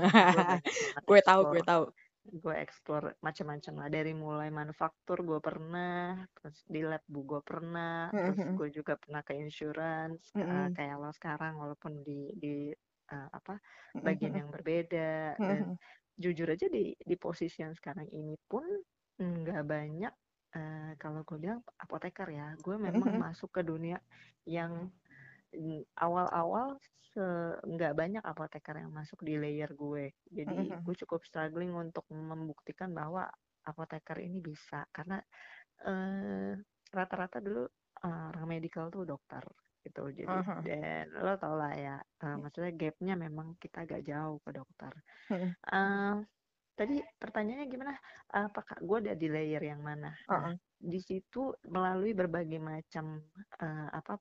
Gue tahu, gue tahu. Gue explore macam-macam lah, dari mulai manufaktur gue pernah, terus di lab bu gue pernah, terus gue juga pernah ke insurance, uh, kayak lo sekarang walaupun di di uh, apa bagian yang berbeda. Dan jujur aja di di posisi yang sekarang ini pun nggak banyak. Uh, kalau gue bilang apoteker ya, gue memang masuk ke dunia yang awal-awal nggak banyak apoteker yang masuk di layer gue. Jadi gue cukup struggling untuk membuktikan bahwa apoteker ini bisa, karena uh, rata-rata dulu uh, orang medical tuh dokter gitu. Jadi uh-huh. dan lo tau lah ya, uh, maksudnya gapnya memang kita agak jauh ke dokter. Uh, tadi pertanyaannya gimana? Apakah gue ada di layer yang mana? Uh-uh. Nah, di situ melalui berbagai macam uh, apa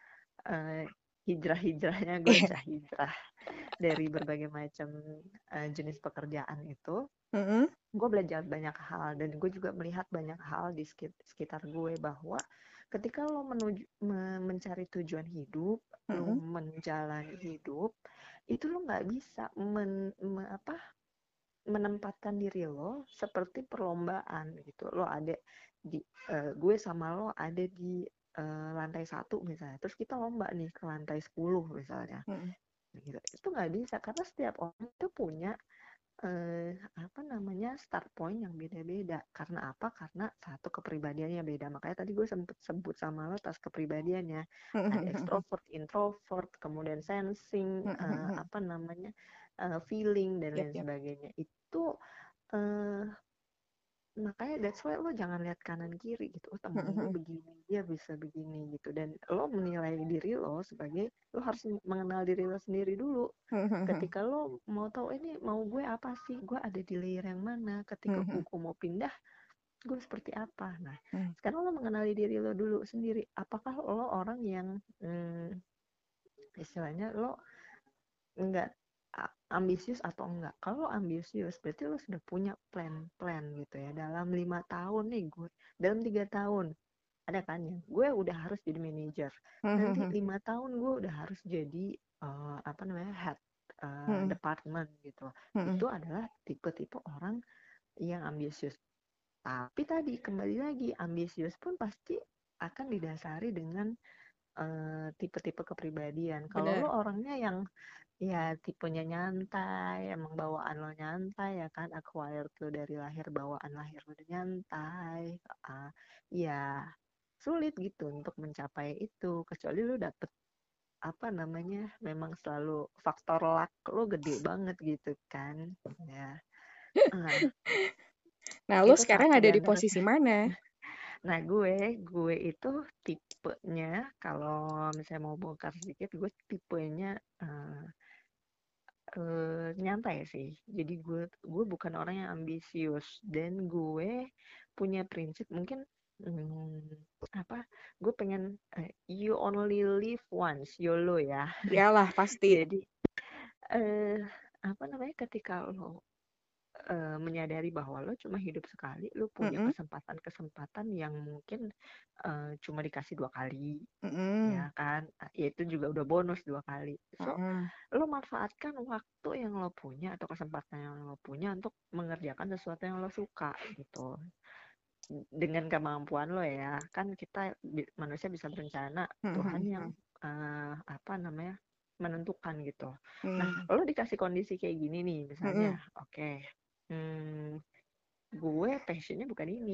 uh, hijrah-hijrahnya gue hijrah-hijrah dari berbagai macam uh, jenis pekerjaan itu. Uh-uh. Gue belajar banyak hal, dan gue juga melihat banyak hal di sekitar gue, bahwa ketika lo menuju me- mencari tujuan hidup, uh-uh. lo menjalani hidup, itu lo nggak bisa men, me, apa menempatkan diri lo seperti perlombaan gitu. Lo ada di uh, gue sama lo ada di uh, lantai satu misalnya, terus kita lomba nih ke lantai sepuluh misalnya. Hmm. Gitu. Itu nggak bisa, karena setiap orang itu punya uh, apa namanya start point yang beda-beda. Karena apa? Karena satu, kepribadiannya beda. Makanya tadi gue sempet sebut sama lo tas kepribadiannya. Ada extrovert, introvert, kemudian sensing, uh, apa namanya uh, feeling dan lain yep, yep. sebagainya. Itu uh, makanya that's why lo jangan lihat kanan kiri gitu. Oh, temen gue begini, dia bisa begini gitu. Dan lo menilai diri lo sebagai, lo harus mengenal diri lo sendiri dulu. Ketika lo mau tahu ini mau gue apa sih, gue ada di layer yang mana, ketika gue mau pindah gue seperti apa. Nah sekarang lo mengenali diri lo dulu sendiri. Apakah lo orang yang hmm, istilahnya lo enggak ambisius atau enggak? Kalau ambisius berarti lo sudah punya plan-plan gitu ya, dalam lima tahun nih gue, dalam tiga tahun ada kan ya, gue udah harus jadi manajer, nanti lima tahun gue udah harus jadi uh, apa namanya head uh, department gitu. Itu adalah tipe-tipe orang yang ambisius. Tapi tadi kembali lagi, ambisius pun pasti akan didasari dengan uh, tipe-tipe kepribadian. Kalau lo orangnya yang ya tipenya nyantai, emang bawaan lo nyantai ya kan, acquired lo dari lahir, bawaan lahir lo udah nyantai, uh, ya sulit gitu untuk mencapai itu, kecuali lo dapet apa namanya, memang selalu faktor luck lo gede banget gitu kan ya. Uh, nah lo sekarang ada di posisi mana? Nah gue, gue itu tipenya, kalau misalnya mau bongkar sedikit, gue tipenya uh, Uh, nyantai sih. Jadi gue gue bukan orang yang ambisius, dan gue punya prinsip mungkin hmm, apa? Gue pengen uh, you only live once, YOLO ya. Iyalah pasti. Jadi uh, apa namanya, ketika lo uh, menyadari bahwa lo cuma hidup sekali, lo punya mm-hmm. kesempatan-kesempatan yang mungkin uh, cuma dikasih dua kali, mm-hmm. ya kan? Ya itu juga udah bonus dua kali. So mm-hmm. lo manfaatkan waktu yang lo punya atau kesempatan yang lo punya untuk mengerjakan sesuatu yang lo suka gitu. Dengan kemampuan lo ya, kan kita manusia bisa berencana, mm-hmm. Tuhan yang uh, apa namanya menentukan gitu. Mm-hmm. Nah lo dikasih kondisi kayak gini nih misalnya, mm-hmm. oke. Okay. Hmm, gue passionnya bukan ini,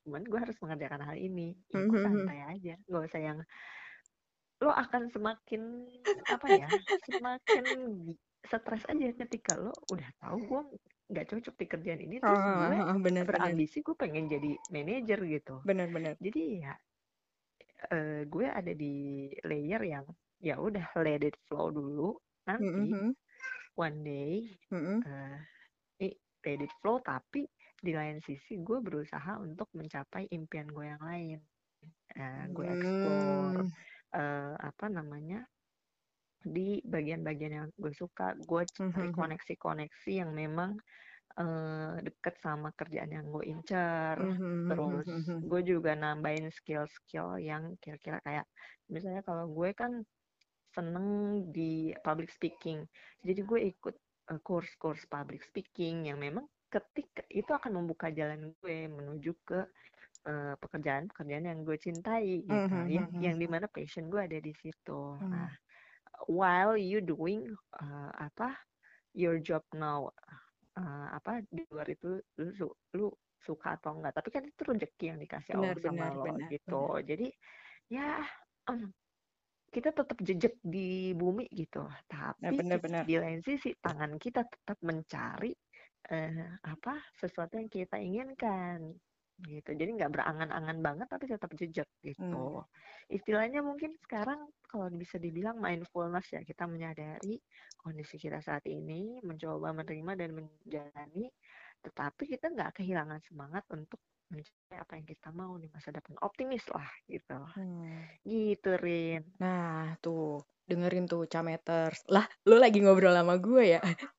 cuman gue harus mengerjakan hal ini. Ya gue santai aja, nggak usah yang lo akan semakin apa ya, semakin stres aja ketika lo udah tahu gue nggak cocok di kerjaan ini, terus gue Ah, bener-bener. berambisi gue pengen jadi manajer gitu. Bener-bener. Jadi ya uh, gue ada di layer yang ya udah let it flow dulu, nanti Mm-hmm. one day Mm-hmm. uh, eh, let it flow, tapi di lain sisi gue berusaha untuk mencapai impian gue yang lain. Uh, gue explore uh, apa namanya di bagian-bagian yang gue suka, gue cari koneksi-koneksi yang memang uh, deket sama kerjaan yang gue incer. Terus gue juga nambahin skill-skill yang kira-kira kayak misalnya kalau gue kan seneng di public speaking, jadi gue ikut uh, course-course public speaking yang memang ketika itu akan membuka jalan gue menuju ke uh, pekerjaan-pekerjaan yang gue cintai gitu, mm-hmm. yang yang dimana passion gue ada di situ. Mm-hmm. Nah, while you doing uh, apa your job now, uh, apa di luar itu lu, lu suka atau enggak, tapi kan itu rezeki yang dikasih Allah sama lo gitu. Benar. Jadi ya um, kita tetap jejak di bumi gitu, tapi bener, bener. di lain sisi tangan kita tetap mencari uh, apa sesuatu yang kita inginkan gitu. Jadi nggak berangan-angan banget tapi tetap jejak gitu. Hmm. Istilahnya mungkin sekarang kalau bisa dibilang mindfulness ya, kita menyadari kondisi kita saat ini, mencoba menerima dan menjalani, tetapi kita nggak kehilangan semangat untuk mencapai apa yang kita mau di masa depan. Optimis lah gitu. Hmm. Gitu Rin. Nah tuh dengerin tuh Cameters. Lah lu lagi ngobrol sama gue ya?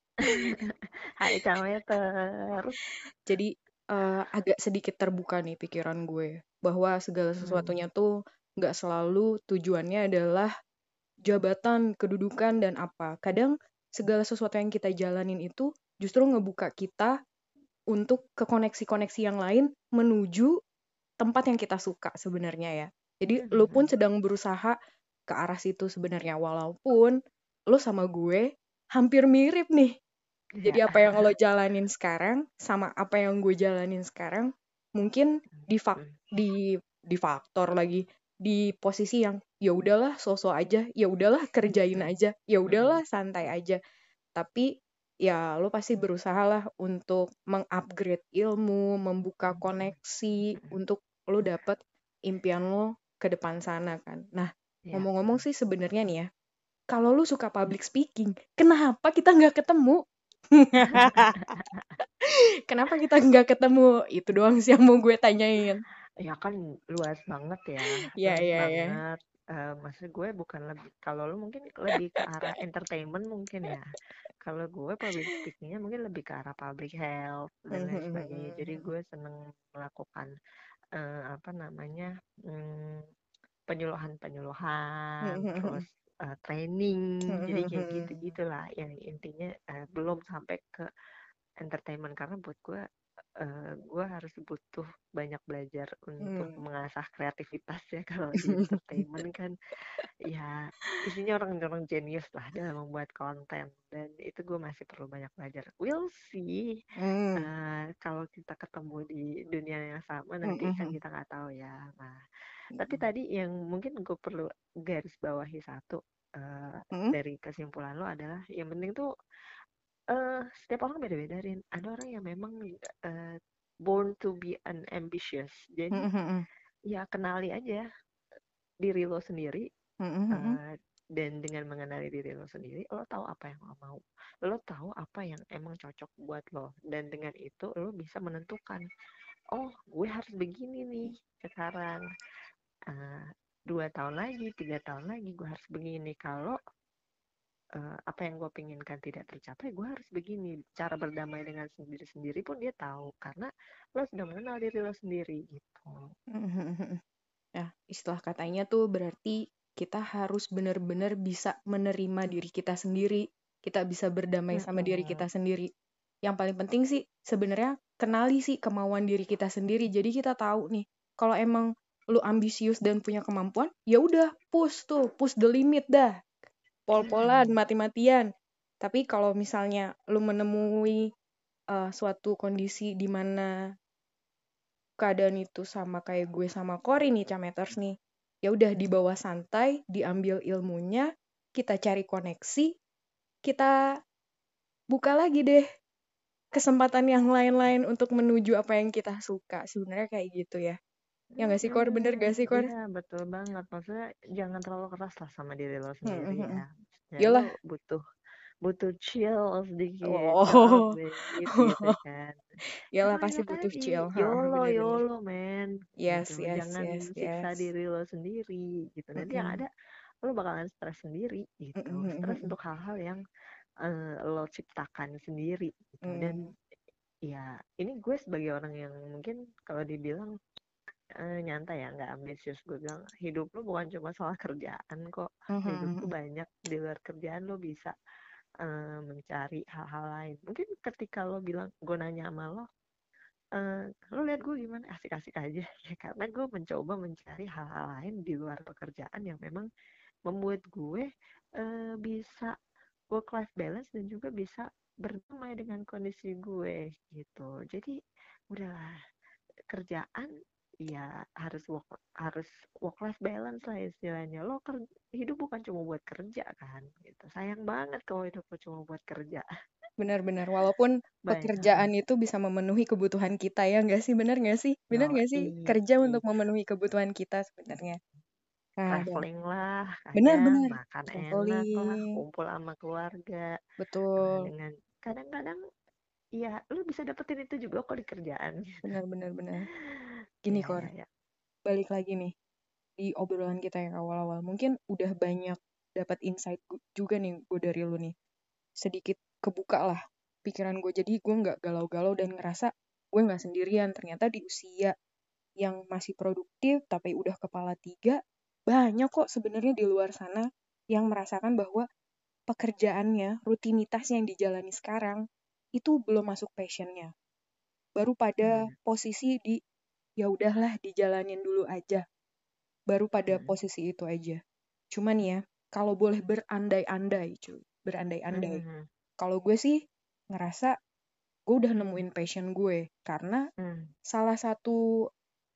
Hai Cameters. Jadi Uh, agak sedikit terbuka nih pikiran gue bahwa segala sesuatunya hmm. tuh nggak selalu tujuannya adalah jabatan, kedudukan dan apa. Kadang segala sesuatu yang kita jalanin itu justru ngebuka kita untuk ke koneksi-koneksi yang lain menuju tempat yang kita suka sebenarnya ya. Jadi hmm. lu pun sedang berusaha ke arah situ sebenarnya, walaupun lu sama gue hampir mirip nih. Jadi apa yang lo jalanin sekarang sama apa yang gue jalanin sekarang mungkin di fak di di faktor lagi di posisi yang ya udahlah sosok aja, ya udahlah kerjain aja, ya udahlah santai aja. Tapi ya lo pasti berusaha lah untuk mengupgrade ilmu, membuka koneksi untuk lo dapet impian lo ke depan sana kan. Nah, ngomong-ngomong sih sebenarnya nih ya, kalau lo suka public speaking, kenapa kita nggak ketemu? Kenapa kita nggak ketemu? Itu doang sih yang mau gue tanyain. Ya kan luas banget ya. Iya iya iya. Uh, maksud gue bukan lebih, kalau lu mungkin lebih ke arah entertainment mungkin ya. Kalau gue public speakingnya mungkin lebih ke arah public health dan lain sebagainya. Jadi gue seneng melakukan uh, apa namanya um, penyuluhan-penyuluhan, terus Uh, training, jadi kayak gitu gitulah. Yang intinya uh, belum sampai ke entertainment karena buat gue, uh, gue harus butuh banyak belajar untuk hmm. mengasah kreativitas ya. Kalau di entertainment kan, ya isinya orang-orang jenius lah dalam membuat konten, dan itu gue masih perlu banyak belajar. We'll see. Hmm. Uh, kalau kita ketemu di dunia yang sama nanti hmm. kan kita nggak tahu ya. Nah. Tapi tadi yang mungkin gue perlu garis bawahi satu uh, hmm? dari kesimpulan lo adalah yang penting tuh uh, setiap orang beda-beda, Rin. Ada orang yang memang uh, born to be an ambitious. Jadi hmm. ya kenali aja diri lo sendiri, hmm. uh, dan dengan mengenali diri lo sendiri, lo tahu apa yang lo mau, lo tahu apa yang emang cocok buat lo, dan dengan itu lo bisa menentukan, oh gue harus begini nih sekarang. Uh, dua tahun lagi, tiga tahun lagi gue harus begini. Kalau uh, apa yang gue pinginkan tidak tercapai, gue harus begini. Cara berdamai dengan sendiri sendiri pun dia tahu, karena lo sudah mengenal diri lo sendiri gitu. Ya, istilah katanya tuh berarti kita harus benar-benar bisa menerima diri kita sendiri. Kita bisa berdamai sama diri kita sendiri. Yang paling penting sih sebenarnya kenali sih kemauan diri kita sendiri. Jadi kita tahu nih, kalau emang lu ambisius dan punya kemampuan, ya udah push tuh, push the limit dah, pol-polan, mati-matian. Tapi kalau misalnya lu menemui uh, suatu kondisi di mana keadaan itu sama kayak gue sama Cory nih, Cameters nih, ya udah dibawa santai, diambil ilmunya, kita cari koneksi, kita buka lagi deh kesempatan yang lain-lain untuk menuju apa yang kita suka. Sebenarnya kayak gitu ya. Ya nggak sih, Kor? Bener gak sih, Kor? Iya, betul banget. Maksudnya jangan terlalu keras lah sama diri lo sendiri Hmm, hmm, hmm. ya. Ya Iyalah. lo butuh butuh chill sedikit, chill Oh. out babe, gitu kan. Iyalah Sama pasti itu butuh tadi, chill. Ha, YOLO, bener-bener. YOLO men, Yes, gitu. yes, Jangan yes, siksa yes. diri lo sendiri, gitu. Nanti yang Mm-mm. ada lo bakalan stres sendiri, gitu. Mm-mm. Stres Mm-mm. untuk hal-hal yang eh, lo ciptakan sendiri, gitu. Dan Mm. ya ini gue sebagai orang yang mungkin kalau dibilang eh, nyantai ya, nggak ambisius, gue bilang hidup lo bukan cuma soal kerjaan kok. Hidup tuh Mhm. banyak di luar kerjaan, lo bisa eh, mencari hal-hal lain. Mungkin ketika lo bilang, gue nanya sama lo, eh, lo lihat gue gimana, asik-asik aja ya, karena gue mencoba mencari hal-hal lain di luar pekerjaan yang memang membuat gue eh, bisa work life balance dan juga bisa berdamai dengan kondisi gue gitu. Jadi udahlah, kerjaan ya harus work harus work life balance lah istilahnya. Lo ker- hidup bukan cuma buat kerja kan gitu. Sayang banget kalau hidup lo cuma buat kerja. Benar-benar. Walaupun Banyak. pekerjaan itu bisa memenuhi kebutuhan kita, ya nggak sih? Benar nggak sih? Benar Yo, nggak sih? i, Kerja i, untuk memenuhi kebutuhan kita sebenarnya. Nah, dan traveling lah, kadang benar-benar makan enak lah, traveling. kumpul sama keluarga. Nah, Betul. dengan kadang-kadang ya lu bisa dapetin itu juga kok di kerjaan. Benar-benar benar. Gini, Ya, Kor. ya, ya. Balik lagi nih di obrolan kita yang awal-awal. Mungkin udah banyak dapat insight gu- juga nih gue dari lu nih. Sedikit kebuka lah pikiran gue. Jadi gue nggak galau-galau dan ngerasa gue nggak sendirian. Ternyata di usia yang masih produktif tapi udah kepala tiga, banyak kok sebenarnya di luar sana yang merasakan bahwa pekerjaannya, rutinitas yang dijalani sekarang itu belum masuk passionnya. Baru pada Hmm. posisi di ya udahlah dijalanin dulu aja. Baru pada Hmm. posisi itu aja. Cuman ya, kalau boleh berandai-andai, cuy, berandai-andai. Hmm. Kalau gue sih ngerasa gue udah nemuin passion gue karena Hmm. salah satu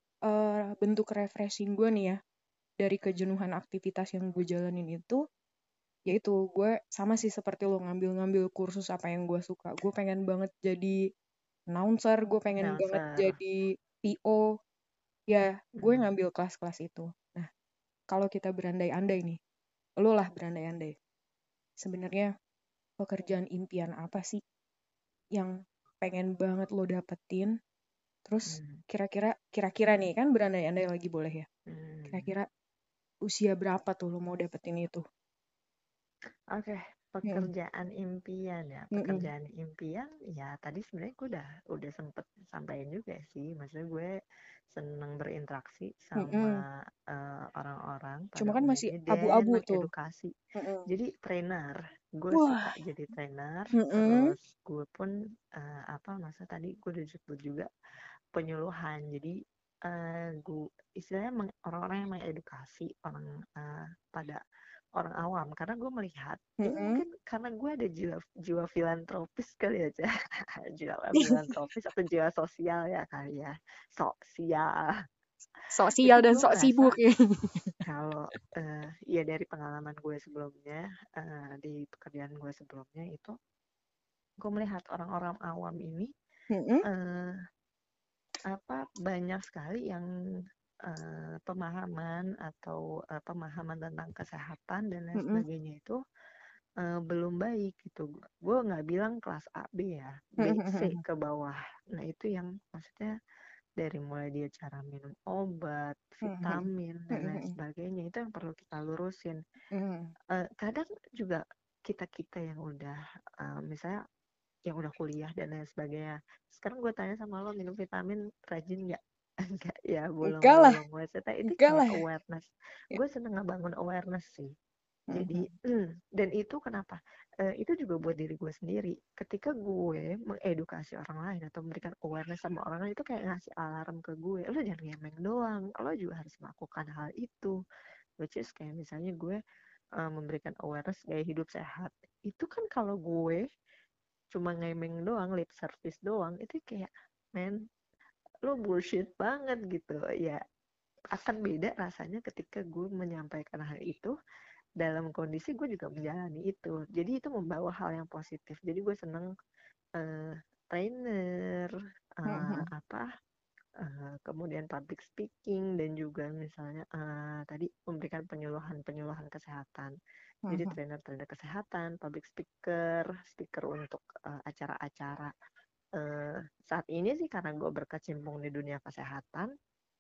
uh, bentuk refreshing gue nih ya dari kejenuhan aktivitas yang gue jalanin itu, yaitu gue sama sih seperti lo ngambil-ngambil kursus apa yang gue suka. Gue pengen banget jadi announcer, gue pengen banget Announcer. jadi P O. Ya, gue Hmm. ngambil kelas-kelas itu. Nah, kalau kita berandai-andai nih, lo lah berandai-andai. Sebenarnya pekerjaan impian apa sih yang pengen banget lo dapetin? Terus Hmm. kira-kira kira-kira nih kan berandai-andai lagi boleh ya. Hmm. Kira-kira usia berapa tuh lo mau dapetin itu? Oke, pekerjaan impian ya. Mm-mm. Pekerjaan impian ya tadi sebenarnya gue udah udah sempet sampaikan juga sih. Maksudnya gue seneng berinteraksi sama uh, orang-orang pada Cuma kan masih umumnya dan abu-abu tuh. mengedukasi. Mm-mm. Jadi trainer, gue Wah. suka jadi trainer. Mm-mm. Terus gue pun uh, apa masa tadi gue udah disebut juga penyuluhan. Jadi uh, gue istilahnya meng- orang-orang yang mengedukasi orang uh, pada orang awam, karena gue melihat ini Mm-mm. mungkin karena gue ada jiwa jiwa filantropis kali aja. Jiwa filantropis atau jiwa sosial ya kali ya, sosial Sosial dan gue sok ngerasa sibuk ya. kalau uh, ya dari pengalaman gue sebelumnya uh, di pekerjaan gue sebelumnya itu gue melihat orang-orang awam ini Mm-mm. uh, apa banyak sekali yang uh, pemahaman atau uh, pemahaman tentang kesehatan dan lain Mm-mm. sebagainya itu uh, belum baik gitu. Gue nggak bilang kelas A B ya, B C ke bawah. Nah itu yang maksudnya dari mulai dia cara minum obat, vitamin dan lain sebagainya itu yang perlu kita lurusin. Uh, kadang juga kita kita yang udah uh, misalnya yang udah kuliah dan lain sebagainya. Sekarang gue tanya sama lo, minum vitamin rajin nggak? Enggak ya, belum Enggak lah. belum. Maksudnya itu Enggak kayak lah. awareness. Ya. Gue seneng ngebangun awareness sih. Jadi mm, dan itu kenapa? Uh, itu juga buat diri gue sendiri. Ketika gue mengedukasi orang lain atau memberikan awareness sama orang lain, itu kayak ngasih alarm ke gue. Lo jangan ngemeng doang. Lo juga harus melakukan hal itu. Which is kayak misalnya gue uh, memberikan awareness gaya hidup sehat. Itu kan kalau gue cuma ngemeng doang, lip service doang, itu kayak men lo bullshit banget gitu ya. Akan beda rasanya ketika gue menyampaikan hal itu dalam kondisi gue juga menjalani itu. Jadi itu membawa hal yang positif. Jadi gue seneng uh, trainer uh, apa uh, kemudian public speaking dan juga misalnya uh, tadi memberikan penyuluhan-penyuluhan kesehatan. Jadi trainer-trainer kesehatan, public speaker, speaker untuk uh, acara-acara. Uh, saat ini sih karena gue berkecimpung di dunia kesehatan,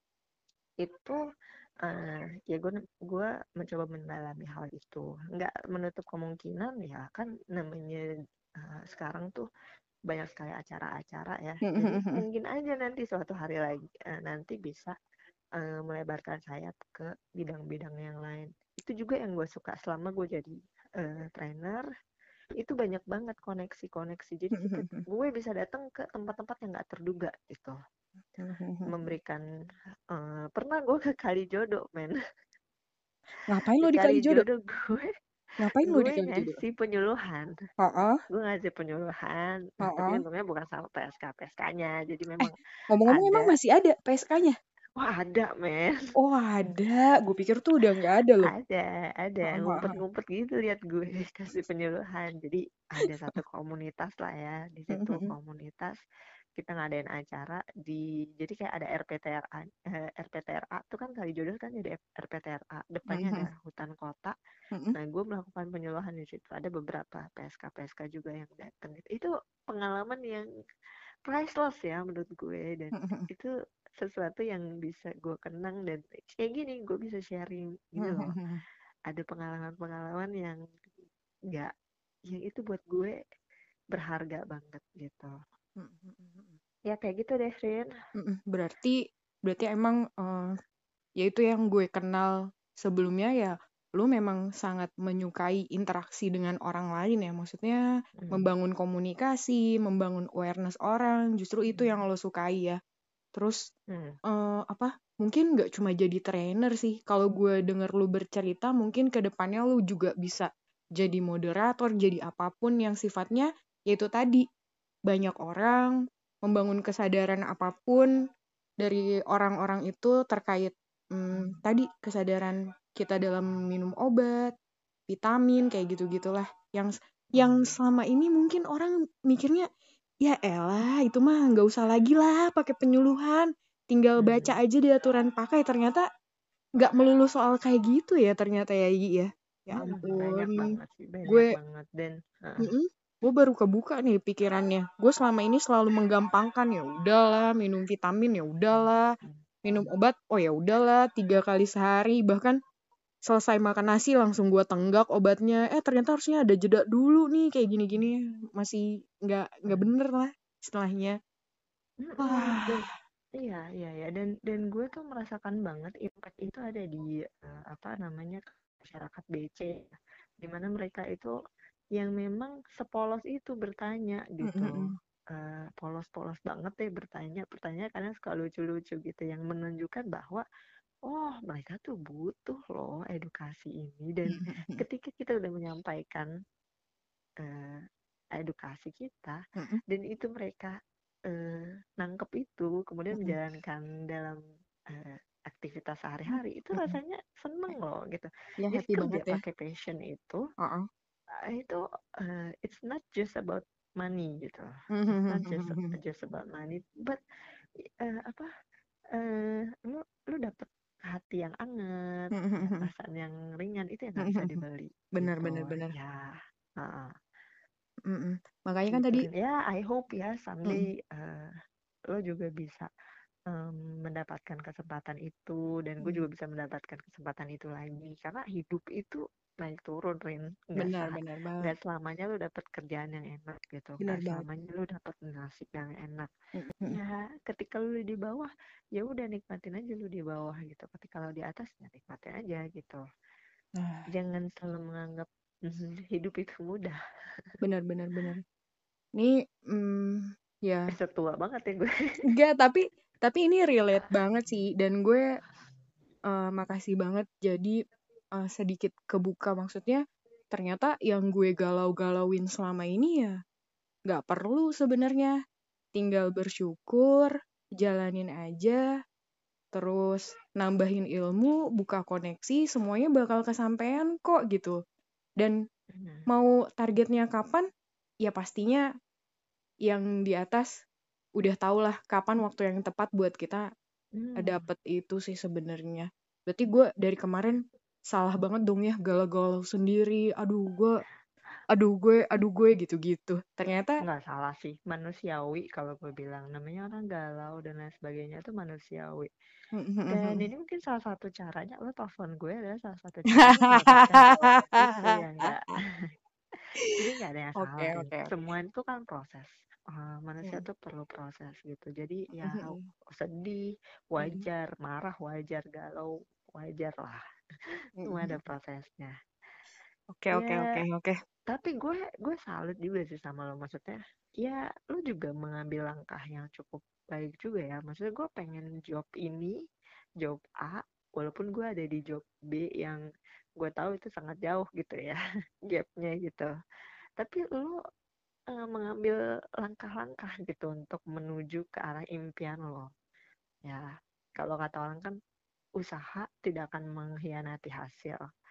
itu uh, ya gue gue mencoba mendalami hal itu, nggak menutup kemungkinan ya kan namanya uh, sekarang tuh banyak sekali acara-acara ya, jadi mungkin aja nanti suatu hari lagi uh, nanti bisa uh, melebarkan sayap ke bidang-bidang yang lain. Itu juga yang gue suka selama gue jadi uh, trainer, itu banyak banget koneksi-koneksi, jadi kita, gue bisa datang ke tempat-tempat yang nggak terduga gitu. Memberikan uh, pernah gue ke Kalijodo men. Ngapain lo di di Kalijodo? gue Ngapain lo gue di Kalijodo? ngasih penyuluhan. Uh-uh. Gue ngasih penyuluhan, nah, Uh-uh. tapi untungnya bukan sama P S K P S K-nya, jadi memang eh, ngomong-ngomong ada. Emang masih ada P S K-nya? Wah ada men. Oh ada, gue pikir tuh udah nggak ada loh. Ada, ada ngumpet-ngumpet gitu lihat gue kasih penyuluhan. Jadi ada satu komunitas lah ya di situ, komunitas kita ngadain acara di, jadi kayak ada R P T R A, eh, R P T R A tuh kan Kalijodo kan jadi R P T R A, depannya ada hutan kota. Nah gue melakukan penyuluhan di situ, ada beberapa P S K P S K juga yang datang. Itu pengalaman yang priceless ya menurut gue, dan itu sesuatu yang bisa gue kenang, dan kayak gini gue bisa sharing gitu loh. Ada pengalaman-pengalaman yang nggak, yang itu buat gue berharga banget gitu. Ya kayak gitu deh Rin. Berarti berarti emang uh, ya itu yang gue kenal sebelumnya ya, lu memang sangat menyukai interaksi dengan orang lain ya, maksudnya hmm. membangun komunikasi, membangun awareness orang, justru itu yang lo sukai ya. Terus hmm. uh, apa mungkin nggak cuma jadi trainer sih, kalau gue denger lu bercerita mungkin ke depannya lu juga bisa jadi moderator, jadi apapun yang sifatnya yaitu tadi banyak orang, membangun kesadaran apapun dari orang-orang itu terkait hmm, tadi kesadaran kita dalam minum obat, vitamin kayak gitu-gitulah, yang yang selama ini mungkin orang mikirnya ya elah itu mah nggak usah lagi lah pakai penyuluhan, tinggal baca aja di aturan pakai. Ternyata nggak melulu soal kayak gitu ya ternyata ya Yi ya. Ya ampun. Banyak banget sih, banyak gue, banget dan uh. gue baru kebuka nih pikirannya. Gue selama ini selalu menggampangkan, ya udahlah minum vitamin, ya udahlah minum obat, oh ya udahlah tiga kali sehari, bahkan selesai makan nasi langsung gue tenggak obatnya. Eh ternyata harusnya ada jeda dulu nih kayak gini-gini, masih nggak nggak bener lah istilahnya. Wah. Dan, iya iya ya dan dan gue tuh merasakan banget impact itu ada di uh, apa namanya masyarakat B C, dimana mereka itu yang memang sepolos itu bertanya gitu. Mm-hmm. Uh, polos-polos banget deh bertanya pertanyaan karena suka lucu-lucu gitu, yang menunjukkan bahwa oh mereka tuh butuh loh edukasi ini, dan ketika kita udah menyampaikan uh, edukasi kita mm-hmm. dan itu mereka uh, nangkep itu kemudian mm-hmm. menjalankan dalam uh, aktivitas sehari-hari, itu mm-hmm. rasanya seneng loh gitu ya, jadi kerja ya. Pakai passion itu uh-uh. uh, itu uh, it's not just about money gitu, mm-hmm. it's not just just about money, but uh, apa uh, lu lu dapet hati yang anget, mm-hmm. perasaan yang ringan, itu yang nggak bisa dibeli. Benar, gitu. benar, benar. Ya, uh, mm-mm. Makanya kan gitu. tadi. Ya, I hope ya someday mm. uh, lo juga bisa um, mendapatkan kesempatan itu, dan gue mm. juga bisa mendapatkan kesempatan itu lagi, karena hidup itu naik turun, Rin. Nggak benar, sah, benar banget. Nggak selamanya lo dapet kerjaan yang enak gitu. Benar nggak banget. selamanya lo dapet nasib yang enak. Mm-hmm. Ya, ketika lo di bawah, ya udah nikmatin aja lo di bawah gitu. Ketika lo di atas, ya nikmatin aja gitu. Ah. Jangan selalu menganggap mm, hidup itu mudah. Benar, benar, benar. Ini, mm, ya. Bisa tua banget ya gue. Enggak, tapi tapi ini relate banget sih, dan gue uh, makasih banget jadi uh, sedikit kebuka, maksudnya ternyata yang gue galau-galauin selama ini ya nggak perlu sebenarnya, tinggal bersyukur, jalanin aja, terus nambahin ilmu, buka koneksi, semuanya bakal kesampaian kok gitu. Dan mau targetnya kapan? Ya pastinya yang di atas udah tau lah kapan waktu yang tepat buat kita Hmm. dapet itu sih sebenarnya. Berarti gue dari kemarin salah banget dong ya, galau-galau sendiri. Aduh gue, aduh gue, aduh gue gitu-gitu. Ternyata Nggak salah sih, manusiawi kalau gue bilang. Namanya orang galau dan lain sebagainya itu manusiawi. Dan ini mungkin salah satu caranya, lo telepon gue adalah salah satu cara lo mendapatkan jawaban itu ya enggak. Jadi nggak ada yang Oke, salah sih. oke, oke. Semua itu kan proses. Uh, manusia tuh perlu proses gitu. Jadi ya sedih wajar, marah wajar, galau wajar lah. Semua ada prosesnya. Oke, oke, Ya, oke, oke. tapi gue gue salut juga sih sama lo, maksudnya ya lo juga mengambil langkah yang cukup baik juga ya. Maksudnya gue pengen job ini, job A, walaupun gue ada di job B yang gue tahu itu sangat jauh gitu ya gapnya gitu. Tapi lo uh, mengambil langkah-langkah gitu untuk menuju ke arah impian lo. Ya, kalau kata orang kan usaha tidak akan mengkhianati hasil.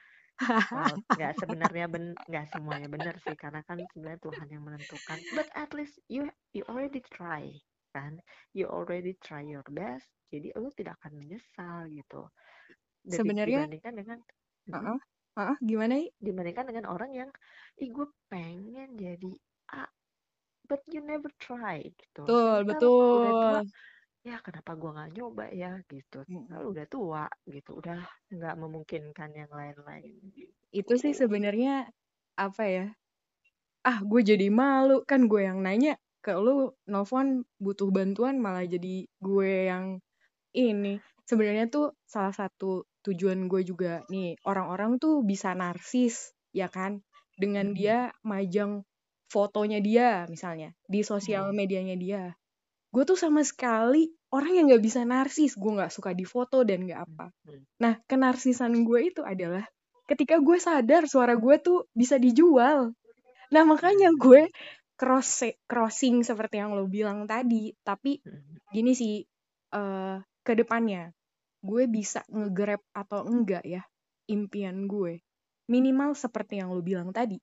Well, nggak sebenarnya ben nggak semuanya benar sih, karena kan sebenarnya Tuhan yang menentukan. But at least you you already try, kan? You already try your best. Jadi lo tidak akan menyesal gitu. Dari Sebenarnya, dibandingkan dengan uh-uh, uh-uh, gimana ya? dibandingkan dengan orang yang, ih gue pengen jadi A, but you never try gitu. Betul, Ntar betul. udah tua, ya kenapa gue nggak nyoba ya gitu. Lalu udah tua gitu, udah nggak memungkinkan yang lain-lain. Itu sih sebenarnya apa ya? Ah, gue jadi malu kan, gue yang nanya ke lu, nelfon butuh bantuan malah jadi gue yang ini. Sebenarnya tuh salah satu tujuan gue juga nih, orang-orang tuh bisa narsis, ya kan? Dengan dia majang fotonya dia misalnya di sosial medianya dia. Gue tuh sama sekali orang yang gak bisa narsis. Gue gak suka difoto dan gak apa. Nah, kenarsisan gue itu adalah ketika gue sadar suara gue tuh bisa dijual. Nah, makanya gue cross crossing seperti yang lo bilang tadi. Tapi gini sih, uh, ke depannya gue bisa nge-grab atau enggak ya impian gue. Minimal seperti yang lo bilang tadi.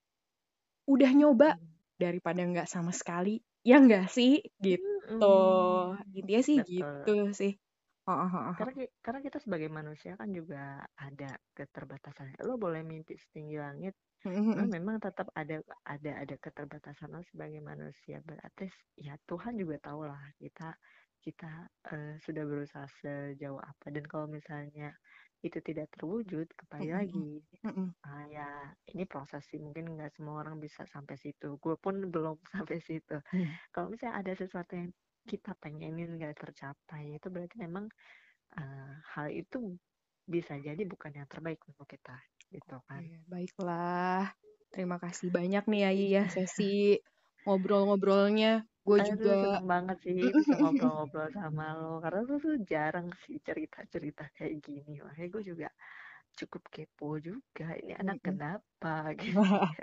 Udah nyoba daripada nggak sama sekali. Ya nggak sih? Gitu. Intinya sih Betul. gitu sih. Oh, oh, oh. Karena, karena kita sebagai manusia kan juga ada keterbatasannya. Lo boleh mimpi setinggi langit, nah, memang tetap ada ada ada keterbatasan lo sebagai manusia. Berarti ya Tuhan juga tahu lah kita kita uh, sudah berusaha sejauh apa. Dan kalau misalnya itu tidak terwujud, kembali lagi. Uh, ya ini proses sih, mungkin nggak semua orang bisa sampai situ. Gue pun belum sampai situ. Kalau misalnya ada sesuatu yang kita pengenin nggak tercapai, itu berarti memang uh, hal itu bisa jadi bukan yang terbaik untuk kita, gitu kan. Oke, baiklah, terima kasih banyak nih Ayi ya sesi ngobrol-ngobrolnya. Gue juga seneng banget sih bisa ngobrol-ngobrol sama lo, karena lo tuh jarang sih cerita-cerita kayak gini. Makanya gue juga cukup kepo juga, ini anak kenapa gitu.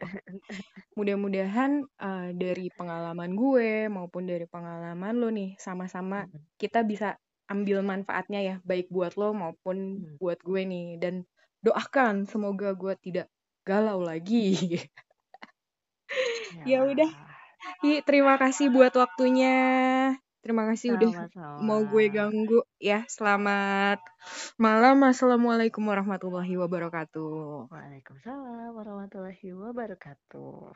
Mudah-mudahan uh, dari pengalaman gue maupun dari pengalaman lo nih, sama-sama kita bisa ambil manfaatnya ya, baik buat lo maupun hmm. buat gue nih. Dan doakan semoga gue tidak galau lagi. Ya, ya udah, Hi, terima kasih buat waktunya. Terima kasih udah mau gue ganggu ya. Selamat malam. Assalamualaikum warahmatullahi wabarakatuh. Waalaikumsalam warahmatullahi wabarakatuh.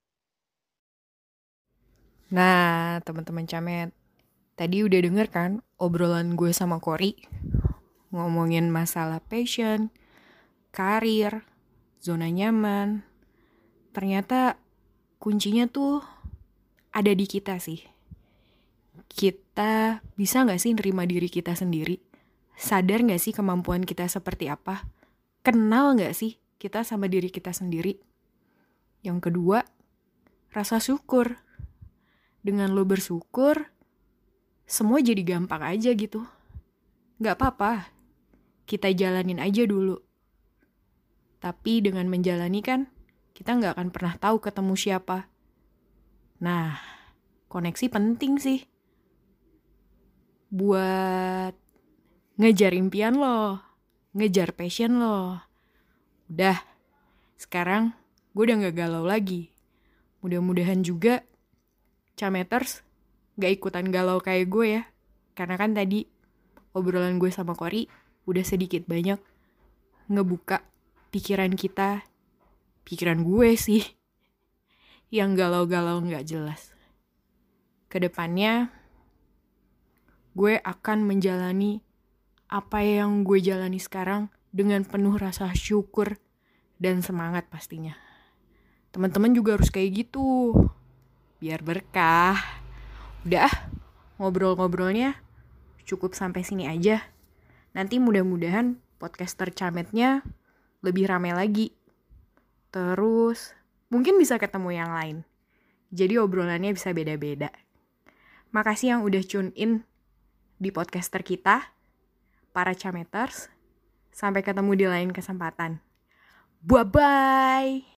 Nah, teman-teman Camet, tadi udah denger kan obrolan gue sama Kori, ngomongin masalah passion, karir, zona nyaman. Ternyata kuncinya tuh ada di kita sih. Kita bisa gak sih nerima diri kita sendiri? Sadar gak sih kemampuan kita seperti apa? Kenal gak sih kita sama diri kita sendiri? Yang kedua, rasa syukur. Dengan lo bersyukur, semua jadi gampang aja gitu. Gak apa-apa, kita jalanin aja dulu. Tapi dengan menjalani kan, kita gak akan pernah tahu ketemu siapa. Nah, koneksi penting sih. buat ngejar impian lo, ngejar passion lo. Udah, sekarang gue udah gak galau lagi. Mudah-mudahan juga Cameters gak ikutan galau kayak gue ya. Karena kan tadi obrolan gue sama Kori udah sedikit banyak ngebuka pikiran kita, pikiran gue sih, yang galau-galau gak jelas. Kedepannya gue akan menjalani apa yang gue jalani sekarang dengan penuh rasa syukur dan semangat pastinya. Teman-teman juga harus kayak gitu, biar berkah. Udah, ngobrol-ngobrolnya cukup sampai sini aja. Nanti mudah-mudahan podcaster Cametnya lebih rame lagi. Terus mungkin bisa ketemu yang lain. Jadi obrolannya bisa beda-beda. Makasih yang udah tune in di podcaster kita, para Cameters. Sampai ketemu di lain kesempatan. Bye-bye!